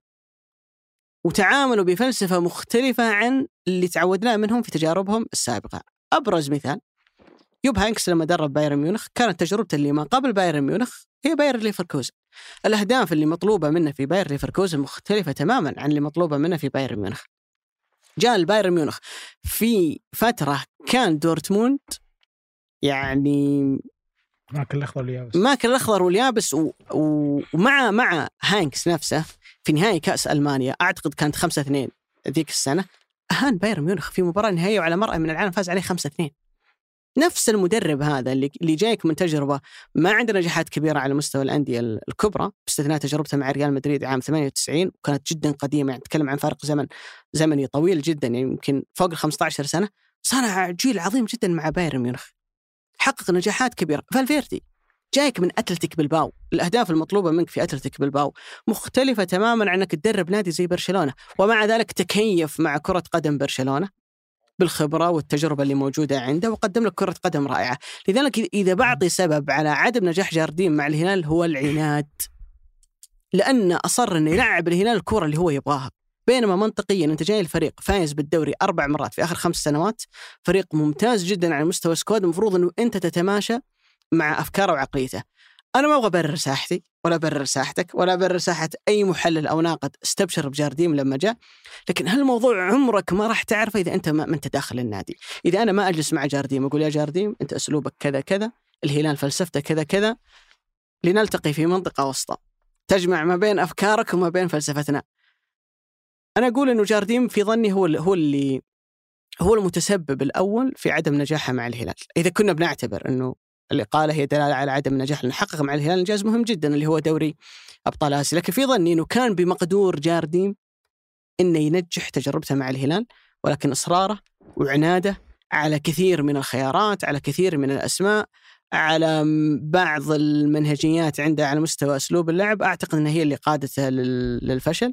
وتعاملوا بفلسفة مختلفة عن اللي تعودناه منهم في تجاربهم السابقة. أبرز مثال يوب هانكس لما درب بايرن ميونخ، كانت تجربته اللي ما قبل بايرن ميونخ هي بايرن ليفركوزن. الأهداف اللي مطلوبة منه في بايرن ليفركوزن مختلفة تماما عن اللي مطلوبة منه في بايرن ميونخ. جاء البايرن ميونخ في فترة كان دورتموند يعني ماكل الأخضر واليابس، ماكل الأخضر واليابس و... و... ومع مع هانكس نفسه في نهائي كأس ألمانيا أعتقد كانت خمسة اثنين ذيك السنة، أهان بايرن ميونخ في مباراة نهائية وعلى مرأى من العالم فاز عليه خمسة اثنين. نفس المدرب هذا اللي اللي جايك من تجربة ما عنده نجاحات كبيرة على مستوى الأندية الكبرى باستثناء تجربته مع ريال مدريد عام ثمانية وتسعين وكانت جدا قديمة، يعني نتكلم عن فارق زمن زمني طويل جدا، يعني يمكن فوق ال خمسة عشر سنة، صنع جيل عظيم جدا مع بايرن ميونخ، حقق نجاحات كبيرة. فالفيردي جايك من أتلتيك بلباو، الأهداف المطلوبة منك في أتلتيك بلباو مختلفة تماما عن أنك تدرب نادي زي برشلونة، ومع ذلك تكيف مع كرة قدم برشلونة بالخبرة والتجربة اللي موجودة عنده وقدم لك كرة قدم رائعة. لذلك إذا بعطي سبب على عدم نجاح جارديم مع الهلال هو العناد، لأن أصر أن يلعب الهلال الكرة اللي هو يبغاها، بينما منطقيا أنت جاي الفريق فايز بالدوري أربع مرات في آخر خمس سنوات، فريق ممتاز جدا على مستوى سكواد، المفروض أنه أنت تتماشى مع أفكاره وعقليته. أنا ما أبغى أبرر ساحتي ولا أبرر ساحتك ولا أبرر ساحة أي محلل أو ناقد استبشر بجارديم لما جاء، لكن هالموضوع عمرك ما راح تعرفه إذا أنت ما أنت داخل النادي. إذا أنا ما أجلس مع جارديم أقول يا جارديم أنت أسلوبك كذا كذا، الهلال فلسفته كذا كذا، لنلتقي في منطقة وسطى تجمع ما بين أفكارك وما بين فلسفتنا، أنا أقول إنه جارديم في ظني هو هو اللي هو المتسبب الأول في عدم نجاحه مع الهلال. إذا كنا بنعتبر إنه الإقالة هي دلالة على عدم نجاح، نحقق مع الهلال إنجاز مهم جدا اللي هو دوري أبطال آسيا، لكن في ظني إنه كان بمقدور جارديم إنه ينجح تجربته مع الهلال، ولكن إصراره وعناده على كثير من الخيارات، على كثير من الأسماء، على بعض المنهجيات عنده على مستوى أسلوب اللعب، أعتقد أنها هي اللي قادته للفشل.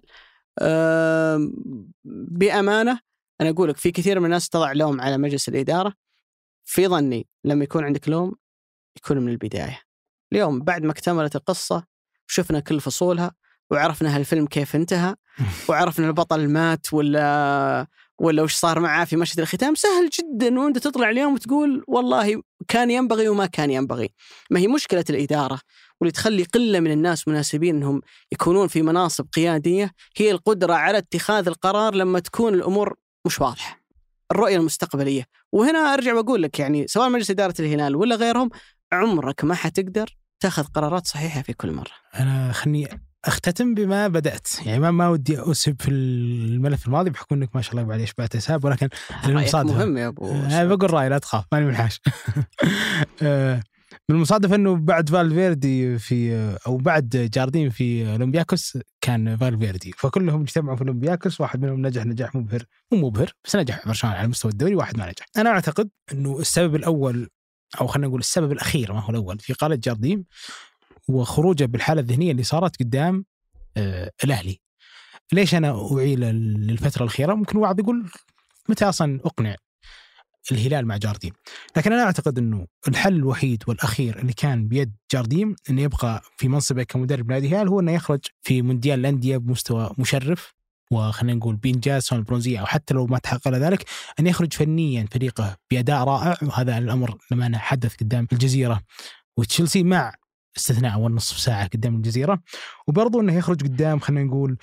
بأمانة أنا أقولك في كثير من الناس تضع لوم على مجلس الإدارة. في ظني لما يكون عندك لوم يكون من البداية. اليوم بعد ما اكتملت القصة وشفنا كل فصولها وعرفنا هالفيلم كيف انتهى وعرفنا البطل مات ولا ولا وش صار معاه في مشهد الختام، سهل جدا وانت تطلع اليوم وتقول والله كان ينبغي وما كان ينبغي. ما هي مشكلة الإدارة واللي تخلي قلة من الناس مناسبين انهم يكونون في مناصب قيادية هي القدرة على اتخاذ القرار لما تكون الأمور مش واضحة، الرؤية المستقبلية. وهنا أرجع وأقول لك يعني سواء مجلس إدارة الهلال ولا غيرهم، عمرك ما حتقدر تاخذ قرارات صحيحة في كل مرة. أنا خلني أختتم بما بدأت، يعني ما ما ودي أسب في الملف الماضي بحكم إنك ما شاء الله بعد إشباع تساب، ولكن المصادفة مهم يا أبو. أنا بقول رأي لا تخاف ماني منحاش. من المصادفة إنه بعد فالفيردي في أو بعد جارديم في أولمبياكوس كان فالفيردي، فكلهم اجتمعوا في أولمبياكوس، واحد منهم نجح نجاح مبهر مو مبهر بس نجح برشلونة على مستوى الدوري، واحد ما نجح. أنا أعتقد إنه السبب الأول أو خلينا نقول السبب الأخير ما هو الأول في قالة جارديم وخروجه بالحالة الذهنية اللي صارت قدام آه الأهلي. ليش أنا أعيل للفترة الأخيرة؟ ممكن واحد يقول متى أصلا أقنع الهلال مع جارديم، لكن أنا أعتقد أنه الحل الوحيد والأخير اللي كان بيد جارديم أنه يبقى في منصبه كمدرب نادي الهلال هو أنه يخرج في مونديال الأندية بمستوى مشرف، وخلينا نقول بإنجاز سواء البرونزية أو حتى لو ما تحقق ذلك أن يخرج فنيا فريقه بأداء رائع. وهذا الأمر لما أنا حدث قدام الجزيرة وتشيلسي مع استثناء أول نصف ساعة قدام الجزيرة، وبرضو أنه يخرج قدام خلينا نقول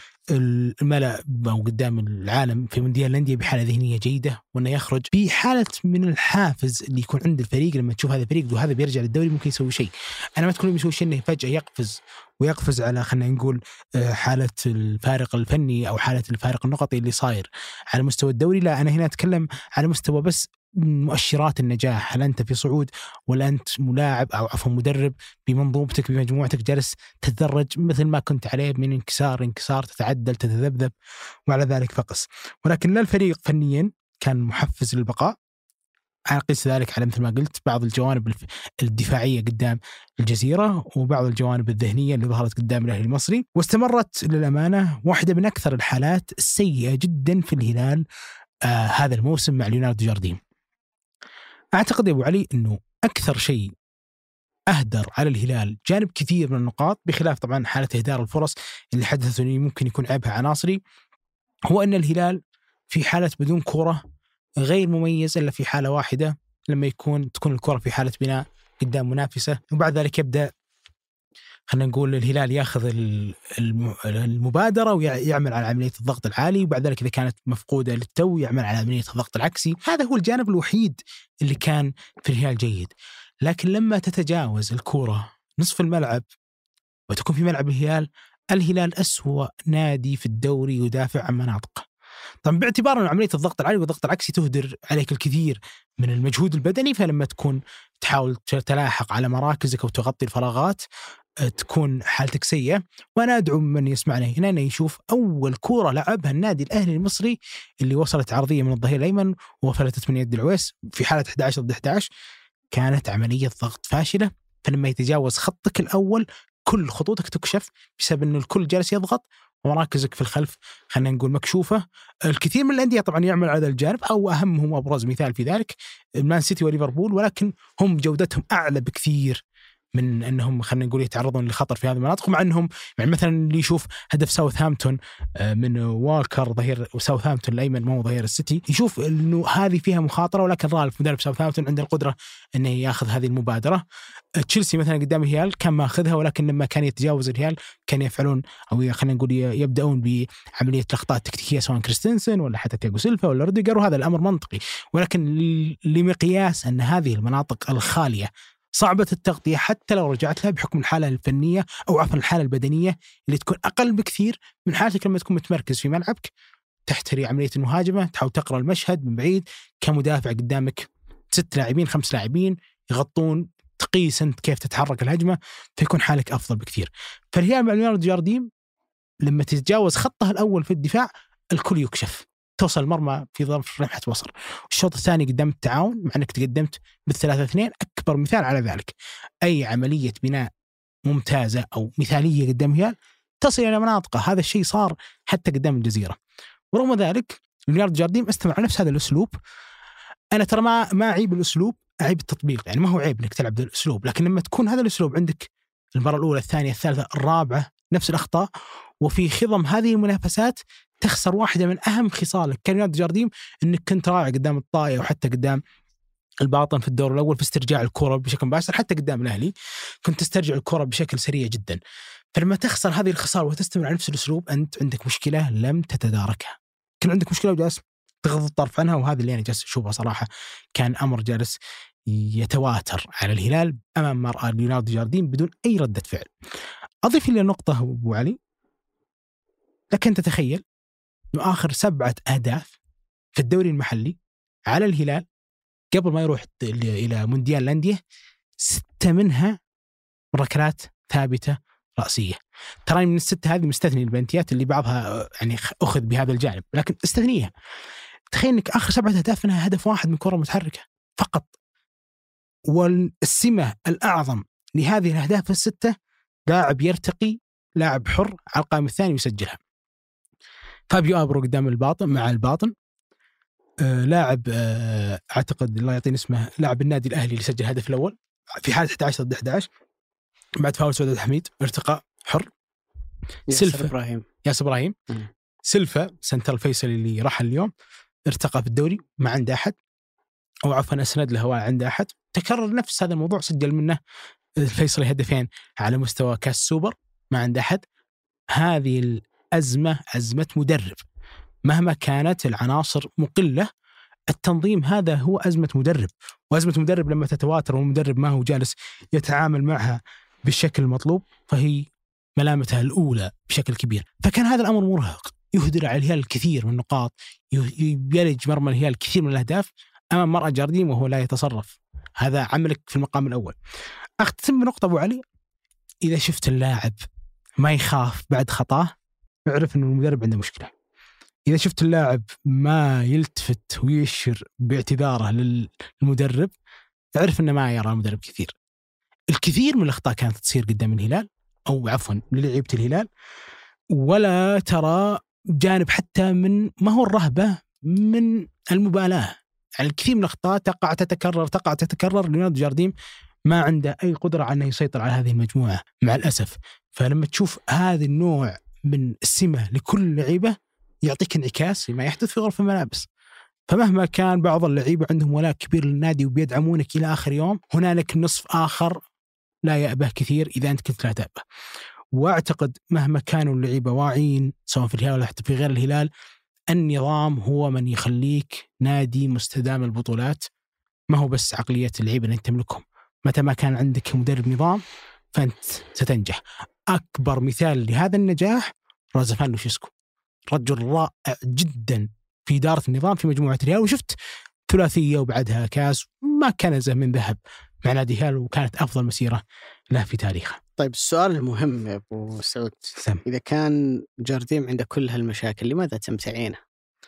الملأ أو قدام العالم في مونديال الأندية بحالة ذهنية جيدة، وأنه يخرج بحالة من الحافز اللي يكون عند الفريق لما تشوف هذا الفريق وهذا بيرجع للدوري ممكن يسوي شيء. أنا ما تكون يسوي شيء أنه فجأة يقفز ويقفز على خلينا نقول حالة الفارق الفني أو حالة الفارق النقطي اللي صاير على مستوى الدوري. لا، أنا هنا أتكلم على مستوى بس مؤشرات النجاح. هل أنت في صعود ولا أنت ملاعب أو عفوا مدرب بمنظومتك بمجموعتك جالس تتدرج مثل ما كنت عليه من انكسار انكسار تتعدل تتذبذب وعلى ذلك فقس. ولكن لا الفريق فنيا كان محفز للبقاء. أنا قيس ذلك على مثل ما قلت بعض الجوانب الدفاعية قدام الجزيرة وبعض الجوانب الذهنية اللي ظهرت قدام الأهلي المصري، واستمرت للأمانة واحدة من أكثر الحالات السيئة جدا في الهلال آه هذا الموسم مع ليوناردو جارديم. أعتقد يا أبو علي أنه أكثر شيء أهدر على الهلال جانب كثير من النقاط بخلاف طبعا حالة إهدار الفرص اللي حدثت أنه ممكن يكون عيبها عناصري، هو أن الهلال في حالة بدون كرة غير مميز إلا في حالة واحدة لما يكون تكون الكرة في حالة بناء قدام منافسة، وبعد ذلك يبدأ خلينا نقول الهلال ياخذ المبادرة ويعمل على عملية الضغط العالي، وبعد ذلك إذا كانت مفقودة للتو يعمل على عملية الضغط العكسي. هذا هو الجانب الوحيد اللي كان في الهلال جيد. لكن لما تتجاوز الكرة نصف الملعب وتكون في ملعب الهلال، الهلال أسوأ نادي في الدوري يدافع عن مناطقه. طبعا باعتبار أن عملية الضغط العالي والضغط العكسي تهدر عليك الكثير من المجهود البدني، فلما تكون تحاول تلاحق على مراكزك أو تغطي الفراغات تكون حالتك سيئة. وأنا أدعو من يسمعنا هنا أن يشوف أول كورة لعبها النادي الأهلي المصري اللي وصلت عرضية من الظهير الأيمن وفلتت من يد العويس في حالة أحد عشر ضد أحد عشر، كانت عملية ضغط فاشلة. فلما يتجاوز خطك الأول كل خطوطك تكشف بسبب أن الكل جالس يضغط ومراكزك في الخلف خلينا نقول مكشوفة. الكثير من الأندية طبعا يعمل على هذا الجانب، أو أهمهم أبرز مثال في ذلك مان سيتي وليفربول، ولكن هم جودتهم أعلى بكثير من أنهم خلينا نقول يتعرضون لخطر في هذه المناطق. مع أنهم يعني مثلا اللي يشوف هدف ساوثهامبتون من والكر ظهير وساوثهامبتون الأيمن مو ظهير السيتي، يشوف أنه هذه فيها مخاطرة، ولكن رالف مدرب ساوثهامبتون عنده القدرة أنه يأخذ هذه المبادرة. تشيلسي مثلا قدام الهلال كان ما أخذها، ولكن لما كان يتجاوز الهلال كان يفعلون أو خلينا نقول يبدأون بعملية لقطات تكتيكية سواء كريستنسن ولا حتى تياغو سيلفا ولا روديجر، وهذا الأمر منطقي. ولكن لمقياس أن هذه المناطق الخالية صعبة التغطية حتى لو رجعت لها بحكم الحالة الفنية أو عفوا الحالة البدنية اللي تكون أقل بكثير من حالتك لما تكون متمركز في ملعبك تحتري عملية المهاجمة، تحاول تقرأ المشهد من بعيد كمدافع قدامك ست لاعبين خمس لاعبين يغطون، تقيس أنت كيف تتحرك الهجمة، فيكون حالك أفضل بكثير. فالهلال مع ليوناردو جارديم لما تتجاوز خطه الأول في الدفاع الكل يكشف، توصل المرمى في ظرف لمحة بصر. الشوط الثاني قدمت التعاون مع أنك تقدمت بالثلاثة اثنين، أكبر مثال على ذلك. أي عملية بناء ممتازة أو مثالية قدام الهلال تصل إلى مناطقه، هذا الشيء صار حتى قدام الجزيرة. ورغم ذلك ليوناردو جارديم استمر على نفس هذا الأسلوب. أنا ترى ما ما أعيب الأسلوب، أعيب التطبيق. يعني ما هو عيب إنك تلعب هذا الأسلوب، لكن لما تكون هذا الأسلوب عندك المرة الأولى الثانية الثالثة الرابعة نفس الأخطاء، وفي خضم هذه المنافسات تخسر واحدة من أهم خصالك كليوناردو جارديم، إنك كنت راعي قدام الطائي وحتى قدام الباطن في الدور الأول في استرجاع الكرة بشكل مباشر، حتى قدام الأهلي كنت تسترجع الكرة بشكل سريع جدا. فلما تخسر هذه الخصال وتستمر على نفس الأسلوب، أنت عندك مشكلة لم تتداركها. كان عندك مشكلة وجالس تغض الطرف عنها، وهذا اللي أنا جالس أشوفه صراحة. كان أمر جالس يتواتر على الهلال أمام مرأة ليوناردو جارديم بدون أي ردة فعل. أضيف إلى نقطة أبو علي، لكن تتخيل إنه آخر سبعة أهداف في الدوري المحلي على الهلال قبل ما يروح إلى مونديال الأندية، ستة منها ركلات ثابتة رأسية. ترى من الستة هذه مستثني البنتيات اللي بعضها يعني أخذ بهذا الجانب، لكن استثنيها. تخيل إنك آخر سبعة أهداف منها هدف واحد من كرة متحركة فقط. والسمة الأعظم لهذه الأهداف الستة لاعب يرتقي، لاعب حر على القائم الثاني ويسجلها. فابيو آبرو قدام الباطن مع الباطن، آه لاعب آه أعتقد الله يعطيني اسمه، لاعب النادي الأهلي اللي سجل الهدف الأول في حالة أحد عشر ضد أحد عشر بعد فاول سعود الحميد، ارتقاء حر. ياسر إبراهيم ياسر إبراهيم سلفة سنترال فيصل اللي راح اليوم ارتقى في الدوري ما عنده أحد، أو عفوا أسند له عنده أحد. تكرر نفس هذا الموضوع، سجل منه الفيصلي هدفين على مستوى كاس سوبر ما عنده أحد. هذه الأزمة أزمة مدرب، مهما كانت العناصر مقلة التنظيم هذا هو أزمة مدرب. وأزمة مدرب لما تتواتر والمدرب ما هو جالس يتعامل معها بالشكل المطلوب فهي ملامتها الأولى بشكل كبير. فكان هذا الأمر مرهق، يهدر على الهلال الكثير من النقاط، يلج مرمى الهلال الكثير من الأهداف أمام مرأة جارديم وهو لا يتصرف. هذا عملك في المقام الأول. أختم بنقطة أبو علي، إذا شفت اللاعب ما يخاف بعد خطاه اعرف أنه المدرب عنده مشكلة. إذا شفت اللاعب ما يلتفت ويشير باعتذاره للمدرب اعرف أنه ما يرى المدرب كثير. الكثير من الأخطاء كانت تصير قدام الهلال أو عفوا للعيبة الهلال، ولا ترى جانب حتى من ما هو الرهبة من المبالاة. يعني الكثير من الأخطاء تقع تتكرر تقع تتكرر. ليوناردو جارديم ما عنده أي قدرة على أنه يسيطر على هذه المجموعة مع الأسف. فلما تشوف هذا النوع من السمة لكل لعيبة يعطيك انعكاس لما يحدث في غرفة الملابس. فمهما كان بعض اللعيبة عندهم ولاء كبير للنادي وبيدعمونك إلى آخر يوم، هنالك نصف آخر لا يأبه كثير إذا أنت كنت لا تأبه. وأعتقد مهما كانوا اللعيبة واعيين سواء في الهلال ولا حتى في غير الهلال، النظام هو من يخليك نادي مستدام البطولات، ما هو بس عقلية اللعيبة اللي أنت تملكهم. متى ما كان عندك مدرب نظام فأنت ستنجح. أكبر مثال لهذا النجاح رازفان لوشيسكو، رجل رائع جدا في إدارة النظام في مجموعة الهلال، وشفت ثلاثية وبعدها كاس ما كنزة من ذهب مع نادي الهلال، وكانت أفضل مسيرة له في تاريخه. طيب السؤال المهم يا أبو سعود، سم. إذا كان جارديم عنده كل هالمشاكل لماذا تم تعيينه؟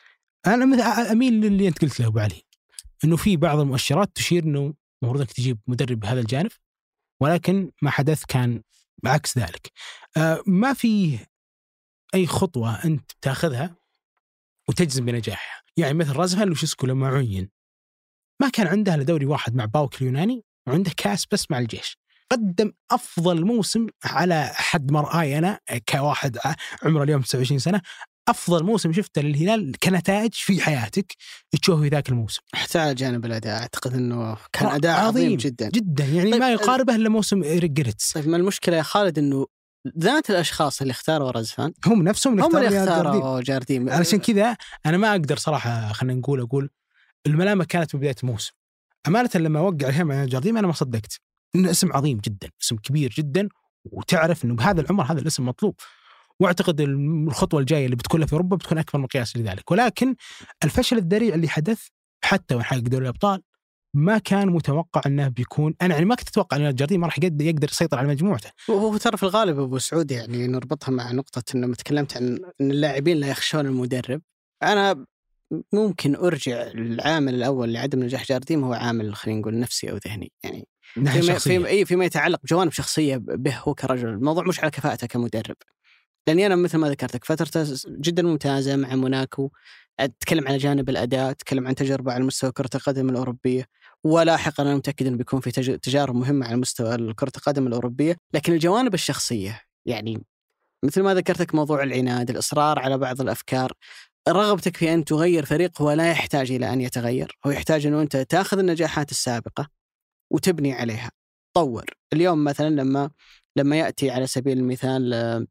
أنا أميل للي أنت قلت له أبو علي، إنه في بعض المؤشرات تشير إنه المفروض إنك تجيب مدرب بهذا الجانب، ولكن ما حدث كان بعكس ذلك. آه ما في أي خطوة أنت تأخذها وتجزم بنجاحها. يعني مثل رازفان لوشيسكو لما عين ما كان عنده لدوري واحد مع باوك اليوناني وعنده كاس بس مع الجيش. قدم أفضل موسم على حد مرآي أنا كواحد عمره اليوم تسعة وعشرين سنة، أفضل موسم شفته للهلال كنتائج في حياتك تشوفه في ذاك الموسم. حتى على جانب الأداء أعتقد أنه كان أداء عظيم, عظيم جدا جدا يعني طيب ما يقاربه إلا موسم ريجريتس. طيب ما المشكلة يا خالد أنه ذات الأشخاص اللي اختاروا رازفان هم نفسهم اللي اختاروا, اختاروا جارديم. علشان كذا أنا ما أقدر صراحة خلينا نقول أقول الملامة كانت ببداية الموسم. أمانة لما وقع الهم مع جارديم أنا ما صدقت. إنه اسم عظيم جدا، اسم كبير جدا، وتعرف إنه بهذا العمر هذا الاسم مطلوب. واعتقد الخطوة الجاية اللي بتكون في أوروبا بتكون أكبر مقياس لذلك. ولكن الفشل الذريع اللي حدث حتى وحقق دوري الأبطال ما كان متوقع أنه بيكون، أنا يعني ما كنت أتوقع أن جارديم ما راح يقدر يسيطر على مجموعته. وهو ترى في الغالب أبو سعود يعني نربطها مع نقطة إنه ما تكلمت عن أن اللاعبين لا يخشون المدرب. أنا ممكن أرجع العامل الأول لعدم نجاح جارديم هو عامل خلينا نقول نفسي أو ذهني، يعني فيما, فيما, أي فيما يتعلق بجوانب شخصية به هو كرجل. الموضوع مش على كفاءته كمدرب، لأني أنا مثل ما ذكرتك فترته جدا ممتازة مع موناكو، أتكلم على جانب الأداء، أتكلم عن تجربة على مستوى كرة القدم الأوروبية، ولاحقا أنا متأكد أنه بيكون في تجارب مهمة على مستوى كرة القدم الأوروبية. لكن الجوانب الشخصية يعني مثل ما ذكرتك، موضوع العناد، الإصرار على بعض الأفكار، رغبتك في أن تغير فريق، هو لا يحتاج إلى أن يتغير، هو يحتاج أنه أنت تأخذ النجاحات السابقة وتبني عليها، طور. اليوم مثلا لما لما يأتي على سبيل المثال آه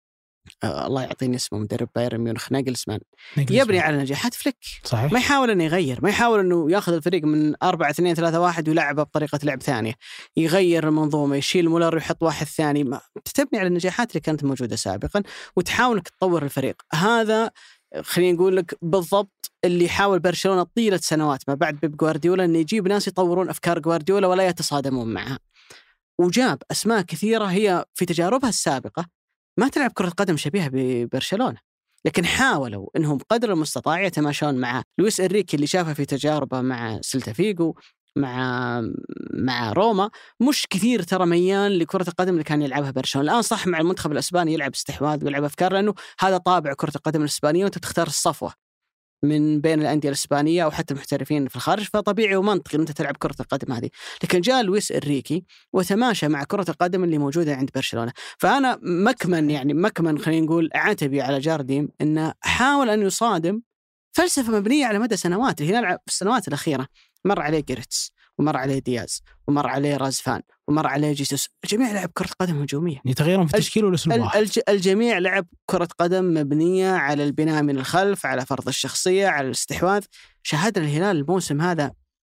آه الله يعطيني اسمه مدرب بايرن ميونخ ناجلسمان، يبني على نجاحات فليك. صحيح. ما يحاول أن يغير، ما يحاول أنه يأخذ الفريق من أربعة اثنين ثلاثة واحد ويلعبه بطريقة لعب ثانية، يغير المنظومة، يشيل مولر ويحط واحد ثاني. ما تبني على النجاحات اللي كانت موجودة سابقا وتحاول أنك تطور الفريق. هذا خلينا نقول لك بالضبط اللي يحاول برشلونة طيلة سنوات ما بعد بيب جوارديولا، أن يجيب ناس يطورون أفكار جوارديولا ولا يتصادمون معها. وجاب أسماء كثيرة هي في تجاربها السابقة ما تلعب كرة قدم شبيهة ببرشلونة، لكن حاولوا إنهم قدر المستطاع يتماشون مع لويس إنريكي اللي شافه في تجاربه مع سيلتا فيغو، مع مع روما. مش كثير ترى ميال لكرة القدم اللي كان يلعبها برشلونة. الآن صح مع المنتخب الإسباني يلعب استحواذ ويلعب أفكار، لأنه هذا طابع كرة القدم الإسبانية، وأنت تختار الصفوة من بين الأندية الإسبانية أو حتى المحترفين في الخارج، فطبيعي ومنطقي أنت تلعب كرة القدم هذه. لكن جاء لويس إنريكي وتماشى مع كرة القدم اللي موجودة عند برشلونة. فأنا مكمن يعني مكمن خلينا نقول عاتبي على جارديم إنه حاول أن يصادم فلسفة مبنية على مدى سنوات. الهلال في السنوات الأخيرة مر عليه جيرتس، ومر عليه دياز، ومر عليه رازفان، ومر عليه جيسوس، الجميع لعب كرة قدم هجومية، يتغيرون في التشكيل والاسلوب واحد. الج... الجميع لعب كرة قدم مبنية على البناء من الخلف، على فرض الشخصية، على الاستحواذ. شاهدنا الهلال الموسم هذا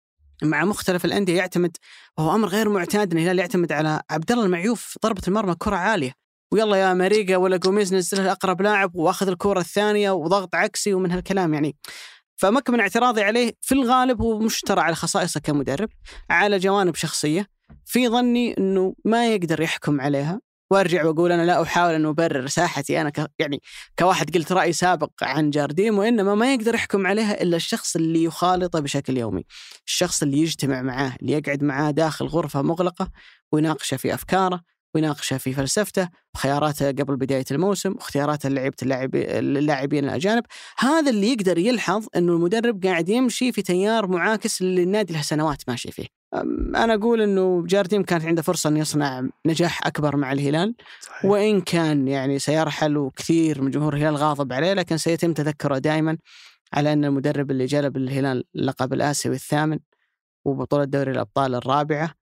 مع مختلف الأندية يعتمد، وهو أمر غير معتاد، أن الهلال يعتمد على عبد الله المعيوف ضربة المرمى كرة عالية، ويلا يا ماريجا ولا جوميز نزلها الأقرب لاعب وأخذ الكرة الثانية وضغط عكسي ومن هالكلام يعني. فمكمن اعتراضي عليه في الغالب هو مشترى على خصائصه كمدرب، على جوانب شخصية في ظني أنه ما يقدر يحكم عليها. وارجع واقول انا لا احاول ان ابرر ساحتي انا ك... يعني كواحد قلت راي سابق عن جارديم، وانما ما يقدر يحكم عليها الا الشخص اللي يخالطه بشكل يومي، الشخص اللي يجتمع معاه، اللي يقعد معاه داخل غرفه مغلقه ويناقشه في افكاره ويناقشه في فلسفته وخياراته قبل بدايه الموسم واختيارات اللعيبه اللاعبين الاجانب. هذا اللي يقدر يلحظ انه المدرب قاعد يمشي في تيار معاكس للنادي له سنوات ماشي فيه. أنا أقول أنه جارديم كانت عنده فرصة أن يصنع نجاح أكبر مع الهلال. صحيح. وإن كان يعني سيرحل وكثير من جمهور الهلال غاضب عليه، لكن سيتم تذكره دائما على أن المدرب اللي جلب الهلال لقب الآسيوي الثامن وبطولة دوري الأبطال الرابعة،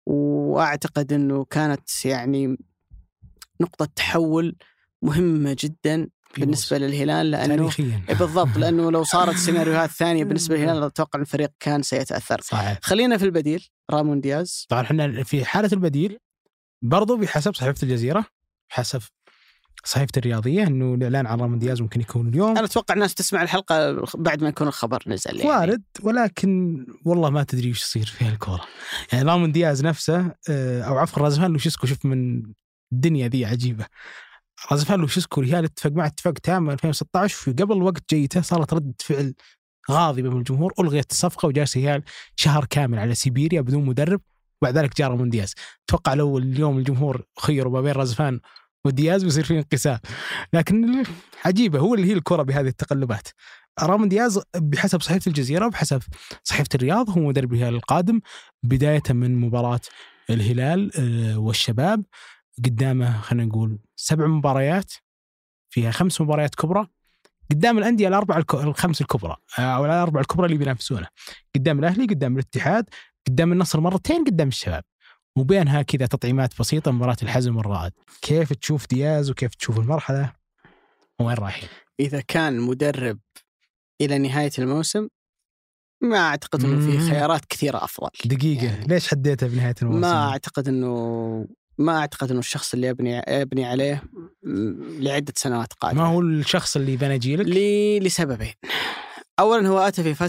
وأعتقد أنه كانت يعني نقطة تحول مهمة جدا بالنسبة للهلال، لأنه تاريخيا بالضبط، لأنه لو صارت سيناريوهات ثانية بالنسبة للهلال أتوقع الفريق كان سيتأثر. صحيح. خلينا في البديل رامون دياز. طبعا احنا في حالة البديل برضو بحسب صحيفة الجزيرة، حسب صحيفة الرياضية، أنه الإعلان عن رامون دياز ممكن يكون اليوم. أنا أتوقع الناس تسمع الحلقة بعد ما يكون الخبر نزل يعني. وارد، ولكن والله ما تدري وش يصير في الكورة. يعني رامون دياز نفسه أو عفوا رازفان لوشيسكو، شوف من الدنيا ذي عجيبة. رازفان لوشيسكو الهلال اتفق مع اتفاق تام ألفين وستة عشر، في قبل وقت جيته صارت ردة فعل غاضبة من الجمهور، ألغيت الصفقة وجالس الهلال شهر كامل على سيبيريا بدون مدرب، وبعد ذلك جاء رامون دياز. توقع لو اليوم الجمهور خيروا ما بين رازفان ودياز بيصير فيه انقسام، لكن عجيبة هو اللي هي الكرة بهذه التقلبات. رامون دياز بحسب صحيفة الجزيرة وبحسب صحيفة الرياض هو مدرب الهلال القادم، بداية من مباراة الهلال والشباب. قدامه خلينا نقول سبع مباريات فيها خمس مباريات كبرى قدام الأندية الأربعة الخمس الكبرى أو الأربعة الكبرى اللي بينافسونه، قدام الأهلي، قدام الاتحاد، قدام النصر مرتين، قدام الشباب، وبينها كذا تطعيمات بسيطة مباراة الحزم والرائد. كيف تشوف دياز وكيف تشوف المرحلة وين رايحين؟ إذا كان مدرب إلى نهاية الموسم ما أعتقد أنه في خيارات كثيرة أفضل. دقيقة يعني ليش حديتها بنهاية الموسم؟ ما أعتقد أنه ما أعتقد أنه الشخص اللي يبني يبني عليه لعدة سنوات قادمة. ما هو الشخص اللي بنى جيلك؟ لي لسببين. أولا هو أتى في فترة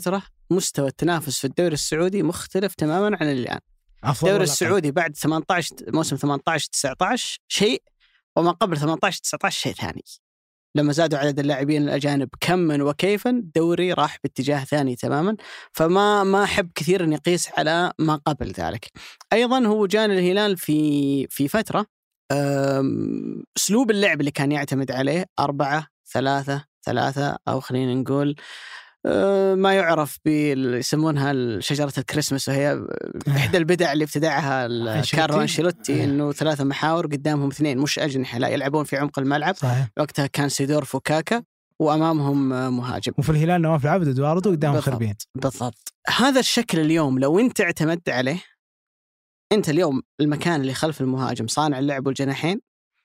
مستوى التنافس في الدوري السعودي مختلف تماما عن الآن. الدوري السعودي بعد ثمانية عشر موسم ثمانية عشر تسعة عشر شيء، وما قبل ثمانية عشر تسعة عشر شيء ثاني. لما زادوا عدد اللاعبين الأجانب كما وكيفا الدوري راح باتجاه ثاني تماما. فما ما أحب كثير أن يقيس على ما قبل ذلك. أيضا هو جان الهلال في في فترة أسلوب اللعب اللي كان يعتمد عليه أربعة ثلاثة ثلاثة أو خلينا نقول ما يعرف يسمونها شجرة الكريسماس، وهي إحدى البدع اللي ابتدعها كارلو أنشيلوتي، إنه ثلاثة محاور قدامهم اثنين مش أجنحة، لا يلعبون في عمق الملعب. صحيح. وقتها كان سيدورف وكاكا وأمامهم مهاجم. وفي الهلال نواف العبد ودواردو قدامهم خربين. بالضبط. هذا الشكل اليوم لو أنت اعتمدت عليه، أنت اليوم المكان اللي خلف المهاجم صانع اللعب والجناحين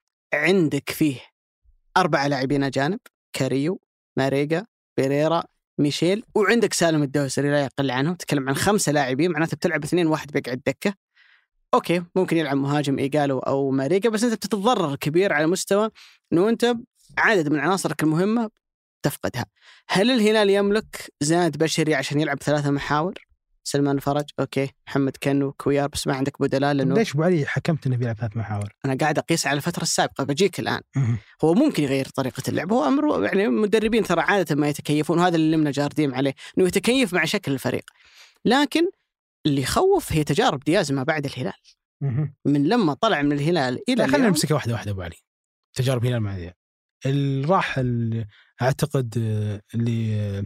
عندك فيه أربعة لاعبين أجانب، كاريو، ماريجا، بيريرا، ميشيل، وعندك سالم الدوسري لا يقل عنه. تكلم عن خمسة لاعبين، معناته بتلعب اثنين واحد بيقعد دكة. أوكي ممكن يلعب مهاجم إيجالو أو ماريجا، بس أنت بتتضرر كبير على مستوى أنه أنت عدد من عناصرك المهمة تفقدها. هل الهلال يملك زاد بشري عشان يلعب ثلاثة محاور؟ سلمان فرج، أوكي، محمد كنو، كويار، بس ما عندك بدلاء. لأنه ليش أبو علي حكمت إنه بيلعب ثلاث محاور؟ أنا قاعد أقيس على الفترة السابقة، بجيك الآن. هو ممكن يغير طريقة اللعب، هو أمر يعني مدربين ترى عادة ما يتكيفون، وهذا اللي لمنا جارديم عليه إنه يتكيف مع شكل الفريق. لكن اللي يخوف هي تجارب دياز ما بعد الهلال. من لما طلع من الهلال إلى خلينا نمسكها واحدة واحدة أبو علي. تجارب الهلال مع الهلال الراح أعتقد اللي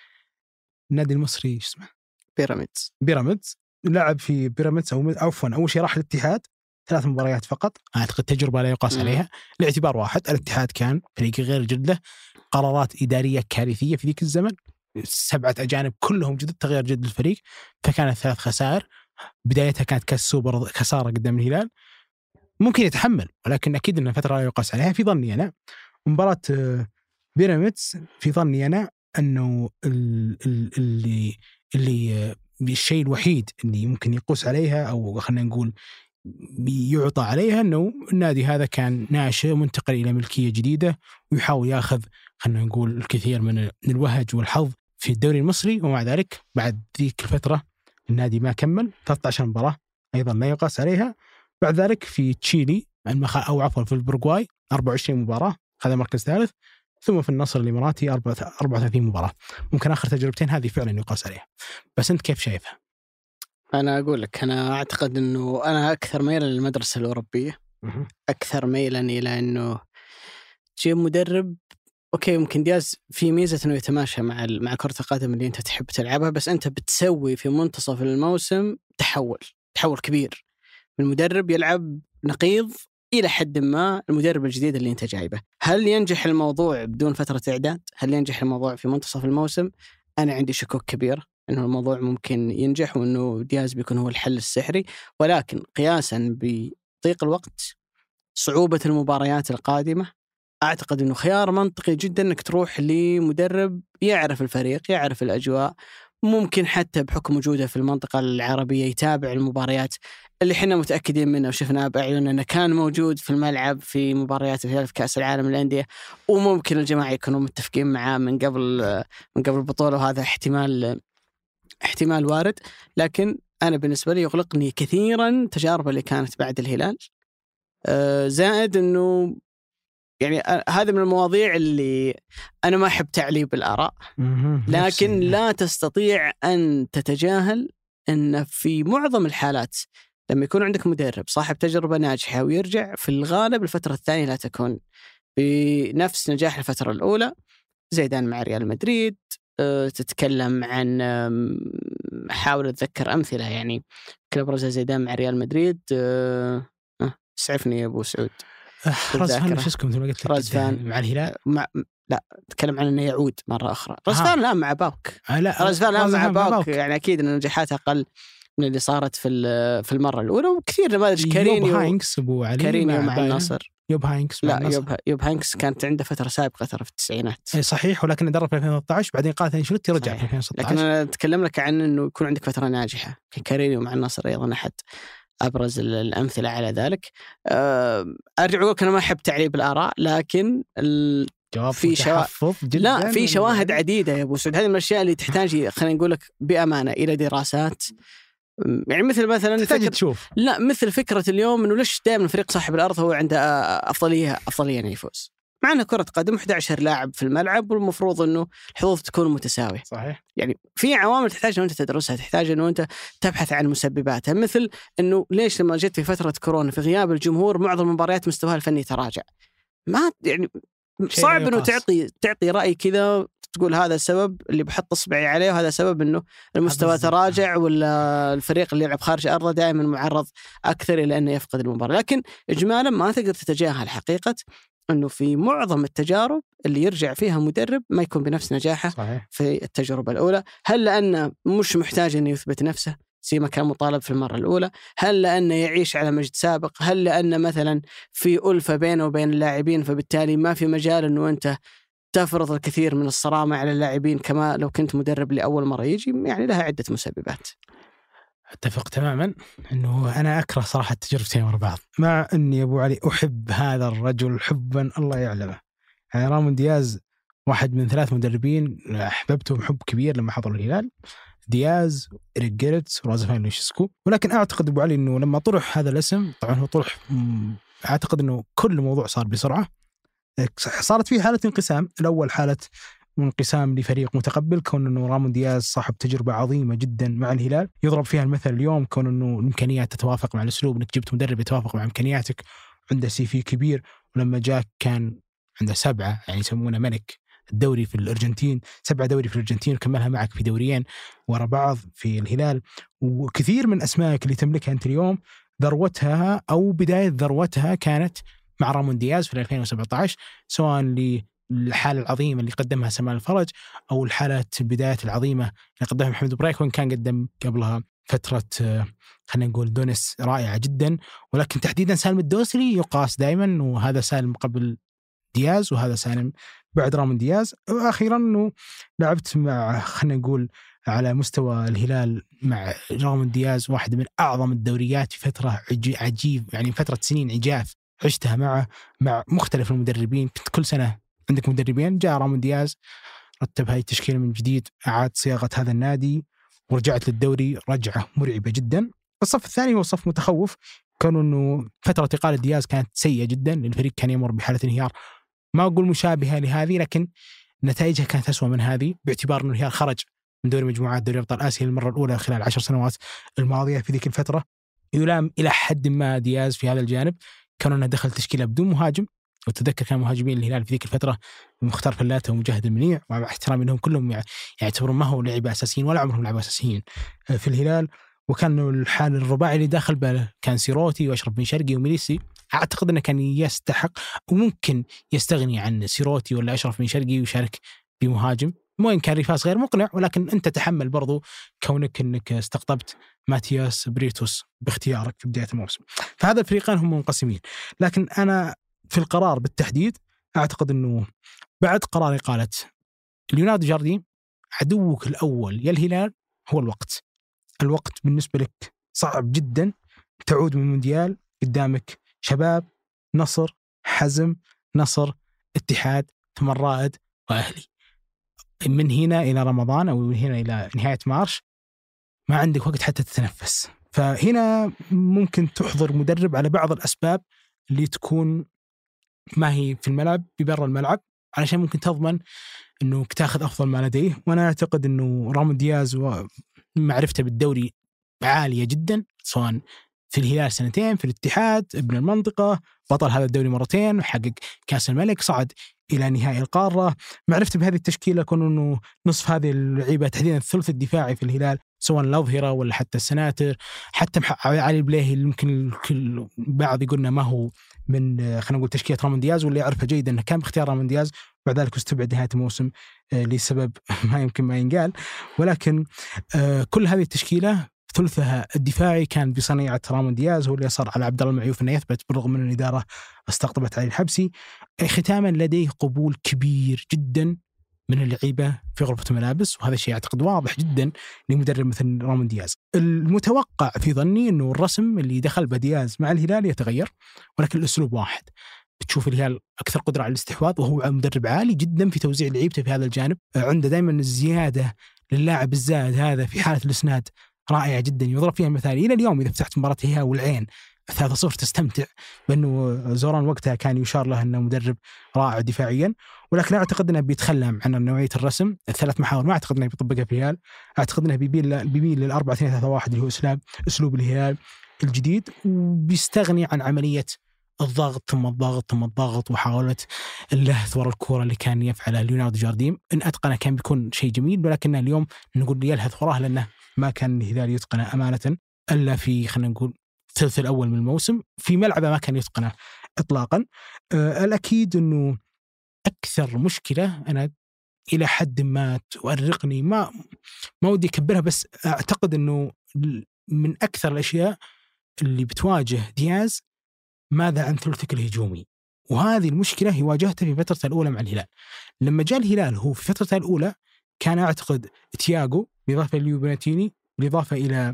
النادي المصري اسمه بيراميدز. بيراميدز لعب في بيراميدز أو عفوا أول شيء راح الاتحاد ثلاث مباريات فقط. أعتقد تجربة لا يقاس عليها لاعتبار واحد، الاتحاد كان فريق غير جدة، قرارات إدارية كارثية في ذيك الزمن، سبعة أجانب كلهم جدد، تغير جد الفريق، فكانت ثلاث خسائر. بدايتها كانت كاس سوبر خسارة قدام الهلال، ممكن يتحمل، ولكن أكيد أن فترة لا يقاس عليها في ظني أنا. مباراة بيراميدز في ظني أنا أنه اللي اللي الشيء الوحيد اللي ممكن يقوس عليها أو خلينا نقول يعطى عليها أنه النادي هذا كان ناشئ منتقل إلى ملكية جديدة ويحاول يأخذ خلينا نقول الكثير من الوهج والحظ في الدوري المصري، ومع ذلك بعد ذيك الفترة النادي ما كمل ثلاثة عشر مباراة أيضا لا يقاس عليها. بعد ذلك في تشيلي أو عفوا في البرغواي أربعة وعشرين مباراة هذا مركز ثالث، ثم في النصر الإماراتي أربعة وثلاثين مباراة. ممكن آخر تجربتين هذه فعلا يقاس عليها، بس أنت كيف شايفها؟ أنا أقول لك، أنا أعتقد أنه أنا أكثر ميلا للمدرسة الأوروبية، أكثر ميلا إلى أنه تجيب مدرب. أوكي ممكن دياز في ميزة أنه يتماشى مع مع كرة القدم اللي أنت تحب تلعبها، بس أنت بتسوي في منتصف الموسم تحول تحول كبير من مدرب يلعب نقيض إلى حد ما المدرب الجديد اللي أنت جايبه. هل ينجح الموضوع بدون فترة إعداد؟ هل ينجح الموضوع في منتصف الموسم؟ أنا عندي شكوك كبيرة إنه الموضوع ممكن ينجح وإنه دياز بيكون هو الحل السحري، ولكن قياسا بضيق الوقت، صعوبة المباريات القادمة، أعتقد إنه خيار منطقي جدا إنك تروح لمدرب يعرف الفريق، يعرف الأجواء، ممكن حتى بحكم وجوده في المنطقة العربية يتابع المباريات اللي حنا متأكدين منه وشفناه بأعيننا أنه كان موجود في الملعب في مباريات الهلال في كأس العالم للأندية، وممكن الجماعة يكونوا متفقين معاه من قبل من قبل البطولة، وهذا احتمال احتمال وارد. لكن أنا بالنسبة لي يغلقني كثيرا تجارب اللي كانت بعد الهلال، زائد أنه يعني هذا من المواضيع اللي أنا ما أحب تعليب الآراء، لكن لا تستطيع أن تتجاهل أن في معظم الحالات لما يكون عندك مدرب صاحب تجربة ناجحة ويرجع، في الغالب الفترة الثانية لا تكون بنفس نجاح الفترة الأولى. زيدان مع ريال مدريد، تتكلم عن حاول أتذكر أمثلة، يعني كلوب رزا زيدان مع ريال مدريد، سعفني يا أبو سعود. رزفان شسكم مثل ما قلت رزفان مع الهلال مع لا تكلم عن انه يعود مره اخرى. رزفان لا مع باوك آه لا رزفان لا مع باوك, باوك يعني اكيد ان نجاحات اقل من اللي صارت في في المره الاولى، وكثير نماذج كارينيو يوب هاينكس ابو علي كارينيو مع, مع النصر. يوب هاينكس مع لا النصر. يوب يوب هاينكس كانت عنده فتره سابقه ترى في التسعينات. اي صحيح، ولكن درب في ألفين وثلاثة عشر بعدين قال انشيلوتي رجع في ألفين وستة عشر. لكن انا اتكلم لك عن انه يكون عندك فتره ناجحه. كارينيو مع النصر ايضا احد أبرز الأمثلة على ذلك. أرجع أقول أنا ما أحب تعليب الآراء، لكن جواب في شوا... جدا. لا في شواهد عديدة يا أبو سعود. هذه من الأشياء اللي تحتاج خلينا نقول لك بأمانة إلى دراسات. يعني مثل مثلا تحتاج فكرة... تشوف لا مثل فكرة اليوم إنه ليش دائما فريق صاحب الأرض هو عنده أفضلية أفضلية أن يفوز، مع أنه كرة قدم أحد عشر لاعب في الملعب والمفروض إنه الحظوظ تكون متساوية. صحيح. يعني في عوامل تحتاج إنه أنت تدرسها، تحتاج إنه أنت تبحث عن مسبباتها. مثل إنه ليش لما جت في فترة كورونا في غياب الجمهور معظم المباريات مستواها الفني تراجع. ما يعني صعب إنه تعطي تعطي رأي كذا تقول هذا السبب اللي بحط إصبعي عليه وهذا سبب إنه المستوى تراجع ولا الفريق اللي يلعب خارج أرضه دائما معرض أكثر إلى أنه يفقد المباراة. لكن إجمالا ما تقدر تتجاهل حقيقة أنه في معظم التجارب اللي يرجع فيها مدرب ما يكون بنفس نجاحه. صحيح. في التجربة الأولى. هل لأنه مش محتاج أنه يثبت نفسه زي ما كان مطالب في المرة الأولى؟ هل لأنه يعيش على مجد سابق؟ هل لأنه مثلا في ألفة بينه وبين اللاعبين فبالتالي ما في مجال أنه أنت تفرض الكثير من الصرامة على اللاعبين كما لو كنت مدرب لأول مرة يجي؟ يعني لها عدة مسببات. اتفق تماما انه انا اكره صراحه تجربتين ورا بعض، مع اني ابو علي احب هذا الرجل حبا الله يعلمه. يعني رامون دياز واحد من ثلاث مدربين احببتهم حب كبير لما حضروا الهلال، دياز، إريك جيرتس، ورازفان لوشيسكو. ولكن اعتقد ابو علي انه لما طرح هذا الاسم، طبعا هو طرح اعتقد انه كل موضوع صار بسرعه، صارت فيه حاله انقسام. الاول حاله انقسام لفريق متقبل كون أنه رامون دياز صاحب تجربة عظيمة جدا مع الهلال، يضرب فيها المثل اليوم كون أنه الإمكانيات تتوافق مع الأسلوب، أنك جبت مدرب يتوافق مع إمكانياتك، عنده سي في كبير. ولما جاء كان عنده سبعة، يعني يسمونه ملك الدوري في الأرجنتين، سبعة دوري في الأرجنتين وكملها معك في دوريين ورا بعض في الهلال. وكثير من أسمائك اللي تملكها أنت اليوم ذروتها أو بداية ذروتها كانت مع رامون دياز في ألفين وسبعة عشر، سواء ل الحالة العظيمة اللي قدمها سمان الفرج أو الحالة البداية العظيمة اللي قدمها محمد بريك، وإن كان قدم قبلها فترة خلينا نقول دونس رائعة جدا. ولكن تحديدا سالم الدوسري يقاس دائما، وهذا سالم قبل دياز وهذا سالم بعد رامون دياز. وأخيرا أنه لعبت مع خلينا نقول على مستوى الهلال مع رامون دياز، واحد من أعظم الدوريات في فترة عجيب، يعني فترة سنين عجاف عشتها معه مع مختلف المدربين. كنت كل سنة عندك مدربين، جاء رامون دياز رتب هاي التشكيلة من جديد، أعاد صياغة هذا النادي ورجعت للدوري رجعة مرعبة جدا. الصف الثاني هو صف متخوف، كانوا أنه فترة إقالة دياز كانت سيئة جدا، الفريق كان يمر بحالة انهيار ما أقول مشابهة لهذه، لكن نتائجها كانت أسوأ من هذه، باعتبار أنه الهلال خرج من دوري مجموعات دوري أبطال آسيا للمرة الأولى خلال عشر سنوات الماضية. في ذيك الفترة يلام إلى حد ما دياز في هذا الجانب، كانوا أنه دخل تشكيلة بدون مهاجم، وتذكر كان مهاجمين الهلال في ذيك الفترة مختار فلاتة ومجاهد المنيع، مع احترامي لهم كلهم يعتبرون ما هو لعيبة أساسيين ولا عمرهم لعبة أساسيين في الهلال. وكان الحال الرباعي اللي داخل به كان سيروتي وأشرف بن شرقي وميليسي. أعتقد أنه كان يستحق وممكن يستغني عن سيروتي ولا أشرف بن شرقي ويشارك بمهاجم، مو إن كان رفاس غير مقنع، ولكن أنت تحمل برضو كونك أنك استقطبت ماتياس بريتوس باختيارك في بداية الموسم. فهذا الفريقين هم منقسمين. لكن أنا في القرار بالتحديد أعتقد أنه بعد قرار إقالة ليوناردو جاردين، عدوك الأول يا الهلال هو الوقت. الوقت بالنسبة لك صعب جدا، تعود من مونديال قدامك شباب، نصر، حزم، نصر، اتحاد، ثم الرائد وأهلي. من هنا إلى رمضان أو من هنا إلى نهاية مارش ما عندك وقت حتى تتنفس. فهنا ممكن تحضر مدرب على بعض الأسباب اللي تكون ما هي في الملعب ببر الملعب، علشان ممكن تضمن أنه تاخذ أفضل ما لديه. وأنا أعتقد أنه رامون دياز ومعرفته بالدوري عالية جدا، سواء في الهلال سنتين، في الاتحاد ابن المنطقة، بطل هذا الدوري مرتين، وحقق كأس الملك، صعد إلى نهائي القارة. معرفته بهذه التشكيلة كون أنه نصف هذه اللعيبة تحديدا الثلث الدفاعي في الهلال، سواء الأظهرة ولا حتى السناتر، حتى علي البليهي اللي ممكن كل بعض يقولنا ما هو من خلينا نقول تشكيلة رامون دياز، واللي يعرفه جيدا أنه كان باختيار رامون دياز، بعد ذلك استبعد نهاية الموسم لسبب ما يمكن ما ينقال. ولكن كل هذه التشكيلة ثلثها الدفاعي كان بصنيعة رامون دياز، هو اللي يصر على عبد الله المعيوف أنه يثبت بالرغم من الإدارة استقطبت علي الحبسي. ختاما لديه قبول كبير جدا من اللعيبة في غرفة الملابس، وهذا الشيء أعتقد واضح جدا لمدرب مثل رامون دياز. المتوقع في ظني أنه الرسم اللي دخل بدياز مع الهلال يتغير، ولكن الأسلوب واحد. بتشوف الهلال أكثر قدرة على الاستحواذ، وهو مدرب عالي جدا في توزيع لعيبته في هذا الجانب. عنده دائما الزيادة للاعب الزائد هذا في حالة الإسناد رائعة جدا، يضرب فيها المثال. إلى اليوم إذا فتحت مباراة هي والعين ثلاثة صفر تستمتع، بأنه زوران وقتها كان يشار له أنه مدرب رائع دفاعيا، ولكن أعتقد أنه بيتخلى عن نوعية الرسم الثلاث محاور، ما أعتقد أنه بيطبقها في الهلال. أعتقد أنه بيميل بيميل للأربعة اثنين ثلاثة واحد اللي هو أسلوب أسلوب الهلال الجديد، وبيستغني عن عملية الضغط ثم الضغط ثم الضغط وحاولة اللهث وراء الكرة اللي كان يفعلها ليوناردو جارديم. إن أتقنه كان بيكون شيء جميل، ولكنه اليوم نقول يلهث وراه لأنه ما كان الهلال يتقنه أمانة إلا في خلينا نقول الثلث الأول من الموسم، في ملعبه ما كان يتقنه إطلاقا. أه الأكيد أنه أكثر مشكلة أنا إلى حد ما تؤرقني، ما ما ودي أكبرها، بس أعتقد أنه من أكثر الأشياء اللي بتواجه دياز ماذا عن ثلثك الهجومي. وهذه المشكلة هي واجهتها في فترة الأولى مع الهلال. لما جاء الهلال هو في فترة الأولى كان أعتقد تياغو بالإضافة لليو بناتيني بالإضافة إلى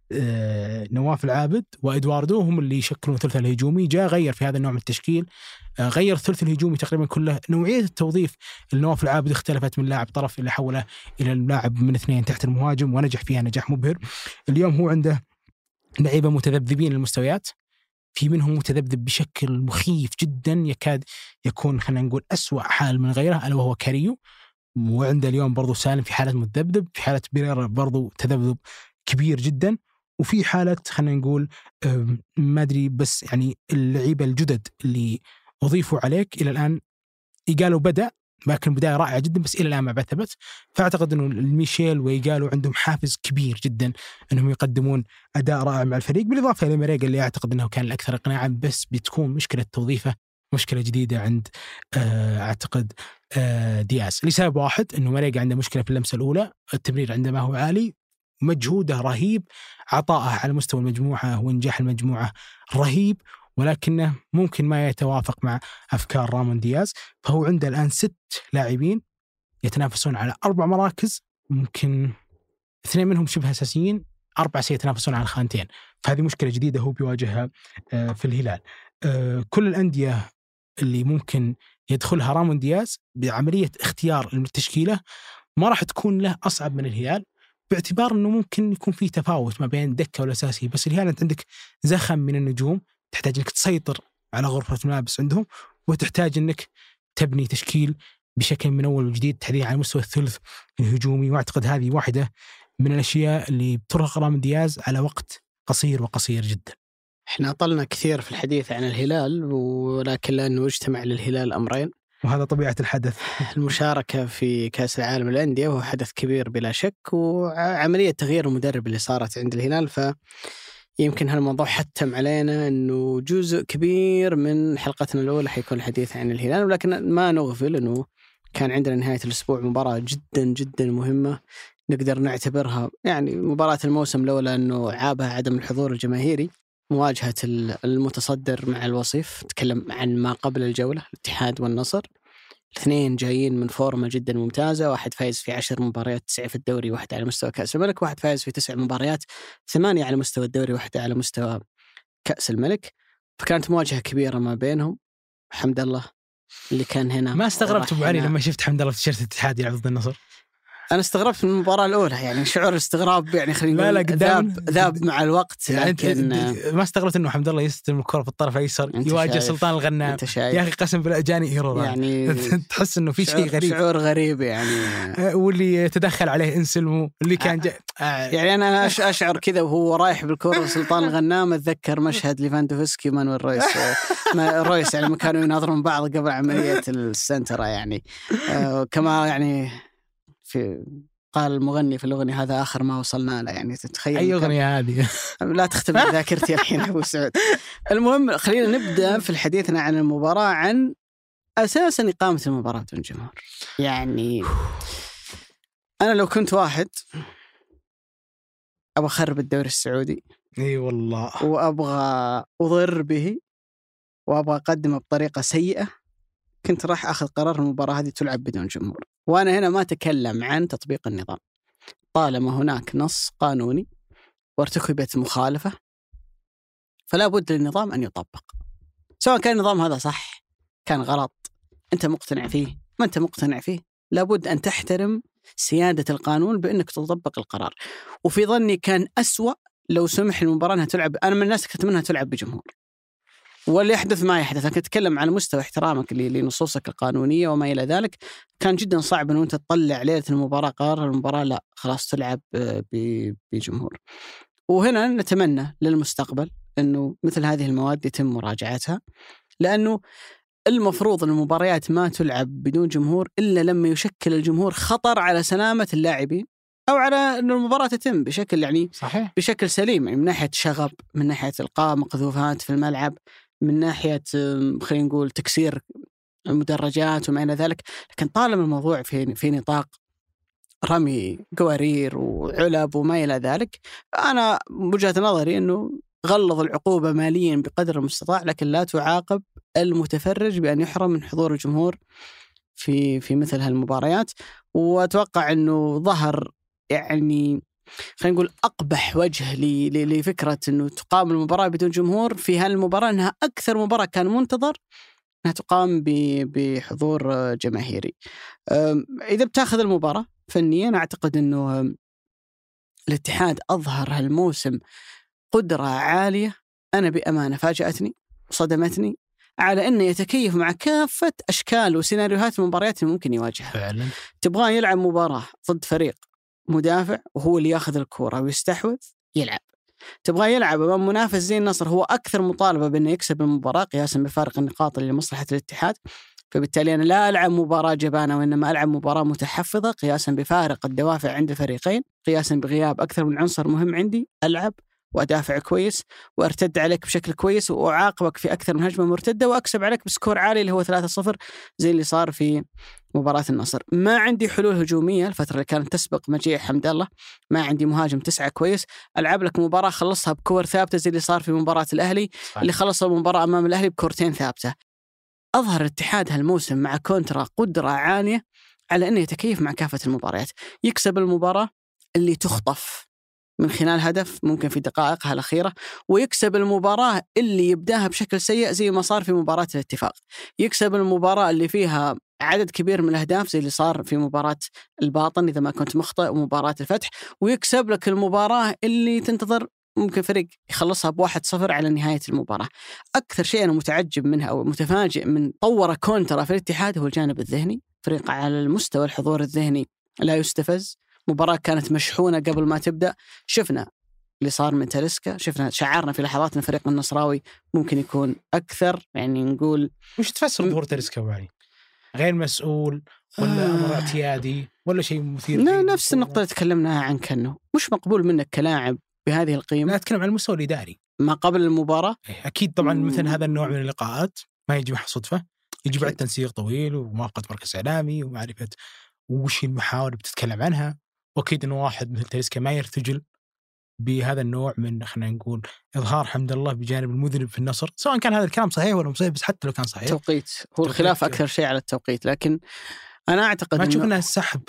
آه نواف العابد وإدواردو هم اللي يشكلون الثلث الهجومي. جاء غير في هذا النوع من التشكيل، آه غير الثلث الهجومي تقريبا كله. نوعية التوظيف النواف العابد اختلفت من لاعب طرف إلى حوله إلى اللاعب من اثنين تحت المهاجم، ونجح فيها نجاح مبهر. اليوم هو عنده لعيبة متذبذبين المستويات، في منهم متذبذب بشكل مخيف جدا يكاد يكون خلينا نقول أسوأ حال من غيره ألا وهو كاريو. وعنده اليوم برضو سالم في حالة متذبذب، في حالة بيريرا برضو تذبذب كبير جدا، وفي حالة خلينا نقول ما أدري بس يعني اللعيبة الجدد اللي أضيفوا عليك إلى الآن إيجالو بدأ، لكن بداية رائعة جدا بس إلى الآن ما ثبت. فأعتقد أنه الميشيل وإيجالو عندهم حافز كبير جدا أنهم يقدمون أداء رائع مع الفريق، بالإضافة إلى ميريغا اللي أعتقد أنه كان الأكثر إقناعا، بس بتكون مشكلة توظيفه مشكلة جديدة عند أعتقد دياز لسبب واحد، أنه ميريغا عنده مشكلة في اللمسة الأولى، التمرير عندما هو عالي، مجهوده رهيب، عطاءه على مستوى المجموعة وإنجاح المجموعة رهيب، ولكنه ممكن ما يتوافق مع أفكار رامون دياز. فهو عنده الآن ست لاعبين يتنافسون على أربع مراكز، ممكن اثنين منهم شبه أساسيين، أربعة سيتنافسون على خانتين. فهذه مشكلة جديدة هو بيواجهها في الهلال. كل الأندية اللي ممكن يدخلها رامون دياز بعملية اختيار التشكيلة ما راح تكون له أصعب من الهلال، باعتبار أنه ممكن يكون فيه تفاوت ما بين دكة والأساسي. بس الهلال أنت عندك زخم من النجوم، تحتاج أنك تسيطر على غرفة الملابس عندهم، وتحتاج أنك تبني تشكيل بشكل من أول وجديد تحديدا على مستوى الثلث الهجومي. وأعتقد هذه واحدة من الأشياء اللي بترهق رامون دياز على وقت قصير وقصير جدا. احنا طلنا كثير في الحديث عن الهلال، ولكن لأنه اجتمع للهلال أمرين، وهذا طبيعة الحدث. المشاركة في كأس العالم للأندية وهو حدث كبير بلا شك، وعملية تغيير المدرب اللي صارت عند الهلال. فيمكن هالموضوع حتم علينا أنه جزء كبير من حلقتنا الأولى حيكون الحديث عن الهلال، ولكن ما نغفل أنه كان عندنا نهاية الأسبوع مباراة جدا جدا مهمة، نقدر نعتبرها يعني مباراة الموسم، لولا أنه عابها عدم الحضور الجماهيري. مواجهة المتصدر مع الوصيف، تكلم عن ما قبل الجولة، الاتحاد والنصر، الاثنين جايين من فورمة جدا ممتازة، واحد فايز في عشر مباريات، تسعة في الدوري، واحد على مستوى كأس الملك، واحد فايز في تسع مباريات، ثمانية على مستوى الدوري، واحد على مستوى كأس الملك. فكانت مواجهة كبيرة ما بينهم. حمد الله اللي كان هنا. ما استغربت أبو علي لما شفت حمد الله في تيشيرت الاتحاد يلعب ضد النصر؟ أنا استغربت من المباراة الأولى، يعني شعور الاستغراب يعني خلينا نقول ذاب ذاب مع الوقت. لكن ما استغربت إنه حمد الله يستلم الكرة في الطرف الأيسر يواجه سلطان الغنام. يا أخي قسم بالله جاني إيرور، يعني تحس إنه في شيء غريب، شعور غريب يعني. واللي تدخل عليه إنسلمو اللي كان جا... آه. يعني أنا أشعر كذا وهو رايح بالكرة سلطان الغنام، أتذكر مشهد ليفاندوفسكي مانويل رويس رويس يعني كانوا يناظرون بعض قبل عملية السنترة يعني. آه كما يعني في قال المغني في الأغنية هذا آخر ما وصلنا له، يعني تتخيل أي أغنية هذه؟ لا تختبر ذاكرتي الحين أبو سعود. المهم خلينا نبدأ في الحديثنا عن المباراة، عن أساسا إقامة المباراة من الجمهور. يعني أنا لو كنت واحد أبغى أخرب الدوري السعودي، إي والله، وأبغى أضر به، وأبغى أقدمه بطريقة سيئة، كنت راح أخذ قرار المباراة هذه تلعب بدون جمهور. وأنا هنا ما أتكلم عن تطبيق النظام، طالما هناك نص قانوني وارتكبت مخالفة فلا بد للنظام أن يطبق، سواء كان النظام هذا صح كان غلط، أنت مقتنع فيه ما أنت مقتنع فيه، لابد أن تحترم سيادة القانون بأنك تطبق القرار. وفي ظني كان أسوأ لو سمح المباراة أنها تلعب، أنا من الناس كنت منها تلعب بجمهور، واللي يحدث ما يحدث. أنا أتكلم على مستوى احترامك لنصوصك القانونية وما إلى ذلك. كان جدا صعب أنه أنت تطلع ليلة المباراة قرار المباراة لا خلاص تلعب بجمهور. وهنا نتمنى للمستقبل أنه مثل هذه المواد يتم مراجعتها، لأنه المفروض أن المباريات ما تلعب بدون جمهور إلا لما يشكل الجمهور خطر على سلامة اللاعبين، أو على أن المباراة تتم بشكل يعني صحيح. بشكل سليم، يعني من ناحية شغب، من ناحية إلقاء مقذوفات في الملعب، من ناحية خلينا نقول تكسير المدرجات وما إلى ذلك. لكن طالما الموضوع في في نطاق رمي قوارير وعلب وما إلى ذلك، أنا وجهة نظري أنه غلظ العقوبة ماليا بقدر المستطاع، لكن لا تعاقب المتفرج بأن يحرم من حضور الجمهور في في مثل هالمباريات. وأتوقع أنه ظهر يعني خلينا نقول أقبح وجه لفكرة أنه تقام المباراة بدون جمهور في هالمباراة، أنها أكثر مباراة كان منتظر أنها تقام بحضور جماهيري. إذا بتاخذ المباراة فنيا، أعتقد أنه الاتحاد أظهر هالموسم قدرة عالية، أنا بأمانة فاجأتني وصدمتني على أنه يتكيف مع كافة أشكال وسيناريوهات المباريات اللي ممكن يواجهها. فعلا تبغى يلعب مباراة ضد فريق مدافع وهو اللي ياخذ الكرة ويستحوذ يلعب، تبغى يلعب أمام منافس زي النصر هو أكثر مطالبة بأنه يكسب المباراة قياسا بفارق النقاط اللي لمصلحة الاتحاد، فبالتالي أنا لا ألعب مباراة جبانة وإنما ألعب مباراة متحفظة قياسا بفارق الدوافع عند الفريقين، قياسا بغياب أكثر من عنصر مهم عندي، ألعب وأدافع كويس وأرتد عليك بشكل كويس وأعاقبك في أكثر من هجمة مرتدة وأكسب عليك بسكور عالي اللي هو ثلاثة صفر زي اللي صار في مباراة النصر. ما عندي حلول هجومية الفترة اللي كانت تسبق مجيء حمد الله، ما عندي مهاجم تسعة كويس، ألعب لك مباراة خلصها بكور ثابتة زي اللي صار في مباراة الأهلي اللي خلص المباراة أمام الأهلي بكورتين ثابتة. أظهر الاتحاد هالموسم مع كونترا قدرة عالية على أنه يتكيف مع كافة المباريات، يكسب المباراة اللي تخطف من خلال هدف ممكن في دقائقها الأخيرة، ويكسب المباراة اللي يبداها بشكل سيء زي ما صار في مباراة الاتفاق، يكسب المباراة اللي فيها عدد كبير من الأهداف زي اللي صار في مباراة الباطن إذا ما كنت مخطئ ومباراة الفتح، ويكسب لك المباراة اللي تنتظر ممكن فريق يخلصها بواحد صفر على نهاية المباراة. أكثر شيء أنا متعجب منها أو متفاجئ من طور كونترا في الاتحاد هو الجانب الذهني، فريق على المستوى الحضور الذهني لا يستفز. مباراة كانت مشحونة قبل ما تبدأ، شفنا اللي صار من تاليسكا، شفنا شعرنا في لحظات ان فريق النصراوي ممكن يكون أكثر يعني نقول وش تفسر ظهور تاليسكا وعلي؟ غير مسؤول ولا آه. أمر اعتيادي ولا شيء مثير؟ لا نفس النقطة اللي تكلمناها عن كنو، مش مقبول منك كلاعب بهذه القيمة. لا أتكلم عن المستوى الإداري ما قبل المباراة. أكيد طبعا مثل هذا النوع من اللقاءات ما يجي محض صدفة، يجي بعد تنسيق طويل وموافقة مركز إعلامي ومعرفة وش المحاور اللي بتتكلم عنها، وأكيد إنه واحد مثل تاليسكا ما يرتجل بهذا النوع من خلينا نقول إظهار حمد الله بجانب المذنب في النصر، سواء كان هذا الكلام صحيح ولا مو صحيح، بس حتى لو كان صحيح توقيت هو الخلاف أكثر شيء على التوقيت. لكن أنا أعتقد ما تشوف أن السحب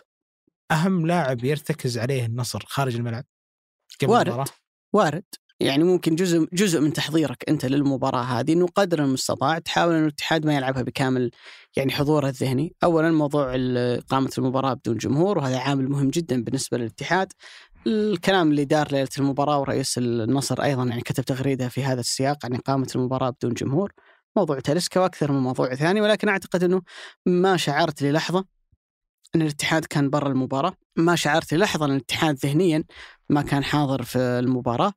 أهم لاعب يرتكز عليه النصر خارج الملعب قبل وارد المباراة؟ وارد يعني ممكن جزء جزء من تحضيرك أنت للمباراة هذه إنه قدر المستطاع تحاول إنه الاتحاد ما يلعبها بكامل يعني حضوره الذهني. أولا موضوع إقامة المباراة بدون جمهور، وهذا عامل مهم جدا بالنسبة للاتحاد. الكلام اللي دار ليلة المباراة ورئيس النصر أيضا يعني كتب تغريدة في هذا السياق عن إقامة المباراة بدون جمهور، موضوع تاليسكا وأكثر من موضوع ثاني. ولكن أعتقد إنه ما شعرت للحظة أن الاتحاد كان برا المباراة، ما شعرت للحظة أن الاتحاد ذهنيا ما كان حاضر في المباراة.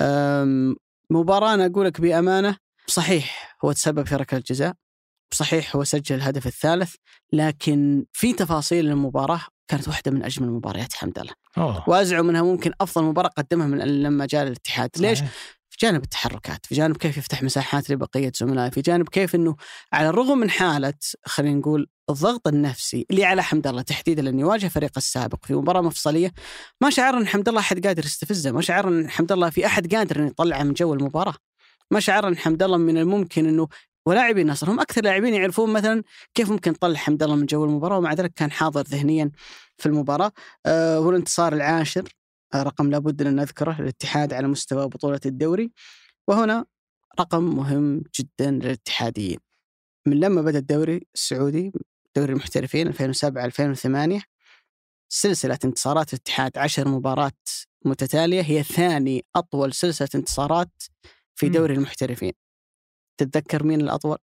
مباراة أنا أقولك بأمانة، صحيح هو تسبب في ركلة جزاء، صحيح هو سجل الهدف الثالث، لكن في تفاصيل المباراة كانت واحدة من أجمل مباريات حمد الله، وأزعم منها ممكن أفضل مباراة قدمها من لما جاء الاتحاد. ليش؟ في جانب التحركات، في جانب كيف يفتح مساحات لبقية زملائه، في جانب كيف أنه على الرغم من حالة خلينا نقول الضغط النفسي اللي على حمد الله تحديدا لأنه يواجه فريق السابق في مباراة مفصلية، ما شعر أن حمد الله أحد قادر يستفزه، ما شعر أن حمد الله في أحد قادر أن يطلعه من جو المباراة، ما شعر أن حمد الله من الممكن أنه ولاعبي النصر هم أكثر لاعبين يعرفون مثلا كيف ممكن تطلع حمد الله من جو المباراة، ومع ذلك كان حاضر ذهنيا في المباراة. أه هو الانتصار العاشر، رقم لابد أن نذكره للاتحاد على مستوى بطولة الدوري، وهنا رقم مهم جدا للاتحاديين. من لما بدأ الدوري السعودي دوري المحترفين ألفين وسبعة ألفين وثمانية سلسلة انتصارات الاتحاد عشر مباراة متتالية هي ثاني أطول سلسلة انتصارات في دوري المحترفين. تتذكر مين الأطول؟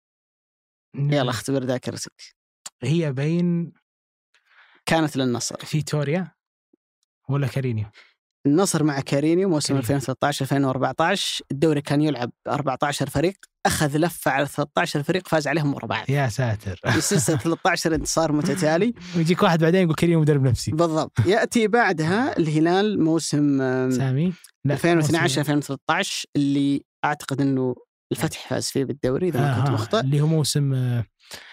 يلا اختبر ذاكرتك. هي بين كانت للنصر فيتوريا ولا كارينيو؟ النصر مع كارينيو موسم كارينيو. ألفين وثلاثة عشر ألفين وأربعة عشر. الدوري كان يلعب أربعة عشر فريق، أخذ لفة على ثلاثة عشر فريق، فاز عليهم ورا بعض. يا ساتر. سلسلة ثلاثة عشر انتصار متتالي. ويجيك واحد بعدين يقول كارينيو مدرب نفسي. بالضبط. يأتي بعدها الهلال موسم سامي ألفين واثني عشر ألفين وثلاثة عشر اللي أعتقد أنه الفتح فاز فيه بالدوري إذا ما آه كنت مخطئ. اللي هو موسم آه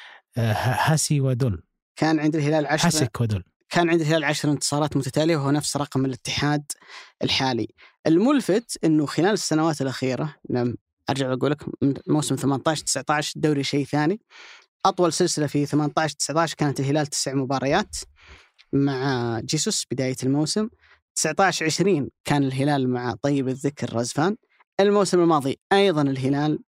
هاسي ودول. كان عند الهلال عشرة حسك ودول. كان عند الهلال عشر انتصارات متتالية وهو نفس رقم الاتحاد الحالي. الملفت أنه خلال السنوات الأخيرة، أرجع أقول لك موسم ثمانية عشر تسعة عشر الدوري شيء ثاني. أطول سلسلة في ثمانية عشر تسعة عشر كانت الهلال تسع مباريات مع جيسوس بداية الموسم. تسعة عشر عشرين كان الهلال مع طيب الذكر رزفان. الموسم الماضي أيضا الهلال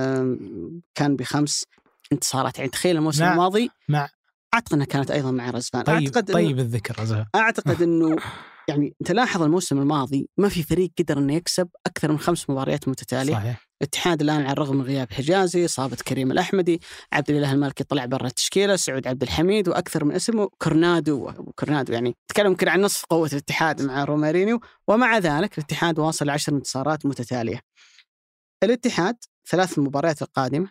كان بخمس انتصارات. يعني تخيل الموسم مع الماضي مع أعتقد أنها كانت أيضا مع رزفان. طيب أعتقد طيب الذكر رزفان. أعتقد أنه يعني تلاحظ الموسم الماضي ما في فريق قدر أنه يكسب أكثر من خمس مباريات متتالية. صحيح. الاتحاد الآن على الرغم من غياب حجازي، إصابة كريم الأحمدي، عبد الإله المالكي طلع برا التشكيلة، سعود عبد الحميد، وأكثر من اسمه كورنادو. كورنادو يعني تكلم يمكن عن نصف قوة الاتحاد مع رومارينيو، ومع ذلك الاتحاد واصل عشر انتصارات متتالية. الاتحاد ثلاث مباريات القادمة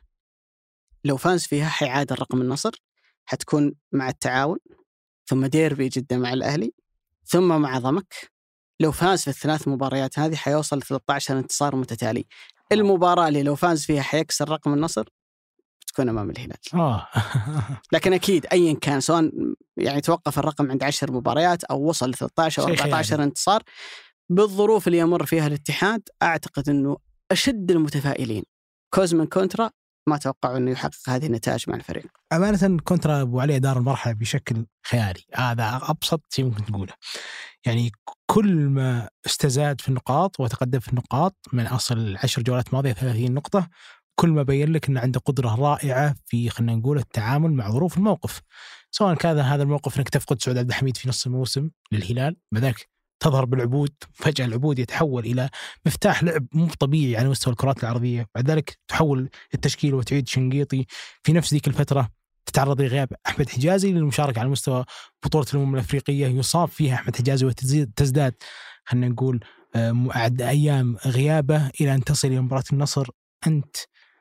لو فاز فيها حيعادل رقم النصر، حتكون مع التعاون، ثم ديربي جدة مع الأهلي، ثم مع ضمك. لو فاز في الثلاث مباريات هذه حيوصل ثلاثة عشر انتصار متتالي. المباراة اللي لو فاز فيها حيكسر رقم النصر تكون أمام الهلال. آه. لكن أكيد أيا كان، سواء يعني توقف الرقم عند عشر مباريات أو وصل ثلاثة عشر أو أربعة عشر انتصار بالظروف اللي يمر فيها الاتحاد، أعتقد أنه أشد المتفائلين كوزمن كونترا ما توقعوا أنه يحقق هذه النتائج مع الفريق. أمانة كونترا أبو علي دار المرحلة بشكل خيالي، هذا أبسط شيء ممكن تقوله. يعني كل ما استزاد في النقاط وتقدم في النقاط من أصل عشر جولات ماضية ثلاثين نقطة، كل ما بين لك أنه عنده قدرة رائعة في خلينا نقول التعامل مع ظروف الموقف، سواء كان هذا الموقف أنك تفقد سعود عبد الحميد في نص الموسم للهلال، بذلك تظهر بالعبود، فجأة العبود يتحول إلى مفتاح لعب مو طبيعي على مستوى الكرات العرضية، بعد ذلك تحول التشكيل وتعيد شنقيطي. في نفس ذيك الفترة تتعرض لغياب أحمد حجازي للمشاركة على مستوى بطولة الأمم الأفريقية، يصاب فيها أحمد حجازي وتزداد خلينا نقول أيام غيابه إلى أن تصل إلى مباراة النصر. أنت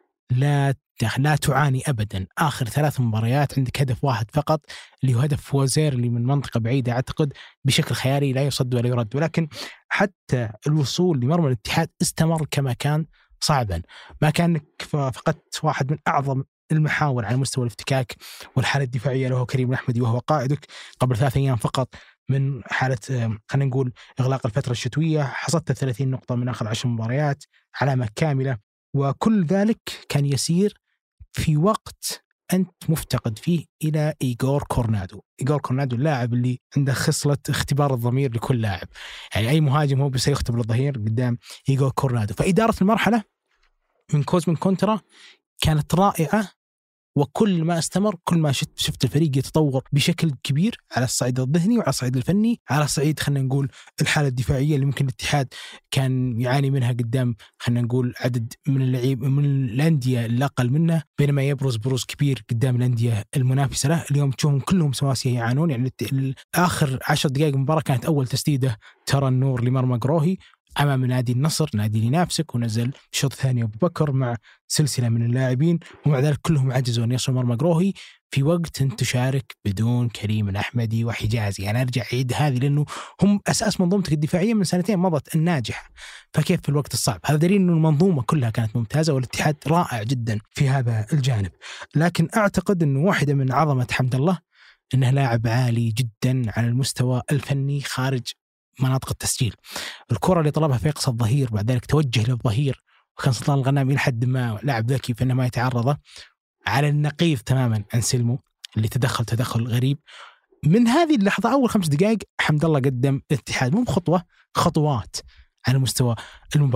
لا لا تعاني أبدا. آخر ثلاث مباريات عندك هدف واحد فقط اللي هو هدف فوزير اللي من منطقة بعيدة، أعتقد بشكل خيالي لا يصد ولا يرد، ولكن حتى الوصول لمرمى الاتحاد استمر كما كان صعبا. ما كانك فقدت واحد من أعظم المحاور على مستوى الافتكاك والحالة الدفاعية له كريم الأحمدي وهو قائدك قبل ثلاث أيام فقط من حالة خلينا نقول إغلاق الفترة الشتوية. حصدت ثلاثين نقطة من آخر عشر مباريات، علامة كاملة، وكل ذلك كان يسير في وقت أنت مفتقد فيه إلى إيغور كورنادو. إيغور كورنادو اللاعب اللي عنده خصلة اختبار الضمير لكل لاعب، يعني أي مهاجم هو بسيختبر الظهير قدام إيغور كورنادو. فإدارة المرحلة من كوزمن كونترا كانت رائعة، وكل ما استمر كل ما شفت, شفت الفريق يتطور بشكل كبير على الصعيد الذهني وعلى الصعيد الفني، على الصعيد خلينا نقول الحالة الدفاعية اللي ممكن الاتحاد كان يعاني منها قدام خلينا نقول عدد من اللعيب من الأندية اللي أقل منه، بينما يبرز بروز كبير قدام الأندية المنافسة له. اليوم تشوفهم كلهم سواسية يعانون. يعني آخر عشر دقائق مباراة كانت أول تسديدة ترى النور لمرمى قروهي أمام نادي النصر، نادي اللي ينافسك، ونزل الشوط الثاني أبو بكر مع سلسلة من اللاعبين، ومع ذلك كلهم عجزوا أن يصلوا مرمى قروهي في وقت أن تشارك بدون كريم الأحمدي وحجازي. أنا أرجع أعيد هذه لأنه هم أساس منظومتك الدفاعية من سنتين مضت الناجحة، فكيف في الوقت الصعب؟ هذا دليل أنه المنظومة كلها كانت ممتازة والاتحاد رائع جدا في هذا الجانب. لكن أعتقد أنه واحدة من عظمة حمد الله أنه لاعب عالي جدا على المستوى الفني خارج مناطق التسجيل. الكرة اللي طلبها في أقصى الظهير بعد ذلك توجه للظهير، وكان سلطان الغنامي لحد ما لاعب ذكي في أنه ما يتعرضه على النقيض تماما عن سلمو اللي تدخل تدخل غريب. من هذه اللحظة أول خمس دقائق حمد الله قدم الاتحاد مو بخطوة، خطوات على مستوى المباراة.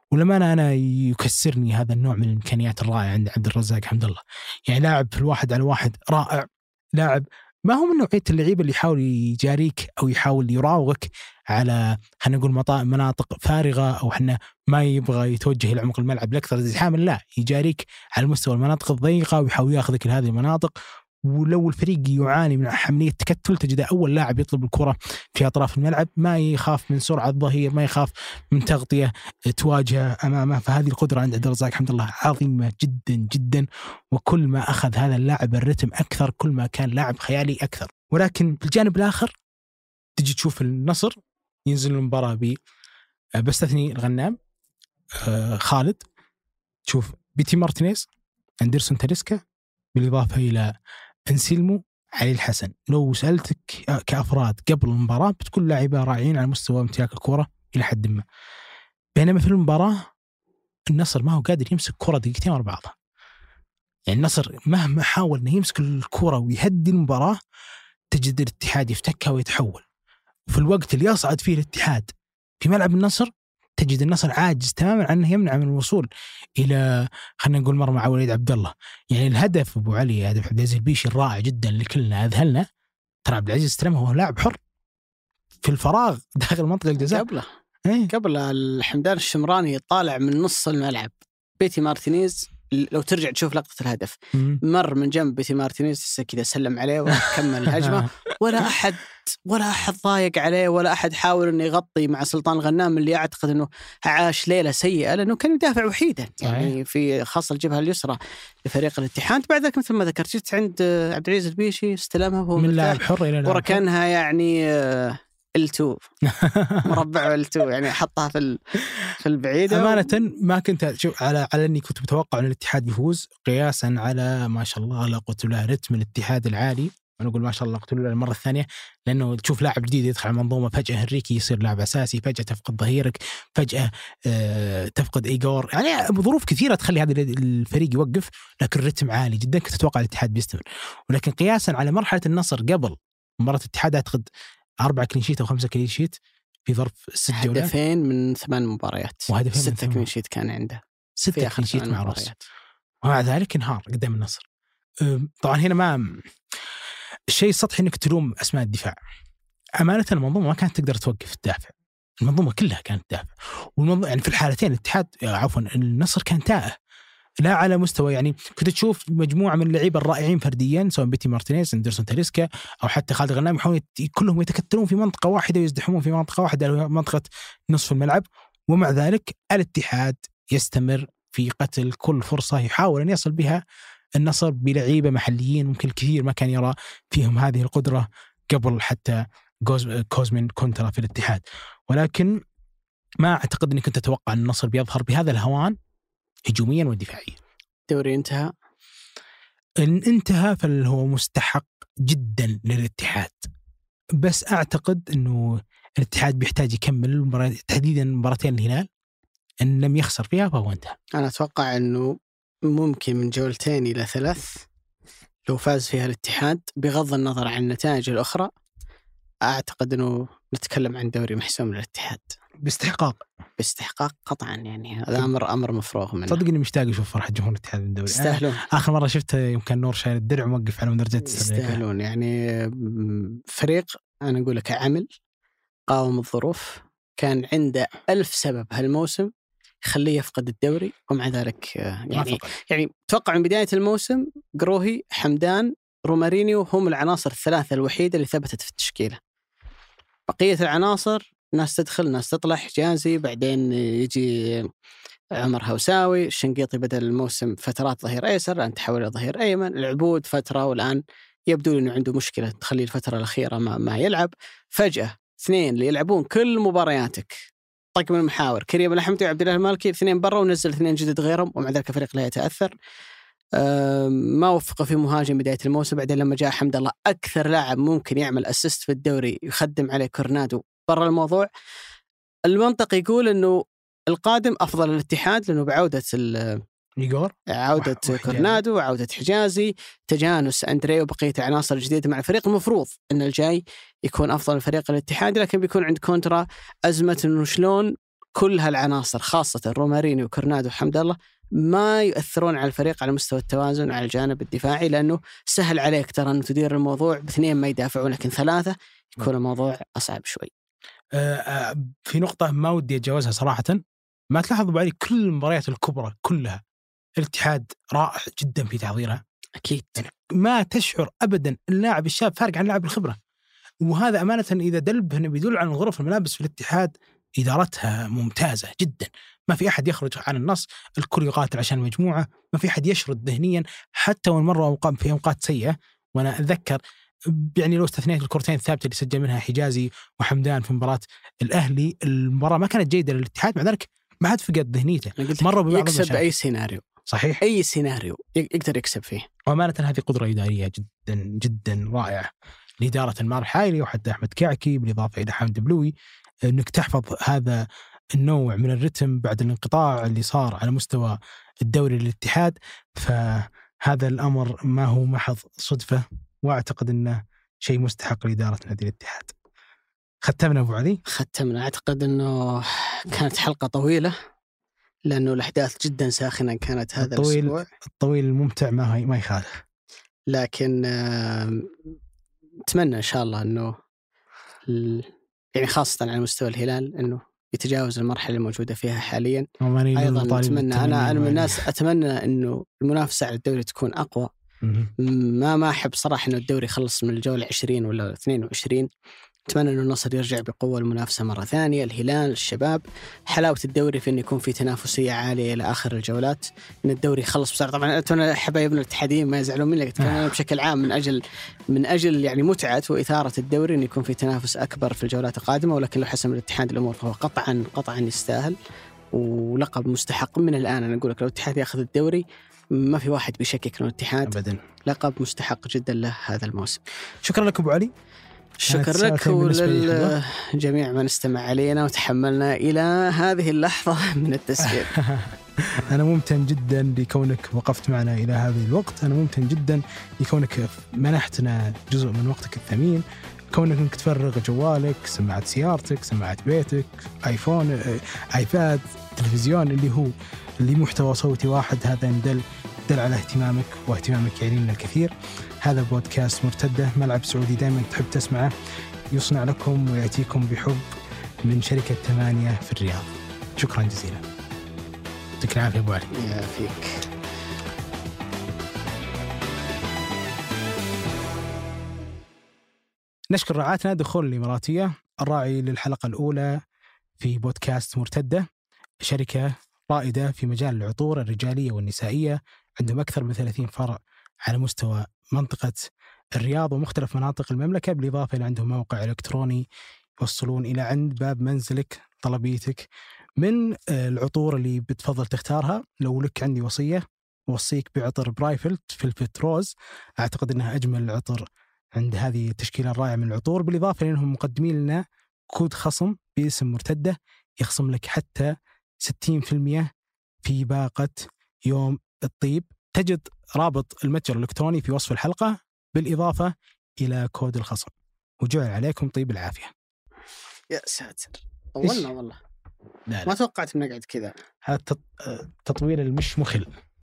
ولما أنا أنا يكسرني هذا النوع من الإمكانيات الرائعة عند عبد الرزاق حمد الله. يعني لاعب في الواحد على واحد رائع، لاعب ما هو من نوعية اللعيبة اللي يحاول يجاريك أو يحاول يراوغك على خلينا نقول مناطق فارغة، أو حنا ما يبغى يتوجه إلى عمق الملعب لأكثر ازدحاما، لا يجاريك على مستوى المناطق الضيقة ويحاول ياخذك لهذه المناطق. ولو الفريق يعاني من عملية تكتل تجد أول لاعب يطلب الكرة في أطراف الملعب، ما يخاف من سرعة الظهير، ما يخاف من تغطية تواجه أمامه. فهذه القدرة عند عبد الرزاق حمد الله عظيمة جدا جدا، وكل ما أخذ هذا اللاعب الرتم أكثر كل ما كان لاعب خيالي أكثر. ولكن في الجانب الآخر تجي تشوف النصر ينزل المباراة ب بستثني الغنام آه خالد، تشوف بيتي مارتينيز، أندرسون تاليسكا، بالإضافة إلى أنسيلمو، علي الحسن. لو سألتك كأفراد قبل المباراة بتكون لاعبين رائعين على مستوى امتلاك الكرة إلى حد ما، بينما في المباراة النصر ما هو قادر يمسك كرة دقيقتين ورا بعضها. يعني النصر مهما حاول أنه يمسك الكرة ويهدي المباراة تجد الاتحاد يفتكها ويتحول. وفي الوقت اللي يصعد فيه الاتحاد في ملعب النصر تجد النصر عاجز تماما عنه يمنع من الوصول إلى خلينا نقول مرمى وليد عبد الله. يعني الهدف أبو علي، هدف عبد العزيز البيشي الرائع جدا اللي كلنا أذهلنا، ترى عبد العزيز استلمه وهو لاعب حر في الفراغ داخل منطقة الجزاء. قبله ايه؟ قبل الحمدان الشمراني طالع من نص الملعب. بيتي مارتينيز لو ترجع تشوف لقطة الهدف مم. مر من جنب بيتي مارتينيز كذا سلم عليه وكمل الهجمة، ولا أحد ولا أحد ضايق عليه، ولا أحد حاول إنه يغطي مع سلطان غنام اللي أعتقد إنه عاش ليلة سيئة لأنه كان يدافع وحيدا يعني في خاصة الجبهة اليسرى لفريق الاتحاد. بعد ذلك مثل ما ذكرت جيت عند عبد العزيز البيشي استلمها وهو من لاعب حر إلى لاعب وركنها يعني التو مربع التو يعني حطها في في البعيدة. أمانة ما كنت شوف على على إني كنت متوقع أن الاتحاد يفوز قياسا على ما شاء الله لا قوة إلا بالله رتم الاتحاد العالي. أنا أقول ما شاء الله قلت له المرة الثانية، لأنه تشوف لاعب جديد يدخل على المنظومة فجأة هنريكي يصير لاعب أساسي، فجأة تفقد ظهيرك، فجأة آه تفقد إيجور، يعني ظروف كثيرة تخلي هذا الفريق يوقف، لكن الرتم عالي جدا. كنت أتوقع الاتحاد بيستمر، ولكن قياسا على مرحلة النصر قبل مباراة الاتحاد أعتقد أربعة كلينشيت أو خمسة كلينشيت في ظرف ست جولات، هدفين من ثمان مباريات، ستة كلينشيت كان عنده، ستة كلينشيت مع روس، ومع ذلك انهار قدام النصر. طبعا هنا ما الشيء السطحي انك تلوم اسماء الدفاع. امانه المنظومه ما كانت تقدر توقف تدافع، المنظومه كلها كانت تدافع، والمنظومه يعني في الحالتين الاتحاد عفوا النصر كان تائه لا على مستوى. يعني كنت تشوف مجموعه من اللعيبه الرائعين فرديا سواء بيتي مارتينيز، أندرسون تاليسكا، او حتى خالد غنام، يحاولون كلهم يتكتلون في منطقه واحده ويزدحمون في منطقه واحده منطقه نصف الملعب، ومع ذلك الاتحاد يستمر في قتل كل فرصه يحاول ان يصل بها النصر بلعيبه محليين ممكن الكثير ما كان يرى فيهم هذه القدره قبل حتى كوزمين كونترا في الاتحاد. ولكن ما اعتقد اني كنت اتوقع ان النصر بيظهر بهذا الهوان هجوميا ودفاعيا. الدوري انتهى ان انتهى فهو مستحق جدا للاتحاد، بس اعتقد انه الاتحاد بيحتاج يكمل تحديدا مباراتين الهلال، ان لم يخسر فيها فهو انتهى. انا اتوقع انه ممكن من جولتين الى ثلاث لو فاز فيها الاتحاد بغض النظر عن النتائج الاخرى، اعتقد انه نتكلم عن دوري محسوم للاتحاد باستحقاق باستحقاق قطعا. يعني هذا امر امر مفروغ منه. صدق اني مشتاق اشوف فرحه جمهور الاتحاد بالدوري. يستاهلون. اخر مره شفته يمكن نور شايل الدرع موقف على مدرجات السنه. يستاهلون يعني فريق انا اقول لك عمل قاوم الظروف، كان عنده ألف سبب هالموسم يخليه يفقد الدوري، ومع ذلك يعني يعني توقع من بدايه الموسم قروهي حمدان رومارينيو هم العناصر الثلاثه الوحيده اللي ثبتت في التشكيله. بقيه العناصر ناس تدخل ناس تطلع، حجازي بعدين يجي عمر هوساوي، الشنقيطي بدل الموسم فترات ظهير ايسر الان تحول الى ظهير ايمن، العبود فتره والان يبدو انه عنده مشكله تخليه الفتره الاخيره ما, ما يلعب. فجاه اثنين اللي يلعبون كل مبارياتك طق من المحاور، كريم الأحمدي وعبد الله المالكي، اثنين برا ونزل اثنين جدد غيرهم، ومع ذلك الفريق لا يتأثر. ما وفقه في مهاجم بداية الموسم، بعدين لما جاء حمد الله أكثر لاعب ممكن يعمل أسيست في الدوري يخدم عليه كورنادو برا الموضوع. المنطق يقول أنه القادم أفضل الاتحاد لأنه بعودة إيجور، عودة كورنادو وعودة حجازي، تجانس أندري وبقية العناصر الجديدة مع الفريق. المفروض أن الجاي يكون أفضل الفريق الاتحاد، لكن بيكون عند كونترا أزمة أنه شلون كل هالعناصر خاصة روماريني وكورنادو وحمد الله ما يؤثرون على الفريق على مستوى التوازن على الجانب الدفاعي، لأنه سهل عليك ترى أن تدير الموضوع باثنين ما يدافعون، لكن ثلاثة يكون الموضوع أصعب شوي. في نقطة ما ودي أتجاوزها صراحة، ما تلاحظ بعد كل المباريات الكبرى كلها الاتحاد رائع جدا في تحضيرها. أكيد ما تشعر أبدا اللاعب الشاب فارق عن اللاعب الخبرة، وهذا أمانة إذا دلب هنا بيدل عن غرف الملابس في الاتحاد إدارتها ممتازة جدا. ما في أحد يخرج عن النص، الكل يقاتل عشان المجموعة، ما في أحد يشرد ذهنيا حتى وإن مرة في أوقات سيئة. وأنا أتذكر يعني لو استثنيت الكرتين الثابتة اللي سجل منها حجازي وحمدان في مباراة الأهلي، المباراة ما كانت جيدة للاتحاد، مع ذلك ما حد فقد ذهنيته، مرة يكسب بأي سيناريو. صحيح، أي سيناريو يقدر يكسب فيه. وأمانة هذه قدرة إدارية جدا جدا رائعة لإدارة المار حايلي وحتى أحمد كعكي بالإضافة إلى حمد بلوي، أنك تحفظ هذا النوع من الرتم بعد الانقطاع اللي صار على مستوى الدوري للاتحاد. فهذا الأمر ما هو محض صدفة، وأعتقد أنه شيء مستحق لإدارة نادي الاتحاد. ختمنا أبو علي؟ ختمنا. أعتقد أنه كانت حلقة طويلة لأنه الأحداث جدا ساخنة كانت هذا الطويل الأسبوع. الطويل الممتع ما ما يخالف، لكن أتمنى إن شاء الله أنه يعني خاصة على مستوى الهلال أنه يتجاوز المرحلة الموجودة فيها حاليا. أيضا أتمنى أنا أنا من الناس أتمنى أنه المنافسة على الدوري تكون أقوى. ما ما أحب صراحة أنه الدوري يخلص من الجولة عشرين ولا اثنين وعشرين. أتمنى أن النصر يرجع بقوة المنافسة مرة ثانية، الهلال، الشباب. حلاوة الدوري في أن يكون في تنافسية عالية إلى آخر الجولات، أن الدوري يخلص بسرعة. طبعا أتمنى حبايبنا الاتحاديين ما يزعلون مني، أتكلم بشكل عام من أجل من أجل يعني متعة وإثارة الدوري أن يكون في تنافس أكبر في الجولات القادمة. ولكن لو حسم الاتحاد الأمور فهو قطعا قطعا يستاهل ولقب مستحق من الآن. أنا أقول لك لو الاتحاد يأخذ الدوري ما في واحد بيشكك أنه الاتحاد أبدا لقب مستحق جدا له هذا الموسم. شكرا لك أبو علي. شكر لك وللجميع من استمع علينا وتحملنا إلى هذه اللحظة من التسجيل. أنا ممتن جدا لكونك وقفت معنا إلى هذا الوقت. أنا ممتن جدا لكونك منحتنا جزء من وقتك الثمين، كونك انك تفرغ جوالك، سماعة سيارتك، سماعة بيتك، آيفون، آيباد، تلفزيون، اللي هو اللي محتوى صوتي واحد. هذا يدل دل على اهتمامك، واهتمامك يعني لنا الكثير. هذا بودكاست مرتدة، ملعب سعودي دائما تحب تسمعه، يصنع لكم ويأتيكم بحب من شركة ثمانية في الرياض. شكرا جزيلا. يعطيك العافية أبو علي. يا فيك. نشكر رعاتنا دخول الإماراتية، الراعي للحلقة الأولى في بودكاست مرتدة، شركة رائدة في مجال العطور الرجالية والنسائية. عندهم أكثر من ثلاثين فرع على مستوى منطقة الرياض ومختلف مناطق المملكة، بالإضافة إلى عندهم موقع إلكتروني يوصلون إلى عند باب منزلك طلبيتك من العطور اللي بتفضل تختارها. لو لك عندي وصية، وصيك بعطر برايفلت في البتروز، أعتقد أنها أجمل العطر عند هذه التشكيلة الرائعة من العطور. بالإضافة لأنهم مقدمين لنا كود خصم باسم مرتدة يخصم لك حتى ستين بالمئة في باقة يوم الطيب. تجد رابط المتجر الإلكتروني في وصف الحلقة، بالإضافة إلى كود الخصم. وجعل عليكم طيب العافية. يا ساتر، طولنا والله. لا لا. ما توقعت من نقعد كذا. هذا التطوير المش مخل.